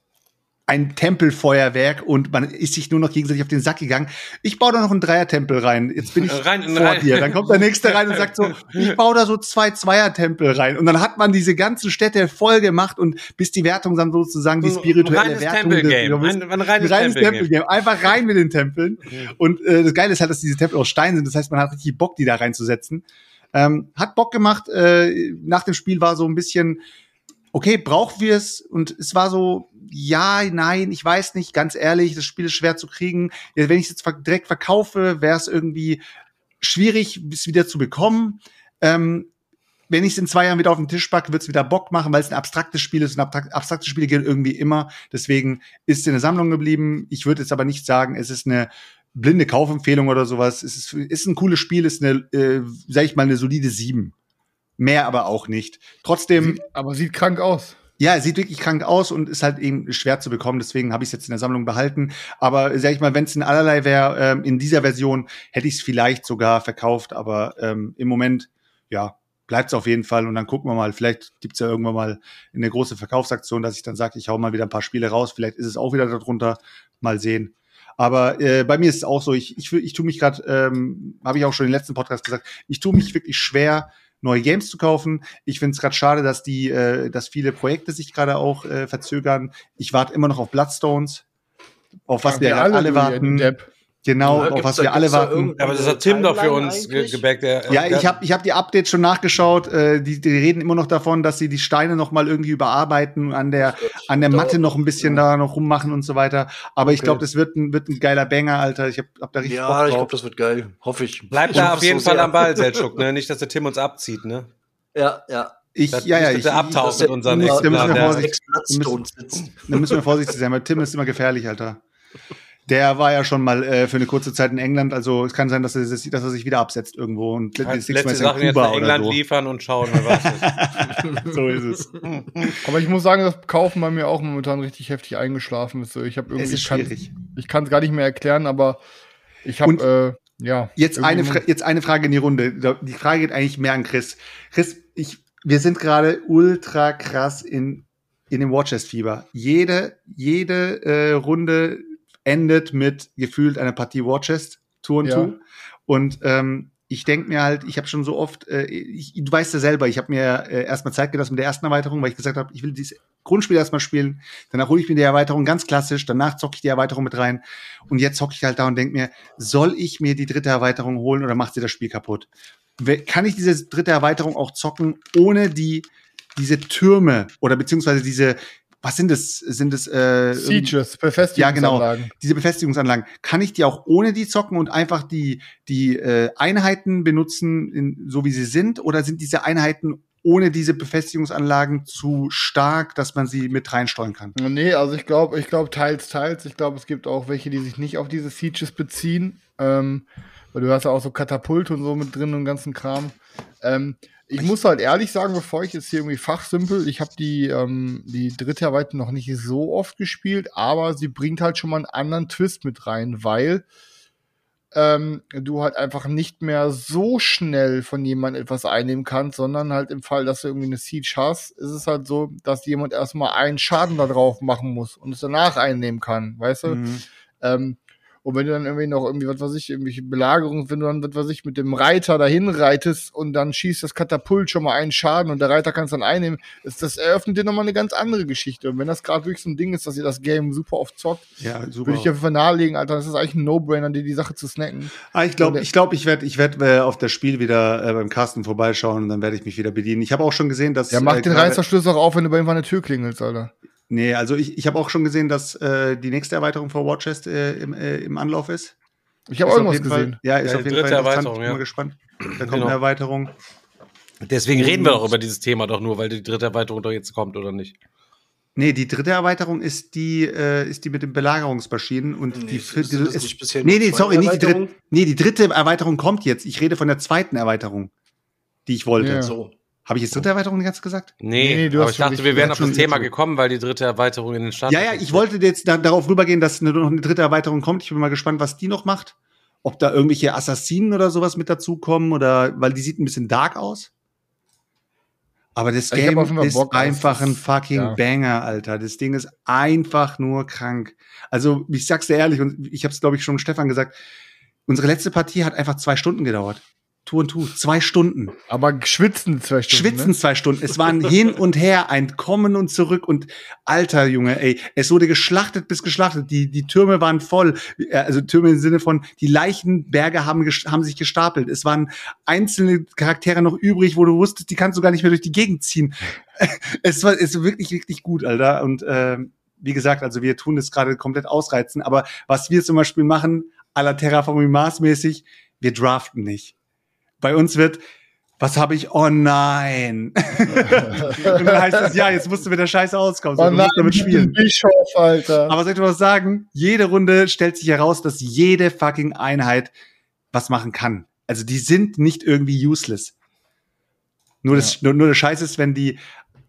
Tempelfeuerwerk und man ist sich nur noch gegenseitig auf den Sack gegangen. Ich baue da noch einen Dreier-Tempel rein. Jetzt bin ich vor dir. Dann kommt der Nächste rein und sagt so, ich baue da so 2 Zweier-Tempel rein. Und dann hat man diese ganzen Städte voll gemacht und bis die Wertung dann sozusagen die spirituelle Wertung. Ein reines Tempel-Game. Einfach rein mit den Tempeln. Und das Geile ist halt, dass diese Tempel aus Stein sind. Das heißt, man hat richtig Bock, die da reinzusetzen. Hat Bock gemacht. Nach dem Spiel war so ein bisschen, okay, brauchen wir es? Und es war so, ja, nein, ich weiß nicht, ganz ehrlich, das Spiel ist schwer zu kriegen. Wenn ich es jetzt direkt verkaufe, wäre es irgendwie schwierig, es wieder zu bekommen. Wenn ich es in 2 Jahren wieder auf den Tisch packe, wird es wieder Bock machen, weil es ein abstraktes Spiel ist. Und abstrakte Spiele gehen irgendwie immer. Deswegen ist es in der Sammlung geblieben. Ich würde jetzt aber nicht sagen, es ist eine blinde Kaufempfehlung oder sowas. Es ist ein cooles Spiel, ist eine, sag ich mal, eine solide 7. Mehr aber auch nicht. Trotzdem. Aber sieht krank aus. Ja, es sieht wirklich krank aus und ist halt eben schwer zu bekommen. Deswegen habe ich es jetzt in der Sammlung behalten. Aber sag ich mal, wenn es in allerlei wäre, in dieser Version, hätte ich es vielleicht sogar verkauft. Aber im Moment, ja, bleibt es auf jeden Fall. Und dann gucken wir mal. Vielleicht gibt's ja irgendwann mal eine große Verkaufsaktion, dass ich dann sage, ich hau mal wieder ein paar Spiele raus. Vielleicht ist es auch wieder darunter. Mal sehen. Aber bei mir ist es auch so, ich tue mich gerade, habe ich auch schon im letzten Podcast gesagt, ich tue mich wirklich schwer, neue Games zu kaufen. Ich finde es gerade schade, dass dass viele Projekte sich gerade auch verzögern. Ich warte immer noch auf Bloodstones, auf was wir alle warten. Genau, auf was wir alle warten. Aber das hat Tim doch für uns gebackt. Ja, ich hab die Updates schon nachgeschaut. Die reden immer noch davon, dass sie die Steine noch mal irgendwie überarbeiten, an der Matte noch ein bisschen da noch rummachen und so weiter. Aber ich glaube, das wird ein geiler Banger, Alter. Ich hab da richtig Bock drauf. Ja, ich glaube, das wird geil. Hoffe ich. Bleibt da auf jeden Fall am Ball, Selçuk, ne? Nicht, dass der Tim uns abzieht, ne? Ja. Ich abtauchen mit unseren Da müssen wir vorsichtig sein, weil Tim ist immer gefährlich, Alter. Der war ja schon mal für eine kurze Zeit in England, also es kann sein, dass er sich wieder absetzt irgendwo und letzte Sachen jetzt nach England so liefern und schauen, wer weiß es. So ist es. Aber ich muss sagen, das Kaufen bei mir auch momentan richtig heftig eingeschlafen ist. Ich habe irgendwie, es ist schwierig. Ich kann es gar nicht mehr erklären, aber ich habe jetzt eine Frage in die Runde. Die Frage geht eigentlich mehr an Chris. Chris, wir sind gerade ultra krass in dem Warchest-Fieber. Jede Runde endet mit gefühlt einer Partie Warchest, Tour und Tour. Und ich denke mir halt, ich habe schon so oft, du weißt ja selber, ich habe mir erstmal Zeit gelassen mit der ersten Erweiterung, weil ich gesagt habe, ich will dieses Grundspiel erstmal spielen, danach hole ich mir die Erweiterung ganz klassisch, danach zocke ich die Erweiterung mit rein und jetzt zocke ich halt da und denke mir, soll ich mir die 3. Erweiterung holen oder macht sie das Spiel kaputt? Kann ich diese 3. Erweiterung auch zocken, ohne diese Türme oder beziehungsweise diese, was sind das? Sind das Sieges, Befestigungsanlagen? Ja, genau. Diese Befestigungsanlagen. Kann ich die auch ohne die zocken und einfach die Einheiten benutzen, so wie sie sind? Oder sind diese Einheiten ohne diese Befestigungsanlagen zu stark, dass man sie mit reinsteuern kann? Nee, also ich glaube teils. Ich glaube, es gibt auch welche, die sich nicht auf diese Sieges beziehen. Weil du hast ja auch so Katapulte und so mit drin und ganzen Kram. Ich muss halt ehrlich sagen, bevor ich jetzt hier irgendwie fachsimpel, ich habe die 3. Erweiterung noch nicht so oft gespielt, aber sie bringt halt schon mal einen anderen Twist mit rein, weil du halt einfach nicht mehr so schnell von jemandem etwas einnehmen kannst, sondern halt im Fall, dass du irgendwie eine Siege hast, ist es halt so, dass jemand erstmal einen Schaden da drauf machen muss und es danach einnehmen kann, weißt du? Und wenn du dann irgendwie noch irgendwie, irgendwelche Belagerungen, wenn du dann, mit dem Reiter dahin reitest und dann schießt das Katapult schon mal einen Schaden und der Reiter kann es dann einnehmen, das eröffnet dir nochmal eine ganz andere Geschichte. Und wenn das gerade wirklich so ein Ding ist, dass ihr das Game super oft zockt, würde ich auf jeden Fall nahelegen, Alter, das ist eigentlich ein No-Brainer, dir die Sache zu snacken. Ich glaube, ich werd auf das Spiel wieder beim Carsten vorbeischauen und dann werde ich mich wieder bedienen. Ich habe auch schon gesehen, dass... Ja, mach den Reißverschluss auch auf, wenn du bei ihm an der Tür klingelst, Alter. Nee, also ich habe auch schon gesehen, dass die nächste Erweiterung vor Warchest im Anlauf ist. Ich habe auch irgendwas gesehen. Ist auf jeden Fall interessant. Ich bin mal gespannt. Da kommt eine Erweiterung. Deswegen reden wir doch über dieses Thema doch nur, weil die 3. Erweiterung doch jetzt kommt, oder nicht? Nee, die dritte Erweiterung ist die mit den Belagerungsmaschinen und die vierte die dritte Erweiterung kommt jetzt. Ich rede von der zweiten Erweiterung, die ich wollte. Ja. So. Habe ich jetzt dritte Erweiterung ganz gesagt? Nee, aber ich dachte, wir wären auf das Thema gekommen, weil die dritte Erweiterung in den Start. Ja, ich wollte jetzt darauf rübergehen, dass noch eine dritte Erweiterung kommt. Ich bin mal gespannt, was die noch macht. Ob da irgendwelche Assassinen oder sowas mit dazukommen oder, weil die sieht ein bisschen dark aus. Aber das Game ist einfach ein fucking Banger, Alter. Das Ding ist einfach nur krank. Also, ich sag's dir ehrlich, und ich hab's, glaube ich, schon Stefan gesagt, unsere letzte Partie hat einfach 2 Stunden gedauert. 2 Stunden. Aber schwitzen 2 Stunden. 2 Stunden. Es waren hin und her, ein Kommen und zurück und alter Junge, ey, es wurde geschlachtet bis geschlachtet. Die Türme waren voll. Also Türme im Sinne von, die Leichenberge haben sich gestapelt. Es waren einzelne Charaktere noch übrig, wo du wusstest, die kannst du gar nicht mehr durch die Gegend ziehen. Es ist wirklich, wirklich gut, Alter. Und wie gesagt, also wir tun das gerade komplett ausreizen. Aber was wir zum Beispiel machen, à la Terraforming Mars mäßig, wir draften nicht. Bei uns wird, was habe ich? Oh nein. Und dann heißt es, ja, jetzt musst du mit der Scheiße auskommen. Oh nein, damit spielen. Bischof, Alter. Aber soll ich dir was sagen? Jede Runde stellt sich heraus, dass jede fucking Einheit was machen kann. Also die sind nicht irgendwie useless. Nur der Scheiß ist, wenn der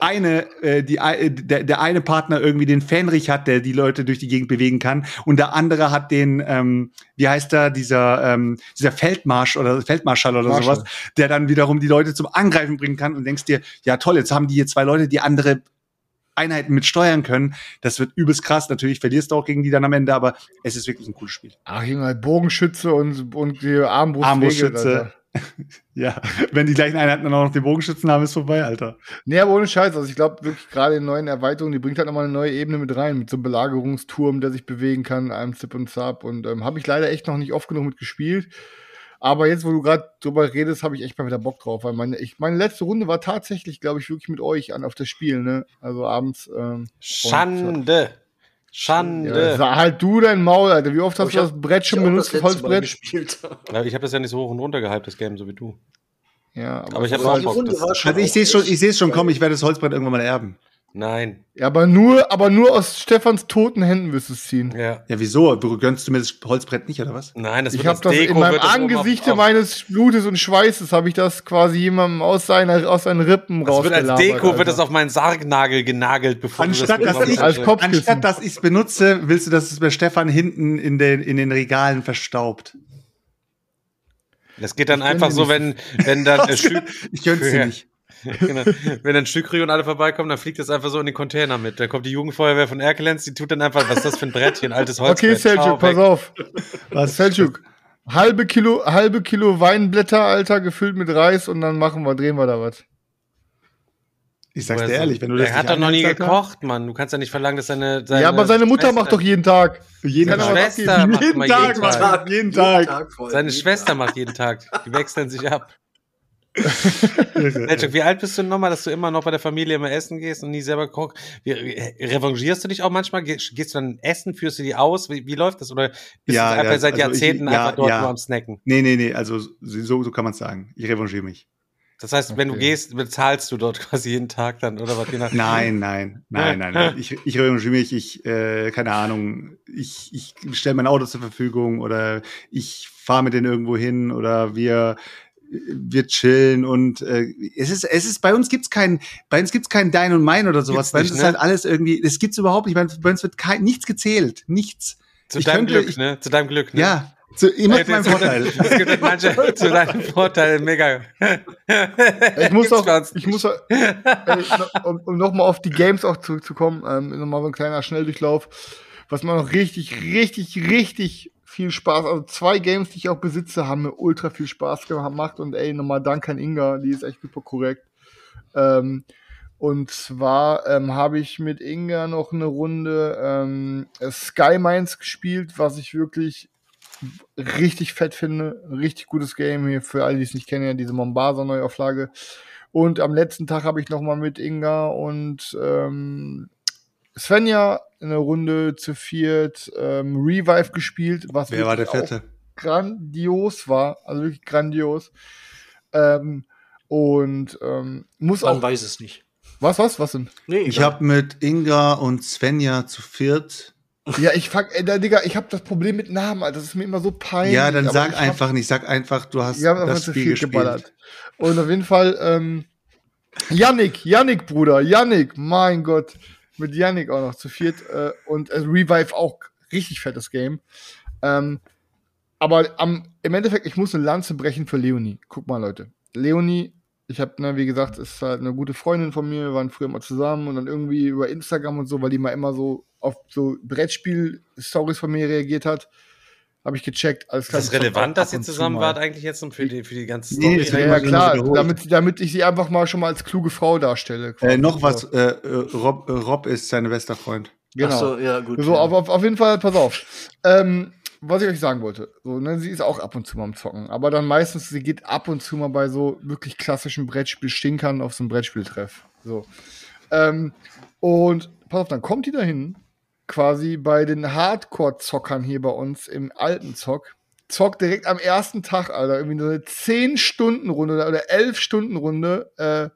eine Partner irgendwie den Fähnrich hat, der die Leute durch die Gegend bewegen kann, und der andere hat den, wie heißt der, dieser Feldmarschall oder sowas, der dann wiederum die Leute zum Angreifen bringen kann und denkst dir, ja toll, jetzt haben die hier 2 Leute, die andere Einheiten mit steuern können. Das wird übelst krass. Natürlich verlierst du auch gegen die dann am Ende, aber es ist wirklich ein cooles Spiel. Ach, Junge, Bogenschütze und die Armbrustschütze. Ja, wenn die gleichen Einheiten dann auch noch den Bogenschützen haben, ist vorbei, Alter. Nee, aber ohne Scheiß. Also ich glaube wirklich gerade in neuen Erweiterungen, die bringt halt nochmal eine neue Ebene mit rein, mit so einem Belagerungsturm, der sich bewegen kann, einem Zip und Zap. Und habe ich leider echt noch nicht oft genug mit gespielt. Aber jetzt, wo du gerade drüber redest, habe ich echt mal wieder Bock drauf. Weil meine letzte Runde war tatsächlich, glaube ich, wirklich mit euch auf das Spiel, ne? Also abends. Schande. Ja, halt du dein Maul, Alter. Wie oft hast du das Brett schon benutzt, das Holzbrett? Ja, ich habe das ja nicht so hoch und runter gehypt, das Game, so wie du. Ja, aber ich habe auch Bock. Also ich sehe es schon kommen, ich werde das Holzbrett irgendwann mal erben. Nein. Ja, aber nur aus Stefans toten Händen wirst du es ziehen. Ja, wieso? Gönnst du mir das Holzbrett nicht, oder was? Nein, das wird ich habe das Deko, in meinem Angesicht meines Blutes und Schweißes habe ich das quasi jemandem aus seinen Rippen rausgelabert. Als Deko wird das auf meinen Sargnagel genagelt, bevor anstatt, du das anstatt dass ich es benutze, willst du, dass es bei Stefan hinten in den Regalen verstaubt. Das geht dann einfach so, wenn dann ich gönn's dir nicht. Genau. Wenn dann Stückri und alle vorbeikommen, dann fliegt das einfach so in den Container mit. Dann kommt die Jugendfeuerwehr von Erkelenz, die tut dann einfach, was ist das für ein Brettchen, altes Holzbrett. Okay, Selçuk, pass auf. Was, Selçuk? Halbe Kilo Weinblätter, Alter, gefüllt mit Reis und dann drehen wir da was. Ich sag's dir ehrlich, wenn du das. Er hat doch noch nie gekocht, Mann. Du kannst ja nicht verlangen, dass seine ja, aber seine Mutter macht doch jeden Tag. Jeden Tag. Jeden Tag. Seine Schwester macht jeden Tag. Die wechseln sich ab. Wie alt bist du nochmal, dass du immer noch bei der Familie immer essen gehst und nie selber kochst? Revanchierst du dich auch manchmal? Gehst du dann essen, führst du die aus? Wie läuft das? Oder bist du einfach seit Jahrzehnten einfach dort nur am Snacken? Nee, also so kann man es sagen. Ich revanchiere mich. Das heißt, wenn du gehst, bezahlst du dort quasi jeden Tag dann, oder was? Nein. Ich revanchiere mich, keine Ahnung, ich stelle mein Auto zur Verfügung oder ich fahre mit denen irgendwo hin oder wir chillen und es ist bei uns gibt's kein Dein und Mein oder sowas. Bei uns ist halt alles irgendwie, das gibt's überhaupt nicht. Bei uns wird nichts gezählt, nichts. Zu deinem Glück, ne? Ja. Immer zu meinem Vorteil. Es gibt manche zu deinem Vorteil, mega. Um nochmal auf die Games auch zurückzukommen, nochmal so ein kleiner Schnelldurchlauf, was mir noch richtig viel Spaß, also 2 Games, die ich auch besitze, haben mir ultra viel Spaß gemacht und nochmal Dank an Inga, die ist echt super korrekt. Und zwar habe ich mit Inga noch eine Runde Sky Mines gespielt, was ich wirklich richtig fett finde. Ein richtig gutes Game hier für alle, die es nicht kennen, ja, diese Mombasa Neuauflage. Und am letzten Tag habe ich nochmal mit Inga und Svenja in der Runde zu viert Revive gespielt, was Wer war der Vierte? Grandios war, also wirklich grandios. Muss Man auch weiß es nicht. Was denn? Nee, ich habe mit Inga und Svenja zu viert. Ja, Digga, ich habe das Problem mit Namen, Alter. Das ist mir immer so peinlich. Ja, dann sag einfach, du hast das Spiel gespielt. Geballert. Und auf jeden Fall, Yannick, Bruder, mein Gott. Mit Yannick auch noch zu viert. Und Revive auch richtig fettes Game. Aber im Endeffekt, ich muss eine Lanze brechen für Leonie. Guck mal, Leute. Leonie, ich habe, wie gesagt, ist halt eine gute Freundin von mir. Wir waren früher mal zusammen und dann irgendwie über Instagram und so, weil die mal immer so auf so Brettspiel-Stories von mir reagiert hat, habe ich gecheckt. Ist das relevant, dass ihr zusammen wart eigentlich jetzt für die ganze Story? Ja, klar, damit ich sie einfach mal schon mal als kluge Frau darstelle. Noch was, Rob ist sein bester Freund. Genau. Ach so, ja, gut. So, auf jeden Fall, pass auf. Was ich euch sagen wollte, so, ne, sie ist auch ab und zu mal am Zocken, aber dann meistens, sie geht ab und zu mal bei so wirklich klassischen Brettspiel-Stinkern auf so einen Brettspieltreff. So. Und pass auf, dann kommt die dahin, quasi bei den Hardcore-Zockern hier bei uns im alten zockt direkt am ersten Tag, Alter, irgendwie so eine 10-Stunden-Runde oder 11-Stunden-Runde,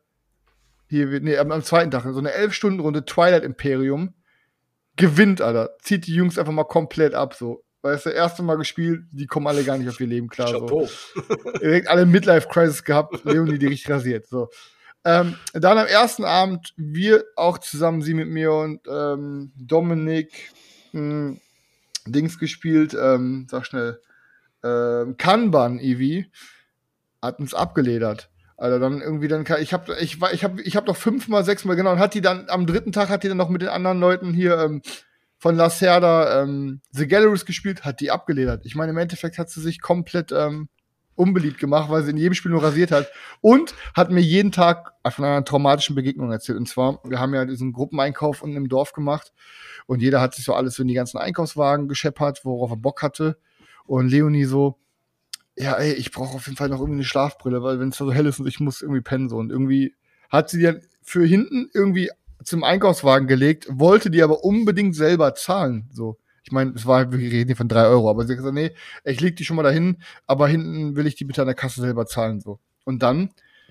am zweiten Tag, so eine 11-Stunden-Runde Twilight Imperium, gewinnt, Alter, zieht die Jungs einfach mal komplett ab, so. Weil es das erste Mal gespielt, die kommen alle gar nicht auf ihr Leben klar. So. Direkt alle Midlife-Crisis gehabt, Leonie die richtig rasiert. So. Dann am ersten Abend, wir auch zusammen, sie mit mir und Dominik, Dings gespielt, sag schnell, Kanban, Eevee, hat uns abgeledert. Also dann irgendwie ich hab doch 5-mal, 6-mal, genau, und hat die dann, am dritten Tag hat die dann noch mit den anderen Leuten hier, von Lacerda The Galleries gespielt, hat die abgeledert. Ich meine, im Endeffekt hat sie sich komplett unbeliebt gemacht, weil sie in jedem Spiel nur rasiert hat. Und hat mir jeden Tag von einer traumatischen Begegnung erzählt. Und zwar, wir haben ja diesen Gruppeneinkauf unten im Dorf gemacht. Und jeder hat sich so alles so in die ganzen Einkaufswagen gescheppert, worauf er Bock hatte. Und Leonie so, ja, ey, ich brauche auf jeden Fall noch irgendwie eine Schlafbrille, weil wenn es so hell ist und ich muss irgendwie pennen. So. Und irgendwie hat sie dann für hinten irgendwie zum Einkaufswagen gelegt, wollte die aber unbedingt selber zahlen. So, ich meine, wir reden hier von 3 €, aber sie hat gesagt, nee, ich leg die schon mal dahin, aber hinten will ich die bitte an der Kasse selber zahlen. So. Und dann,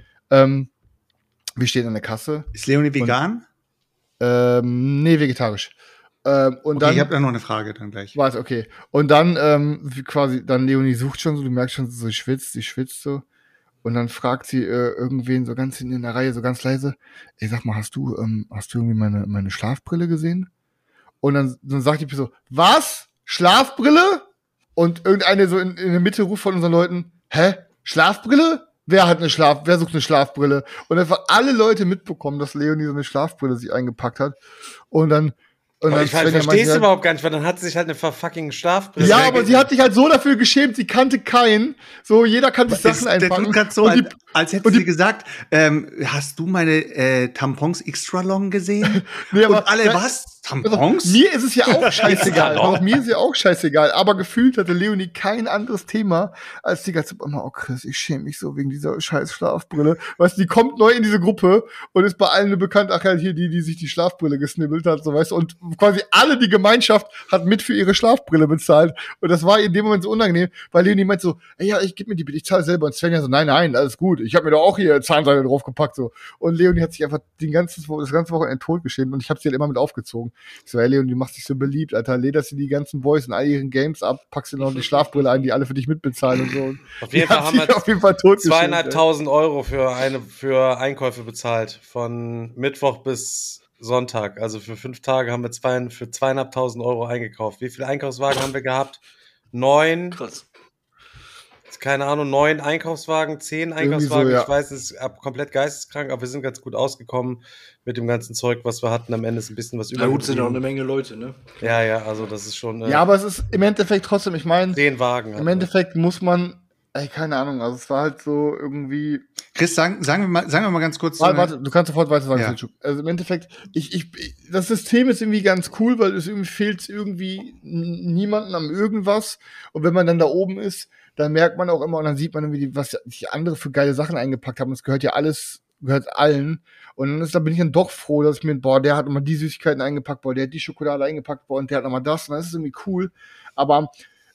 wir stehen an der Kasse. Ist Leonie vegan? Nee, vegetarisch. Und okay, dann, ich habe da noch eine Frage dann gleich. Warte, okay. Und dann, quasi, dann Leonie sucht schon so, du merkst schon, so, sie schwitzt so. Und dann fragt sie irgendwen so ganz hinten in der Reihe, so ganz leise, ey, sag mal, hast du irgendwie meine Schlafbrille gesehen? Und dann sagt die Person, was? Schlafbrille? Und irgendeine so in der Mitte ruft von unseren Leuten, hä? Schlafbrille? Wer sucht eine Schlafbrille? Und einfach alle Leute mitbekommen, dass Leonie so eine Schlafbrille sich eingepackt hat. Und dann ich verstehe es überhaupt gar nicht, weil dann hat sie sich halt eine fucking Schlafbrille. Ja, aber sie hat sich halt so dafür geschämt, sie kannte keinen. So, jeder kann sich Sachen einpacken. Der tut so, als hätte sie gesagt, hast du meine Tampons extra long gesehen? Nee, aber, und alle, was? Tampons? Also, mir ist es ja auch scheißegal. Auch mir ist ja auch scheißegal. Aber gefühlt hatte Leonie kein anderes Thema, als die ganze Zeit immer, oh Chris, ich schäme mich so wegen dieser scheiß Schlafbrille. Weißt du, die kommt neu in diese Gruppe und ist bei allen nur bekannt, ach ja, hier die sich die Schlafbrille gesnibbelt hat, so weißt du, und quasi alle, die Gemeinschaft hat mit für ihre Schlafbrille bezahlt. Und das war in dem Moment so unangenehm, weil Leonie meint so, ey, ja, ich geb mir die bitte, ich zahle selber. Und Svenja so, nein, alles gut. Ich habe mir doch auch hier Zahnseide draufgepackt, so. Und Leonie hat sich einfach das ganze Wochenende tot geschämt und ich habe sie halt immer mit aufgezogen. Ich so, ey, Leonie, du machst dich so beliebt, Alter. Lederst du die ganzen Boys in all ihren Games ab, packst dir noch die Schlafbrille ein, die alle für dich mitbezahlen und so. Auf jeden Fall haben wir 2.500 € für Einkäufe bezahlt. Von Mittwoch bis Sonntag. Also für 5 Tage haben wir für 2.500 € eingekauft. Wie viele Einkaufswagen haben wir gehabt? 9. Krass. Keine Ahnung, 9 Einkaufswagen, 10 Einkaufswagen. So, ja. Ich weiß, es ist komplett geisteskrank, aber wir sind ganz gut ausgekommen mit dem ganzen Zeug, was wir hatten. Am Ende ist ein bisschen was über. Na gut, sind auch eine Menge Leute, ne? Ja, also das ist schon. Ja, aber es ist im Endeffekt trotzdem, ich meine. 10 Wagen. Im Endeffekt muss man. Ey, keine Ahnung, also es war halt so irgendwie. Chris, sagen wir mal ganz kurz. Warte, du kannst sofort weiter sagen, ja. Also im Endeffekt, das System ist irgendwie ganz cool, weil es irgendwie fehlt irgendwie niemanden am irgendwas. Und wenn man dann da oben ist, dann merkt man auch immer und dann sieht man irgendwie, was die andere für geile Sachen eingepackt haben. Das gehört ja alles, gehört allen. Und da bin ich dann doch froh, dass ich mir, der hat immer die Süßigkeiten eingepackt, der hat die Schokolade eingepackt, und der hat nochmal das. Und das ist irgendwie cool. Aber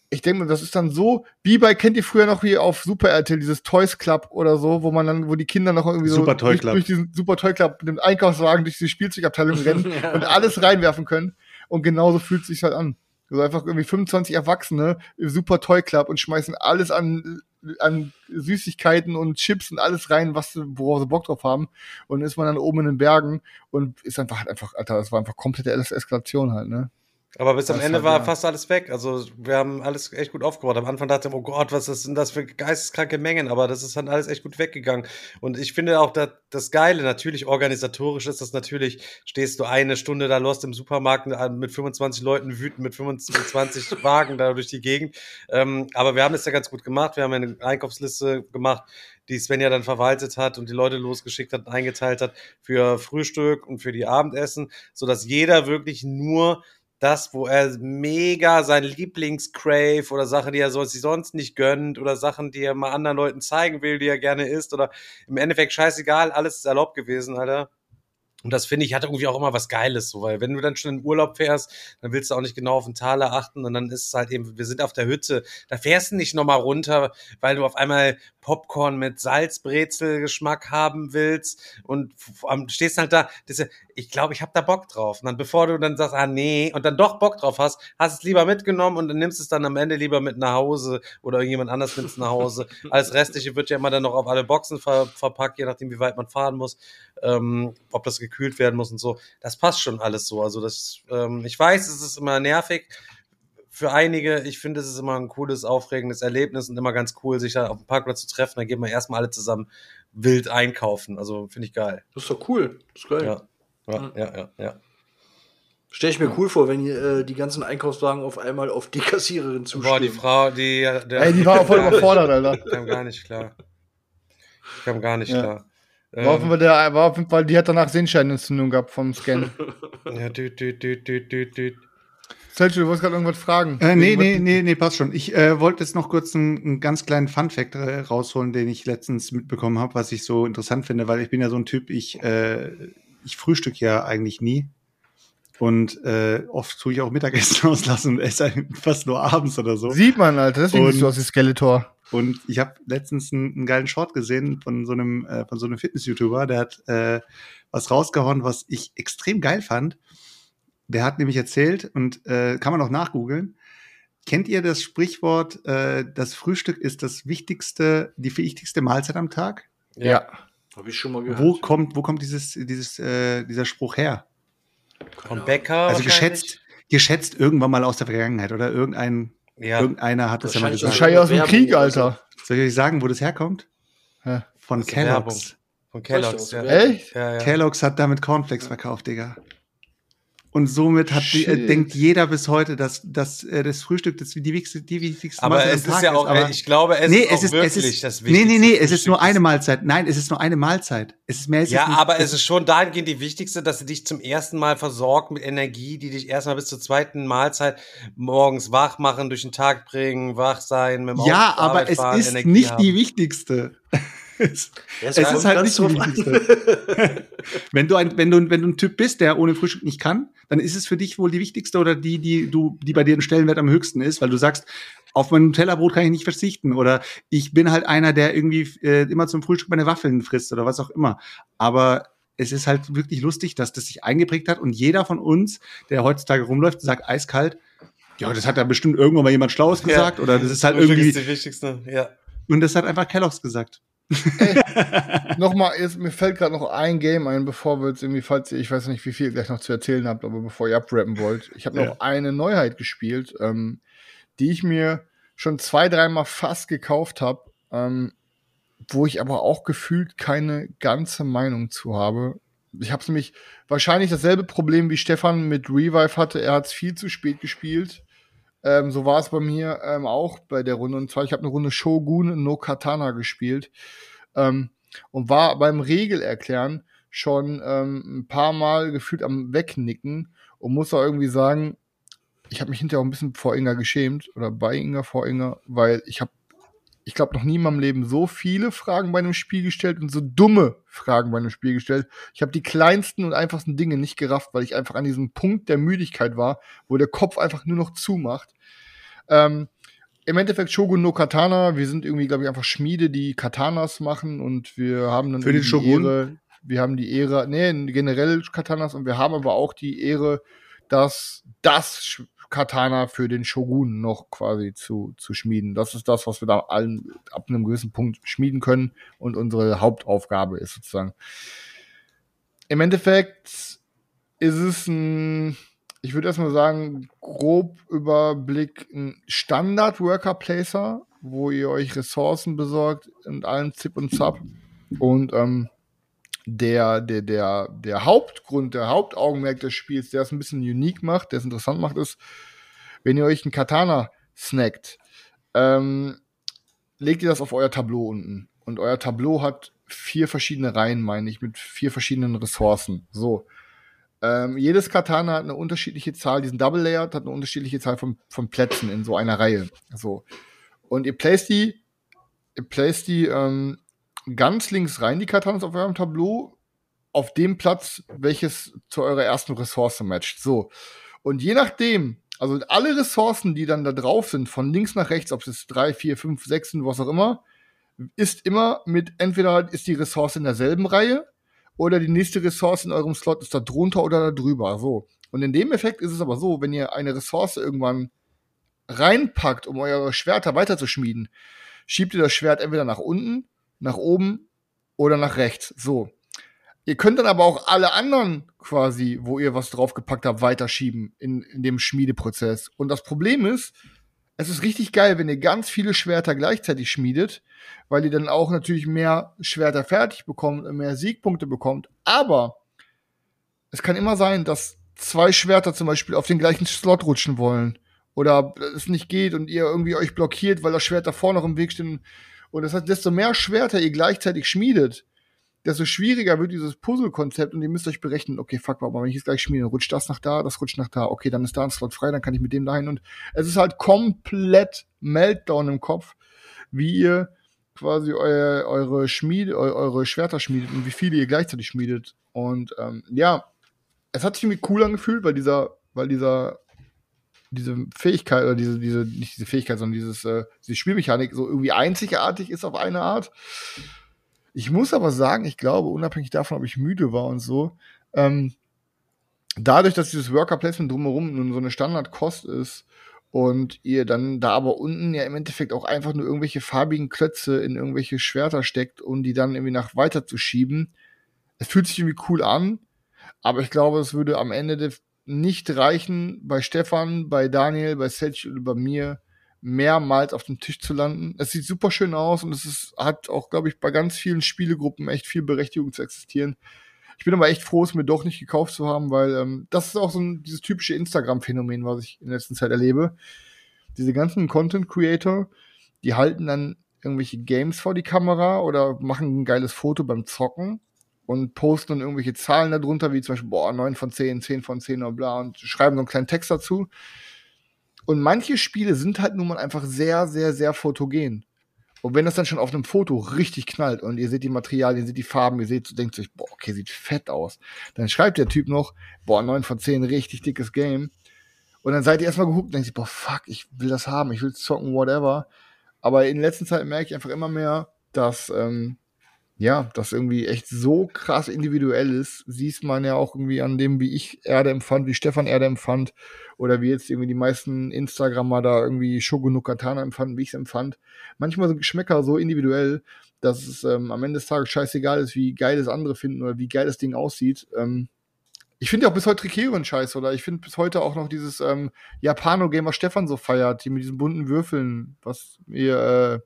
ich denke mir, das ist dann so, wie kennt ihr früher noch hier auf Super RTL, dieses Toys Club oder so, wo die Kinder noch irgendwie Super so durch diesen Super Toy Club mit dem Einkaufswagen durch diese Spielzeugabteilung rennen und alles reinwerfen können. Und genauso fühlt es sich halt an. Also einfach irgendwie 25 Erwachsene im Super Toy Club und schmeißen alles an Süßigkeiten und Chips und alles rein, worauf sie Bock drauf haben. Und dann ist man dann oben in den Bergen und ist einfach, Alter, das war einfach komplette Eskalation halt, ne? Aber bis am Ende war fast alles weg. Also wir haben alles echt gut aufgebaut. Am Anfang dachte ich, oh Gott, was sind das für geisteskranke Mengen? Aber das ist dann alles echt gut weggegangen. Und ich finde auch, das Geile, natürlich organisatorisch ist das natürlich, stehst du eine Stunde da lost im Supermarkt mit 25 Leuten wütend, mit 25 Wagen da durch die Gegend. Aber wir haben es ja ganz gut gemacht. Wir haben eine Einkaufsliste gemacht, die Svenja dann verwaltet hat und die Leute losgeschickt hat und eingeteilt hat für Frühstück und für die Abendessen, sodass jeder wirklich nur das, wo er mega sein Lieblingscrave oder Sachen, die er sich sonst nicht gönnt oder Sachen, die er mal anderen Leuten zeigen will, die er gerne isst oder im Endeffekt scheißegal, alles ist erlaubt gewesen, Alter. Und das finde ich, hat irgendwie auch immer was Geiles, so, weil wenn du dann schon in Urlaub fährst, dann willst du auch nicht genau auf den Taler achten und dann ist es halt eben, wir sind auf der Hütte, da fährst du nicht nochmal runter, weil du auf einmal Popcorn mit Salzbrezel-Geschmack haben willst und stehst halt da, ich glaube, ich habe da Bock drauf. Und dann, bevor du dann sagst, nee, und dann doch Bock drauf hast es lieber mitgenommen und dann nimmst es dann am Ende lieber mit nach Hause oder irgendjemand anders nimmt es nach Hause. Alles Restliche wird ja immer dann noch auf alle Boxen verpackt, je nachdem, wie weit man fahren muss, ob das gekühlt werden muss und so. Das passt schon alles so. Also das, ich weiß, es ist immer nervig für einige. Ich finde, es ist immer ein cooles, aufregendes Erlebnis und immer ganz cool, sich da auf dem Parkplatz zu treffen. Dann gehen wir erstmal alle zusammen wild einkaufen. Also finde ich geil. Das ist doch cool. Das ist geil. Ja. Stell ich mir cool vor, wenn die ganzen Einkaufswagen auf einmal auf die Kassiererin zustehen. Boah, die Frau, die war auch voll überfordert, Alter. Kam gar nicht klar. War auf jeden Fall, die hat danach Sehenscheinentzündung gehabt vom Scan. Ja, Selchuk, du wolltest gerade irgendwas fragen. Nee, passt schon. Ich wollte jetzt noch kurz einen ganz kleinen Funfact rausholen, den ich letztens mitbekommen habe, was ich so interessant finde, weil ich bin ja so ein Typ, ich frühstück ja eigentlich nie. Und oft tue ich auch Mittagessen auslassen und esse fast nur abends oder so. Sieht man, Alter, deswegen bist du aus wie Skeletor. Und ich habe letztens einen geilen Short gesehen von so einem Fitness-YouTuber, der hat was rausgehauen, was ich extrem geil fand. Der hat nämlich erzählt, und kann man auch nachgoogeln, kennt ihr das Sprichwort, das Frühstück ist die wichtigste Mahlzeit am Tag? Ja. Habe ich schon mal gehört. Wo kommt dieser Spruch her? Vom Bäcker? Also geschätzt irgendwann mal aus der Vergangenheit, oder irgendeiner hat das ja mal gesagt. Wahrscheinlich aus dem Krieg, Alter. Soll ich euch sagen, wo das herkommt? Ja. Von Kellogg's. Von Kellogg's, ja. Echt? Ja. Kellogg's hat damit Cornflakes verkauft, Digga. Und somit denkt jeder bis heute, dass das Frühstück die wichtigste aber Mahlzeit es am Tag ist ja auch, aber ich glaube, es ist wirklich das Wichtigste. Nee, es ist nur eine Mahlzeit. Nein, es ist nur eine Mahlzeit. Es ist mehr. Es ist schon dahingehend die wichtigste, dass sie dich zum ersten Mal versorgt mit Energie, die dich erstmal bis zur zweiten Mahlzeit morgens wach machen, durch den Tag bringen, wach sein, mit dem Auto aber es ist Energie nicht haben. Die wichtigste. Es ist halt nicht die wichtigste. Wenn du ein Typ bist, der ohne Frühstück nicht kann, dann ist es für dich wohl die wichtigste oder die bei dir den Stellenwert am höchsten ist, weil du sagst, auf mein Nutella-Brot kann ich nicht verzichten oder ich bin halt einer, der irgendwie immer zum Frühstück meine Waffeln frisst oder was auch immer. Aber es ist halt wirklich lustig, dass das sich eingeprägt hat und jeder von uns, der heutzutage rumläuft, sagt eiskalt, ja, das hat ja bestimmt irgendwann mal jemand Schlaues gesagt oder das ist halt irgendwie das Wichtigste, ja. Und das hat einfach Kellogg's gesagt. Nochmal, mir fällt gerade noch ein Game ein, bevor wir jetzt irgendwie, falls ihr, ich weiß nicht, wie viel ihr gleich noch zu erzählen habt, aber bevor ihr abrappen wollt. Ich habe noch eine Neuheit gespielt, die ich mir schon 2-3 Mal fast gekauft habe, wo ich aber auch gefühlt keine ganze Meinung zu habe. Ich habe nämlich wahrscheinlich dasselbe Problem wie Stefan mit Revive hatte. Er hat es viel zu spät gespielt. So war es bei mir auch bei der Runde. Und zwar, ich habe eine Runde Shogun no Katana gespielt und war beim Regelerklären schon ein paar Mal gefühlt am Wegnicken und muss auch irgendwie sagen, ich habe mich hinterher auch ein bisschen vor Inga geschämt oder bei Inga vor Inga, weil ich glaube, noch nie in meinem Leben so viele Fragen bei einem Spiel gestellt und so dumme Fragen bei einem Spiel gestellt. Ich habe die kleinsten und einfachsten Dinge nicht gerafft, weil ich einfach an diesem Punkt der Müdigkeit war, wo der Kopf einfach nur noch zumacht. im Endeffekt Shogun no Katana. Wir sind irgendwie, glaube ich, einfach Schmiede, die Katanas machen und wir haben dann für den Shogun? Wir haben die Ehre, generell Katanas und wir haben aber auch die Ehre, dass das Katana für den Shogun noch quasi zu schmieden. Das ist das, was wir da allen ab einem gewissen Punkt schmieden können und unsere Hauptaufgabe ist sozusagen. Im Endeffekt ist es ich würde erstmal sagen, grob Überblick, ein Standard-Worker-Placer, wo ihr euch Ressourcen besorgt und allen Zip und Zap. Und der Hauptgrund, der Hauptaugenmerk des Spiels, der es ein bisschen unique macht, der es interessant macht, ist, wenn ihr euch einen Katana snackt, legt ihr das auf euer Tableau unten. Und euer Tableau hat 4 verschiedene Reihen, meine ich, mit 4 verschiedenen Ressourcen. So. Jedes Katana hat eine unterschiedliche Zahl, diesen Double Layered hat eine unterschiedliche Zahl von Plätzen in so einer Reihe. So. Und ihr placed die ganz links rein, die Katanas auf eurem Tableau, auf dem Platz, welches zu eurer ersten Ressource matcht. So. Und je nachdem, also alle Ressourcen, die dann da drauf sind, von links nach rechts, ob es 3, 4, 5, 6 sind, was auch immer, ist immer entweder ist die Ressource in derselben Reihe oder die nächste Ressource in eurem Slot ist da drunter oder da drüber. So. Und in dem Effekt ist es aber so, wenn ihr eine Ressource irgendwann reinpackt, um eure Schwerter weiterzuschmieden, schiebt ihr das Schwert entweder nach unten, nach oben oder nach rechts. So. Ihr könnt dann aber auch alle anderen quasi, wo ihr was draufgepackt habt, weiterschieben in dem Schmiedeprozess. Und das Problem ist, es ist richtig geil, wenn ihr ganz viele Schwerter gleichzeitig schmiedet, weil ihr dann auch natürlich mehr Schwerter fertig bekommt und mehr Siegpunkte bekommt. Aber es kann immer sein, dass 2 Schwerter zum Beispiel auf den gleichen Slot rutschen wollen oder es nicht geht und ihr irgendwie euch blockiert, weil das Schwert davor noch im Weg steht. Und das heißt, desto mehr Schwerter ihr gleichzeitig schmiedet, desto schwieriger wird dieses Puzzle-Konzept und ihr müsst euch berechnen, okay, fuck, warte mal, wenn ich jetzt gleich schmiede, rutscht das nach da, das rutscht nach da, okay, dann ist da ein Slot frei, dann kann ich mit dem dahin und es ist halt komplett Meltdown im Kopf, wie ihr quasi eure Schwerter schmiedet und wie viele ihr gleichzeitig schmiedet und es hat sich irgendwie cool angefühlt, weil diese Fähigkeit oder nicht diese Fähigkeit, sondern diese Spielmechanik so irgendwie einzigartig ist auf eine Art. Ich muss aber sagen, ich glaube, unabhängig davon, ob ich müde war und so, dadurch, dass dieses Worker-Placement drumherum nun so eine Standardkost ist und ihr dann da aber unten ja im Endeffekt auch einfach nur irgendwelche farbigen Klötze in irgendwelche Schwerter steckt und die dann irgendwie nach weiter zu schieben, es fühlt sich irgendwie cool an, aber ich glaube, es würde am Ende nicht reichen, bei Stefan, bei Daniel, bei Selch oder bei mir mehrmals auf dem Tisch zu landen. Es sieht super schön aus und hat auch, glaube ich, bei ganz vielen Spielegruppen echt viel Berechtigung zu existieren. Ich bin aber echt froh, es mir doch nicht gekauft zu haben, weil das ist auch so dieses typische Instagram-Phänomen, was ich in letzter Zeit erlebe. Diese ganzen Content-Creator, die halten dann irgendwelche Games vor die Kamera oder machen ein geiles Foto beim Zocken und posten dann irgendwelche Zahlen darunter, wie zum Beispiel, 9 von 10, 10 von 10 oder bla und schreiben so einen kleinen Text dazu. Und manche Spiele sind halt nun mal einfach sehr, sehr, sehr fotogen. Und wenn das dann schon auf einem Foto richtig knallt und ihr seht die Materialien, ihr seht die Farben, denkt euch, okay, sieht fett aus. Dann schreibt der Typ noch, 9 von 10, richtig dickes Game. Und dann seid ihr erstmal gehuckt und denkt sich, fuck, ich will das haben, ich will zocken, whatever. Aber in letzter Zeit merke ich einfach immer mehr, dass das irgendwie echt so krass individuell ist, sieht man ja auch irgendwie an dem, wie ich Erde empfand, wie Stefan Erde empfand, oder wie jetzt irgendwie die meisten Instagrammer da irgendwie Shogun no Katana empfanden, wie ich es empfand. Manchmal sind Geschmäcker so individuell, dass es am Ende des Tages scheißegal ist, wie geil das andere finden oder wie geil das Ding aussieht. Ich finde ja auch bis heute Tricerion scheiße, oder ich finde bis heute auch noch dieses Japano-Game, was Stefan so feiert, hier mit diesen bunten Würfeln, was ihr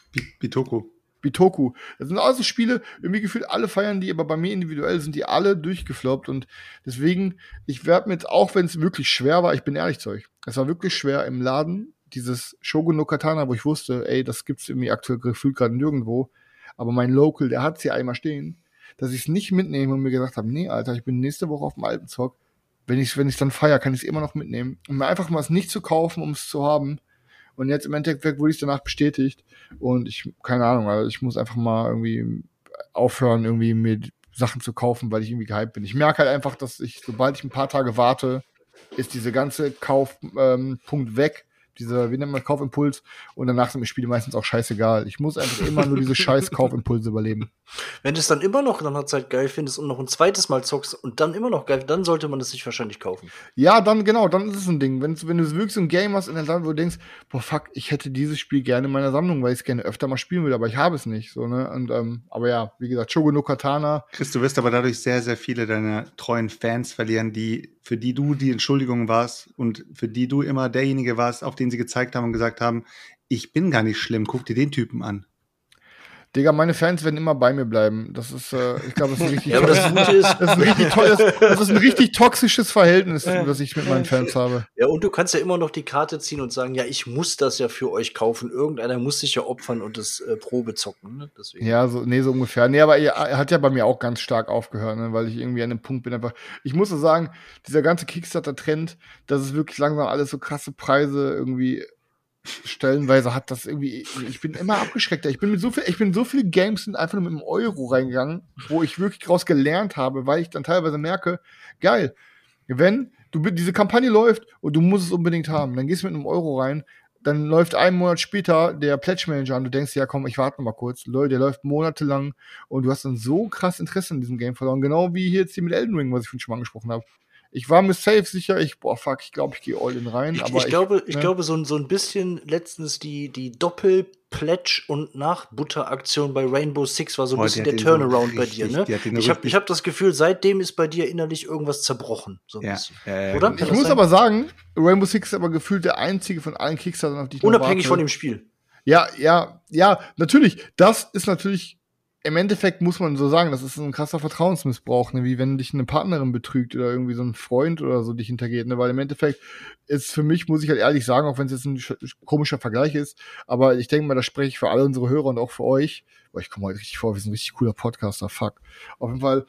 Bitoku. Das sind also Spiele, irgendwie gefühlt alle feiern die, aber bei mir individuell sind die alle durchgefloppt und deswegen, ich werde mir jetzt, auch wenn es wirklich schwer war, ich bin ehrlich zu euch, es war wirklich schwer im Laden, dieses Shogun no Katana, wo ich wusste, ey, das gibt's irgendwie aktuell gefühlt gerade nirgendwo, aber mein Local, der hat's hier einmal stehen, dass ich es nicht mitnehme und mir gesagt habe, nee, Alter, ich bin nächste Woche auf dem alten Zock, wenn ich's dann feiere, kann ich es immer noch mitnehmen, um mir einfach mal es nicht zu kaufen, um es zu haben. Und jetzt im Endeffekt wurde ich danach bestätigt. Und keine Ahnung, also ich muss einfach mal irgendwie aufhören, irgendwie mir Sachen zu kaufen, weil ich irgendwie gehypt bin. Ich merke halt einfach, dass sobald ich ein paar Tage warte, ist diese ganze Kaufpunkt weg. dieser, wie nennt man, Kaufimpuls und danach sind mir Spiele meistens auch scheißegal. Ich muss einfach immer nur diese scheiß Kaufimpulse überleben. Wenn du es dann immer noch nach einer Zeit geil findest und noch ein zweites Mal zockst und dann immer noch geil, dann sollte man es sich wahrscheinlich kaufen. Ja, dann ist es ein Ding. Wenn du wirklich so ein Game hast in der Sammlung, wo du denkst, boah, fuck, ich hätte dieses Spiel gerne in meiner Sammlung, weil ich es gerne öfter mal spielen will, aber ich habe es nicht. So, ne? Und, aber ja, wie gesagt, Shogun no Katana. Chris, du wirst aber dadurch sehr, sehr viele deiner treuen Fans verlieren, für die du die Entschuldigung warst und für die du immer derjenige warst, auf den sie gezeigt haben und gesagt haben, ich bin gar nicht schlimm, guck dir den Typen an. Digga, meine Fans werden immer bei mir bleiben. Das ist, ich glaube, das ist richtig das ist ein richtig toxisches Verhältnis, das ich mit meinen Fans habe. Ja, und du kannst ja immer noch die Karte ziehen und sagen, ja, ich muss das ja für euch kaufen. Irgendeiner muss sich ja opfern und das Probe zocken. Ne? Deswegen. Ja, so ungefähr. Nee, aber er hat ja bei mir auch ganz stark aufgehört, ne? Weil ich irgendwie an dem Punkt bin einfach. Ich muss so sagen, dieser ganze Kickstarter-Trend, dass es wirklich langsam alles so krasse Preise irgendwie stellenweise hat das irgendwie, ich bin immer abgeschreckter. Ich bin so viele Games sind einfach nur mit einem Euro reingegangen, wo ich wirklich draus gelernt habe, weil ich dann teilweise merke, geil, wenn diese Kampagne läuft und du musst es unbedingt haben, dann gehst du mit einem Euro rein, dann läuft einen Monat später der Pledge Manager an, du denkst, ja komm, ich warte noch mal kurz. Leute, der läuft monatelang und du hast dann so krass Interesse in diesem Game verloren, genau wie hier jetzt hier mit Elden Ring, was ich schon mal angesprochen habe. Ich war mir safe sicher, ich glaube, ich gehe all in rein. Ich glaube, so ein bisschen letztens die Doppel-Pledge- und Nach-Butter-Aktion bei Rainbow Six war so ein bisschen der Turnaround so bei dir, ne? Ich hab das Gefühl, seitdem ist bei dir innerlich irgendwas zerbrochen. So ein bisschen. Oder? Ich muss aber sagen, Rainbow Six ist aber gefühlt der einzige von allen Kickstartern, auf die ich unabhängig von dem Spiel. Ja, natürlich. Das ist natürlich im Endeffekt muss man so sagen, das ist ein krasser Vertrauensmissbrauch, ne? Wie wenn dich eine Partnerin betrügt oder irgendwie so ein Freund oder so dich hintergeht, ne? Weil im Endeffekt ist für mich, muss ich halt ehrlich sagen, auch wenn es jetzt ein komischer Vergleich ist, aber ich denke mal, da spreche ich für alle unsere Hörer und auch für euch. Boah, ich komme heute richtig vor, wir sind ein richtig cooler Podcaster, fuck. Auf jeden Fall.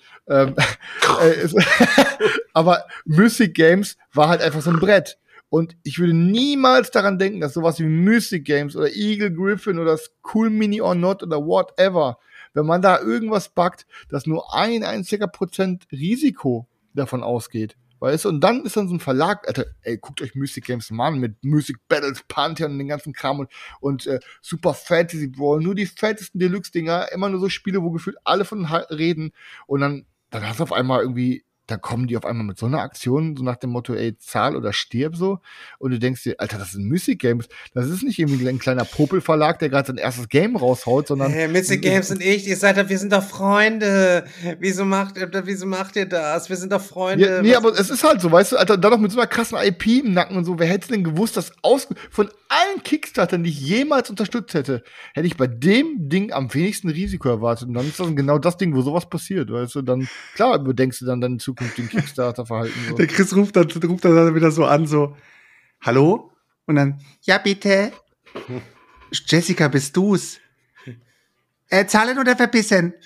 Aber Mythic Games war halt einfach so ein Brett. Und ich würde niemals daran denken, dass sowas wie Mythic Games oder Eagle Griffin oder Cool Mini or Not oder whatever, wenn man da irgendwas backt, dass nur ein einziger Prozent Risiko davon ausgeht. Weißt du? Und dann ist dann so ein Verlag, Alter, ey, guckt euch Mythic Games mal an mit Mythic Battles, Pantheon und den ganzen Kram und Super Fantasy Brawl, nur die fettesten Deluxe-Dinger, immer nur so Spiele, wo gefühlt alle von reden und dann hast du auf einmal irgendwie, dann kommen die auf einmal mit so einer Aktion, so nach dem Motto, ey, zahl oder stirb so. Und du denkst dir, Alter, das sind Mythic Games. Das ist nicht irgendwie ein kleiner Popelverlag, der gerade sein erstes Game raushaut, sondern. Mythic Games und ihr seid doch, wir sind doch Freunde. Wieso macht ihr das? Wir sind doch Freunde. Ja, nee, aber es ist halt so, weißt du, Alter, dann noch mit so einer krassen IP im Nacken und so. Wer hätte denn gewusst, dass von allen Kickstartern, die ich jemals unterstützt hätte ich bei dem Ding am wenigsten Risiko erwartet. Und dann ist das genau das Ding, wo sowas passiert, weißt du. Dann, klar, überdenkst du dann deine zukünftigen Kickstarter-Verhalten. So. Der Chris ruft dann wieder so an, so, hallo? Und dann, ja, bitte. Jessica, bist du's? Zahlen oder verbissen?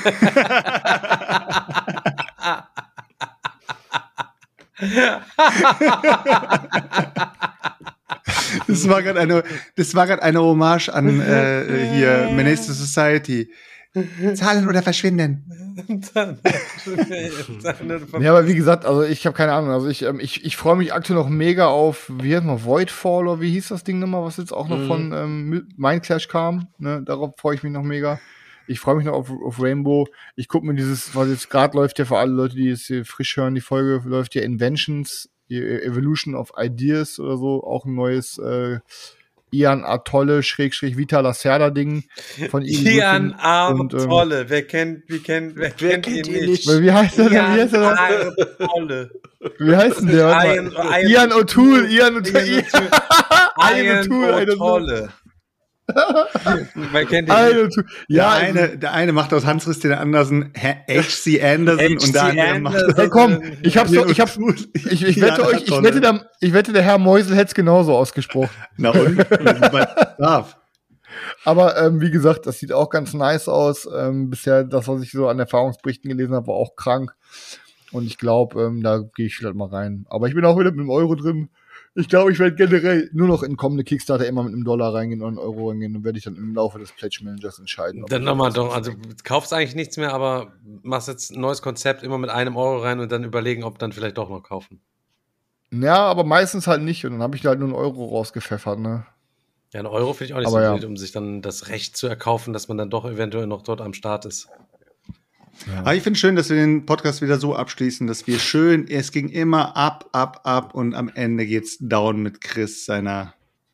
Das war gerade eine Hommage an hier Menace to Society. Zahlen oder verschwinden. Ja, aber wie gesagt, also ich habe keine Ahnung. Also ich freue mich aktuell noch mega auf, wie heißt man, Voidfall oder wie hieß das Ding nochmal, was jetzt auch noch von Mindclash kam. Ne? Darauf freue ich mich noch mega. Ich freue mich noch auf Rainbow. Ich gucke mir dieses, was jetzt gerade läuft, ja für alle Leute, die jetzt hier frisch hören, die Folge läuft ja Inventions, Evolution of Ideas oder so, auch ein neues Ian Atolle / Vita Lacerda Ding von Ian Atolle. Wer kennt ihn nicht? Wie heißt der denn? Wie heißt denn der? Ian O'Toole. Ian O'Toole. Man kennt ihn. Ja, der eine macht aus Hans Christian Andersen H.C. Anderson und der andere macht. Hey, komm, ich wette, der Herr Meusel hätte es genauso ausgesprochen. Na und? Darf. Aber wie gesagt, das sieht auch ganz nice aus. Bisher, das, was ich so an Erfahrungsberichten gelesen habe, war auch krank. Und ich glaube, da gehe ich vielleicht mal rein. Aber ich bin auch wieder mit einem Euro drin. Ich glaube, ich werde generell nur noch in kommende Kickstarter immer mit $1 reingehen oder €1 reingehen und werde ich dann im Laufe des Pledge Managers entscheiden. Dann nochmal doch, also kaufst eigentlich nichts mehr, aber machst jetzt ein neues Konzept immer mit €1 rein und dann überlegen, ob dann vielleicht doch noch kaufen. Ja, aber meistens halt nicht. Und dann habe ich da halt nur 1 Euro rausgepfeffert, ne? Ja, 1 Euro finde ich auch nicht aber so wild, um sich dann das Recht zu erkaufen, dass man dann doch eventuell noch dort am Start ist. Ja. Aber ich finde schön, dass wir den Podcast wieder so abschließen, dass wir schön, es ging immer ab und am Ende geht's down mit Chris seiner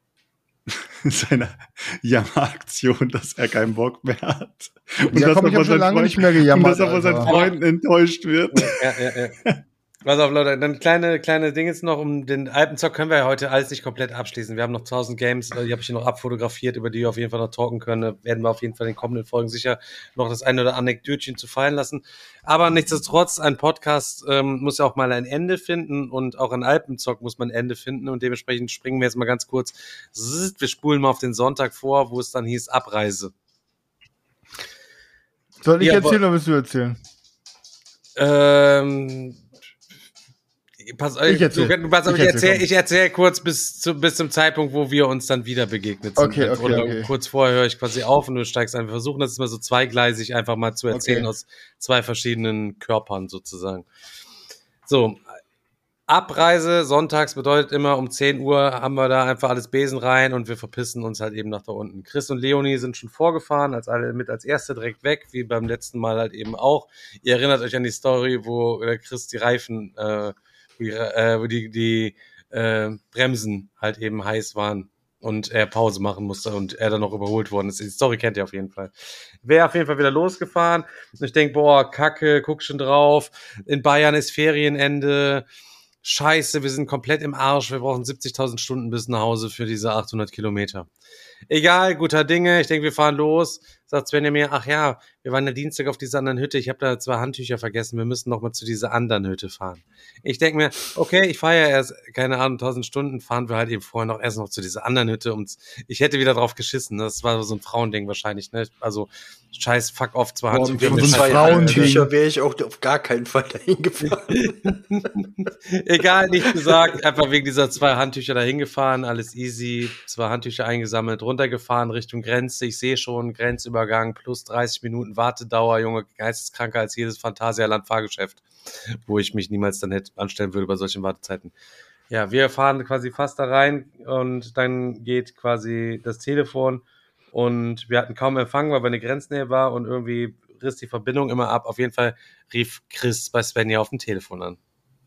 Jammer-Aktion, dass er keinen Bock mehr hat. Und ja, komm, ich habe schon lange nicht mehr gejammert. Und dass er von seinen Freunden enttäuscht wird. Ja. Pass auf, Leute, dann kleine Dinge jetzt noch, um den Alpenzock können wir ja heute alles nicht komplett abschließen. Wir haben noch 1000 Games, die habe ich hier noch abfotografiert, über die wir auf jeden Fall noch talken können. Da werden wir auf jeden Fall in den kommenden Folgen sicher noch das eine oder andere Anekdötchen zu fallen lassen. Aber nichtsdestotrotz, ein Podcast muss ja auch mal ein Ende finden und auch ein Alpenzock muss man ein Ende finden und dementsprechend springen wir jetzt mal ganz kurz. Wir spulen mal auf den Sonntag vor, wo es dann hieß Abreise. Soll ich erzählen oder willst du erzählen? Ich erzähle kurz bis zum Zeitpunkt, wo wir uns dann wieder begegnet sind. Okay. Kurz vorher höre ich quasi auf und du steigst ein. Wir versuchen das mal so zweigleisig einfach mal zu erzählen aus 2 verschiedenen Körpern sozusagen. So, Abreise sonntags bedeutet immer, um 10 Uhr haben wir da einfach alles Besen rein und wir verpissen uns halt eben nach da unten. Chris und Leonie sind schon vorgefahren, als Erste direkt weg, wie beim letzten Mal halt eben auch. Ihr erinnert euch an die Story, wo Chris die Reifen wo die Bremsen halt eben heiß waren und er Pause machen musste und er dann noch überholt worden ist. Die Story kennt ihr auf jeden Fall. Wäre auf jeden Fall wieder losgefahren. Und ich denke, boah, Kacke, guck schon drauf. In Bayern ist Ferienende. Scheiße, wir sind komplett im Arsch. Wir brauchen 70.000 Stunden bis nach Hause für diese 800 Kilometer. Egal, guter Dinge. Ich denke, wir fahren los. Sagt Svenja mir, ach ja, wir waren ja Dienstag auf dieser anderen Hütte. Ich habe da 2 Handtücher vergessen. Wir müssen noch mal zu dieser anderen Hütte fahren. Ich denke mir, okay, ich fahre ja erst, keine Ahnung, 1000 Stunden. Fahren wir halt eben vorher erst noch zu dieser anderen Hütte. Ich hätte wieder drauf geschissen. Das war so ein Frauending wahrscheinlich, ne? Also, scheiß fuck off, 2 Handtücher. Mit 2 Handtücher wäre ich auch auf gar keinen Fall dahin gefahren. Egal, nicht gesagt. Einfach wegen dieser 2 Handtücher dahin gefahren. Alles easy. 2 Handtücher eingesammelt, runtergefahren Richtung Grenze. Ich sehe schon, Grenzübergang plus 30 Minuten Wartedauer. Junge, geisteskranker als jedes Phantasialand-Fahrgeschäft, wo ich mich niemals dann hätte anstellen würde bei solchen Wartezeiten. Ja, wir fahren quasi fast da rein und dann geht quasi das Telefon und wir hatten kaum Empfang, weil wir in der Grenznähe war und irgendwie riss die Verbindung immer ab. Auf jeden Fall rief Chris bei Svenja auf dem Telefon an.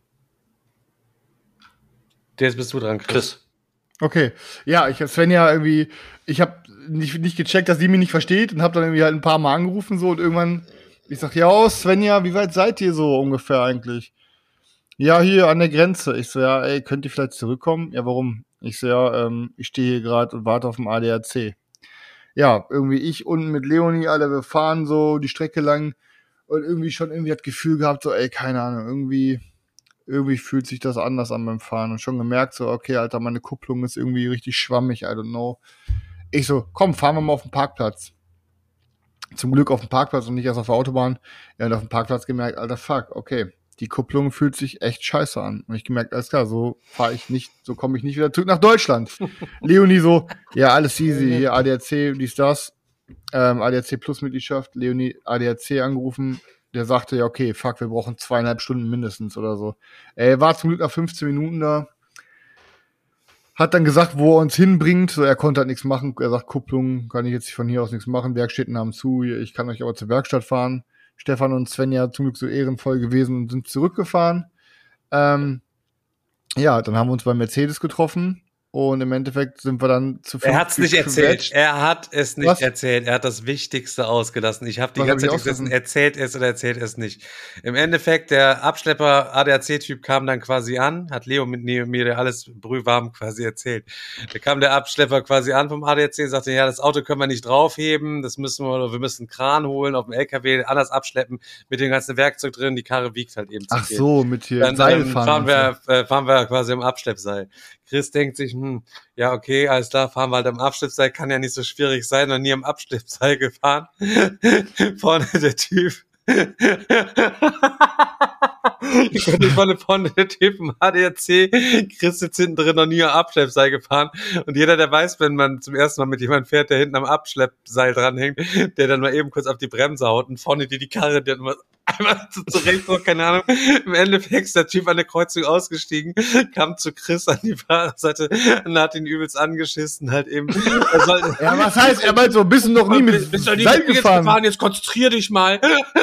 Jetzt bist du dran, Chris. Okay, ja, ich habe nicht gecheckt, dass sie mich nicht versteht und habe dann irgendwie halt ein paar Mal angerufen so und irgendwann, ich sag, ja, Svenja, wie weit seid ihr so ungefähr eigentlich? Ja, hier an der Grenze. Ich so, ja, ey, könnt ihr vielleicht zurückkommen? Ja, warum? Ich so, ja, ich stehe hier gerade und warte auf dem ADAC. Ja, irgendwie ich unten mit Leonie, Alter, wir fahren so die Strecke lang und irgendwie das Gefühl gehabt, so, ey, keine Ahnung, irgendwie fühlt sich das anders an beim Fahren und schon gemerkt, so, okay, Alter, meine Kupplung ist irgendwie richtig schwammig, I don't know. Ich so, komm, fahren wir mal auf den Parkplatz. Zum Glück auf dem Parkplatz und nicht erst auf der Autobahn. Ja, und auf dem Parkplatz gemerkt, Alter, fuck, okay, die Kupplung fühlt sich echt scheiße an. Und ich gemerkt, alles klar, so komme ich nicht wieder zurück nach Deutschland. Leonie so, ja, alles easy, hier ADAC, dies, das, ADAC Plus Mitgliedschaft, Leonie ADAC angerufen, der sagte, ja, okay, fuck, wir brauchen 2,5 Stunden mindestens oder so. Er war zum Glück nach 15 Minuten da, hat dann gesagt, wo er uns hinbringt, so, er konnte halt nichts machen, er sagt, Kupplung, kann ich jetzt von hier aus nichts machen, Werkstätten haben zu, ich kann euch aber zur Werkstatt fahren. Stefan und Svenja zum Glück so ehrenvoll gewesen und sind zurückgefahren. Ja, dann haben wir uns bei Mercedes getroffen und im Endeffekt sind wir dann zu Er hat es nicht erzählt. Er hat es nicht erzählt. Er hat das Wichtigste ausgelassen. Ich habe die ganze Zeit gesessen, erzählt es oder erzählt es nicht. Im Endeffekt, der Abschlepper ADAC-Typ kam dann quasi an, hat Leo mit mir alles brühwarm quasi erzählt. Da kam der Abschlepper quasi an vom ADAC und sagte, ja, das Auto können wir nicht draufheben, wir müssen einen Kran holen, auf dem LKW anders abschleppen, mit dem ganzen Werkzeug drin, die Karre wiegt halt eben zu viel. Ach so, mit hier dann fahren wir quasi im Abschleppseil. Chris denkt sich, ja, okay, alles klar, fahren wir halt am Abschleppseil, kann ja nicht so schwierig sein, noch nie am Abschleppseil gefahren. Vorne der Typ. Ich bin von der Typen ADAC, Chris sitzt hinten drin noch nie am Abschleppseil gefahren. Und jeder, der weiß, wenn man zum ersten Mal mit jemandem fährt, der hinten am Abschleppseil dranhängt, der dann mal eben kurz auf die Bremse haut und vorne die Karre, der immer einmal zurecht, so, keine Ahnung. Im Endeffekt ist der Typ an der Kreuzung ausgestiegen, kam zu Chris an die Fahrerseite und hat ihn übelst angeschissen, halt eben. Ja, was heißt, er meint so, bist du noch nie mit Seil gefahren? Jetzt konzentrier dich mal.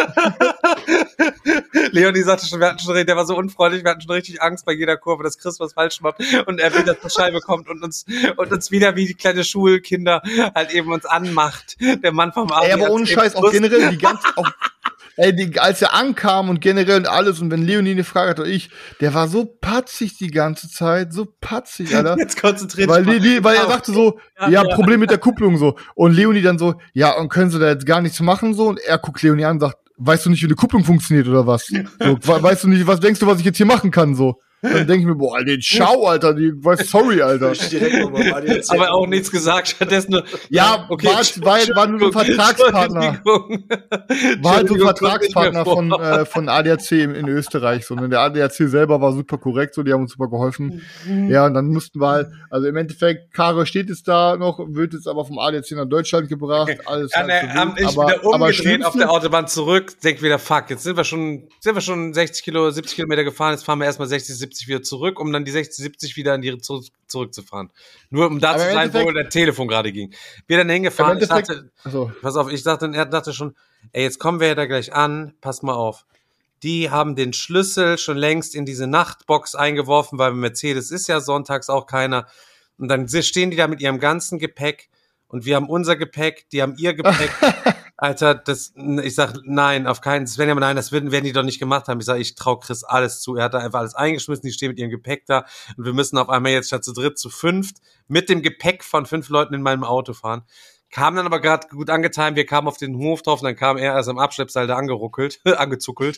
Leonie sagte schon, der war so unfreundlich, wir hatten schon richtig Angst bei jeder Kurve, dass Chris was falsch macht und er wieder zur Scheibe kommt und uns wieder wie die kleine Schulkinder halt eben uns anmacht. Der Mann vom Abi. Aber ohne Scheiß, auch generell die ganze, als er ankam und generell und alles und wenn Leonie eine Frage hatte, der war so patzig die ganze Zeit, so patzig, Alter. Jetzt konzentriert sich weil er sagte so, Problem mit der Kupplung so. Und Leonie dann so, ja, und können sie da jetzt gar nichts machen so? Und er guckt Leonie an und sagt, weißt du nicht, wie eine Kupplung funktioniert oder was? So, weißt du nicht, was denkst du, was ich jetzt hier machen kann so? Dann denke ich mir, boah, den Schau, Alter, sorry, Alter. Aber auch nichts gesagt, stattdessen nur. Ja, okay, war nur ein Vertragspartner. War halt so ein Vertragspartner von ADAC in Österreich. So, ne? Der ADAC selber war super korrekt, so, die haben uns super geholfen. Ja, und dann mussten wir halt, also im Endeffekt, Karre steht jetzt da noch, wird jetzt aber vom ADAC nach Deutschland gebracht. Okay. Alles ja, halt so ich wieder umgedreht auf der Autobahn zurück, denk wieder, fuck, jetzt sind wir schon 70 Kilometer gefahren, jetzt fahren wir erstmal 60, 70 wieder zurück, um dann die 60, 70 wieder zurückzufahren. Nur um da zu sein, wo der Telefon gerade ging. Wir dann hingefahren, ich dachte schon, ey, jetzt kommen wir ja da gleich an, pass mal auf. Die haben den Schlüssel schon längst in diese Nachtbox eingeworfen, weil bei Mercedes ist ja sonntags auch keiner. Und dann stehen die da mit ihrem ganzen Gepäck und wir haben unser Gepäck, die haben ihr Gepäck. Alter, ich sag, nein, auf keinen, Svenja, nein, das werden die doch nicht gemacht haben. Ich sag, ich trau Chris alles zu. Er hat da einfach alles eingeschmissen, die stehen mit ihrem Gepäck da und wir müssen auf einmal jetzt statt zu dritt zu fünft mit dem Gepäck von 5 Leuten in meinem Auto fahren. Kam dann aber gerade gut angetan, wir kamen auf den Hof drauf und dann kam er erst am Abschleppseil da angezuckelt.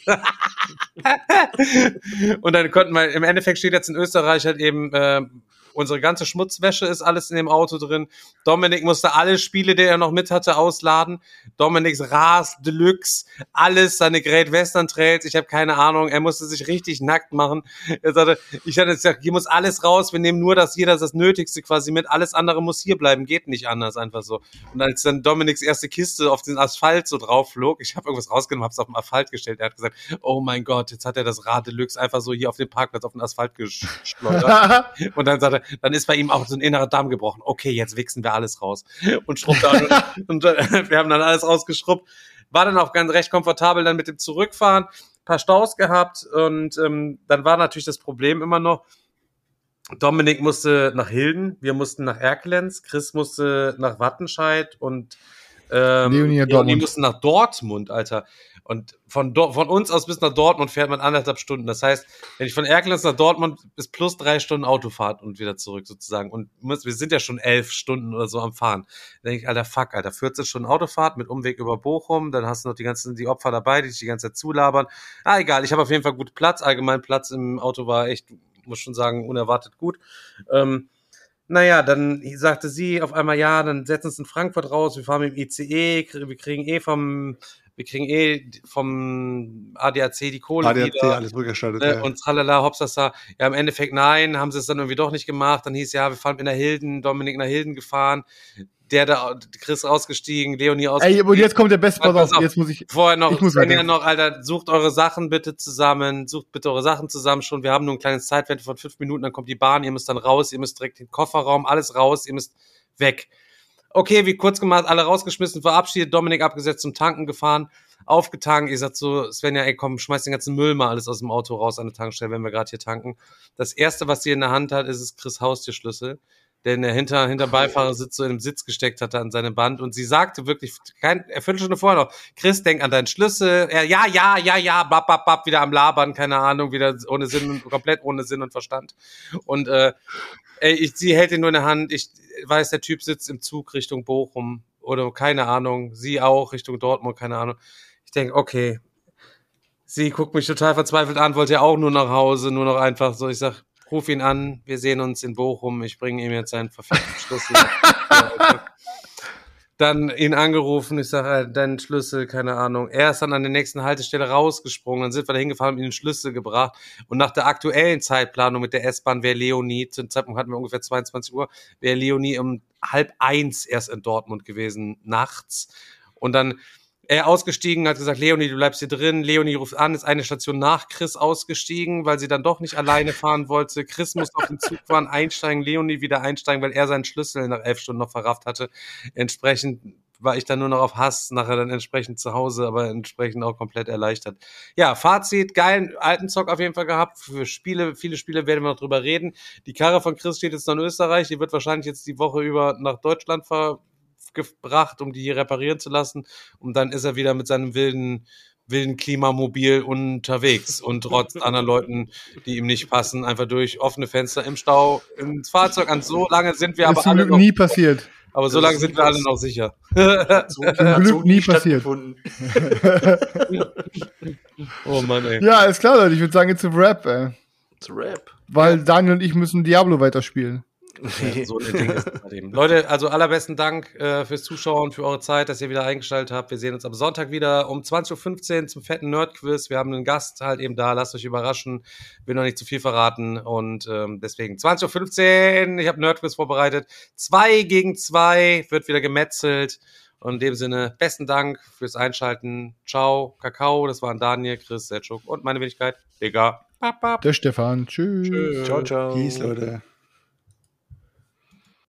Und dann konnten wir, im Endeffekt steht jetzt in Österreich halt eben, unsere ganze Schmutzwäsche ist alles in dem Auto drin. Dominik musste alle Spiele, die er noch mit hatte, ausladen. Dominiks Ras Deluxe, alles, seine Great Western Trails, ich habe keine Ahnung, er musste sich richtig nackt machen. Er sagte, ich hatte gesagt, hier muss alles raus, wir nehmen nur jeder das Nötigste quasi mit, alles andere muss hier bleiben, geht nicht anders, einfach so. Und als dann Dominiks erste Kiste auf den Asphalt so drauf flog, ich habe irgendwas rausgenommen, habe es auf den Asphalt gestellt, er hat gesagt, oh mein Gott, jetzt hat er das Rad Deluxe einfach so hier auf den Parkplatz auf den Asphalt geschleudert. Und dann sagte er, dann ist bei ihm auch so ein innerer Darm gebrochen. Okay, jetzt wichsen wir alles raus. Und schrubbt und wir haben dann alles rausgeschrubbt. War dann auch ganz recht komfortabel dann mit dem Zurückfahren. Ein paar Staus gehabt und dann war natürlich das Problem immer noch, Dominik musste nach Hilden, wir mussten nach Erkelenz, Chris musste nach Wattenscheid und Leonie mussten nach Dortmund, Alter. Und von uns aus bis nach Dortmund fährt man 1,5 Stunden. Das heißt, wenn ich von Erkelenz nach Dortmund ist plus 3 Stunden Autofahrt und wieder zurück sozusagen. Und wir sind ja schon 11 Stunden oder so am Fahren. Da denke ich, Alter, 14 Stunden Autofahrt mit Umweg über Bochum. Dann hast du noch die Opfer dabei, die dich die ganze Zeit zulabern. Egal, ich habe auf jeden Fall gut Platz. Allgemein Platz im Auto war echt, muss schon sagen, unerwartet gut. Naja, dann sagte sie auf einmal, ja, dann setzen wir uns in Frankfurt raus, wir fahren mit dem ICE, wir kriegen vom ADAC die Kohle ADAC, wieder. alles rückerstattet. Und tralala, hopsasa. Ja, im Endeffekt nein, haben sie es dann irgendwie doch nicht gemacht. Dann hieß ja, wir fahren in der Hilden, Dominik nach Hilden gefahren. Chris ausgestiegen, Leonie ausgestiegen. Ey, und jetzt kommt der beste, pass auf, jetzt muss ich. Vorher noch, Alter, sucht eure Sachen bitte zusammen, schon. Wir haben nur ein kleines Zeitfenster von 5 Minuten, dann kommt die Bahn, ihr müsst dann raus, ihr müsst direkt in den Kofferraum, alles raus, ihr müsst weg. Okay, wie kurz gemacht, alle rausgeschmissen, verabschiedet, Dominik abgesetzt, zum Tanken gefahren, aufgetankt. Ich sag so, Svenja, ey komm, schmeiß den ganzen Müll mal alles aus dem Auto raus an der Tankstelle, wenn wir gerade hier tanken. Das erste, was sie in der Hand hat, ist Chris Haustürschlüssel, den er hinter Beifahrersitz so in den Sitz gesteckt hatte an seinem Band. Und sie sagte wirklich, eine Viertelstunde vorher noch, Chris, denk an deinen Schlüssel. Er, ja, bap, wieder am Labern, keine Ahnung, wieder komplett ohne Sinn und Verstand. Und sie hält ihn nur in der Hand. Ich weiß, der Typ sitzt im Zug Richtung Bochum oder keine Ahnung. Sie auch Richtung Dortmund, keine Ahnung. Ich denke, okay. Sie guckt mich total verzweifelt an, wollte ja auch nur nach Hause, nur noch einfach so. Ich sag, ruf ihn an, wir sehen uns in Bochum, ich bringe ihm jetzt seinen verfickten Schlüssel. dann ihn angerufen, ich sage, deinen Schlüssel, keine Ahnung. Er ist dann an der nächsten Haltestelle rausgesprungen, dann sind wir da hingefahren und ihm den Schlüssel gebracht. Und nach der aktuellen Zeitplanung mit der S-Bahn wäre Leonie, zu dem Zeitpunkt hatten wir ungefähr 22 Uhr, wäre Leonie um 12:30 erst in Dortmund gewesen, nachts. Und dann er ausgestiegen, hat gesagt, Leonie, du bleibst hier drin. Leonie ruft an, ist eine Station nach Chris ausgestiegen, weil sie dann doch nicht alleine fahren wollte. Chris musste auf den Zug fahren, einsteigen, Leonie wieder einsteigen, weil er seinen Schlüssel nach 11 Stunden noch verrafft hatte. Entsprechend war ich dann nur noch auf Hass, nachher dann entsprechend zu Hause, aber entsprechend auch komplett erleichtert. Ja, Fazit, geilen alten Zock auf jeden Fall gehabt. Für Spiele, viele Spiele werden wir noch drüber reden. Die Karre von Chris steht jetzt noch in Österreich, die wird wahrscheinlich jetzt die Woche über nach Deutschland gebracht, um die hier reparieren zu lassen. Und dann ist er wieder mit seinem wilden Klimamobil unterwegs und trotz anderen Leuten, die ihm nicht passen, einfach durch offene Fenster im Stau ins Fahrzeug an. So lange sind wir aber alle noch nie passiert. Aber so lange sind wir alle noch sicher. Zum Glück nie passiert. Oh Mann, ey. Ja, ist klar, Leute. Ich würde sagen, jetzt zum Rap, ey. Zu Rap. Weil Daniel und ich müssen Diablo weiterspielen. Ja, so ein Ding ist das eben. Leute, also allerbesten Dank fürs Zuschauen, für eure Zeit, dass ihr wieder eingeschaltet habt. Wir sehen uns am Sonntag wieder um 20:15 Uhr zum fetten Nerd-Quiz. Wir haben einen Gast halt eben da, lasst euch überraschen. Will noch nicht zu viel verraten und deswegen 20:15 Uhr, ich habe Nerd-Quiz vorbereitet. 2 gegen 2 wird wieder gemetzelt. Und in dem Sinne, besten Dank fürs Einschalten. Ciao, Kakao, das waren Daniel, Chris, Setschuk und meine Wenigkeit, Digga. Der Stefan. Tschüss. Ciao, ciao. Peace, Leute.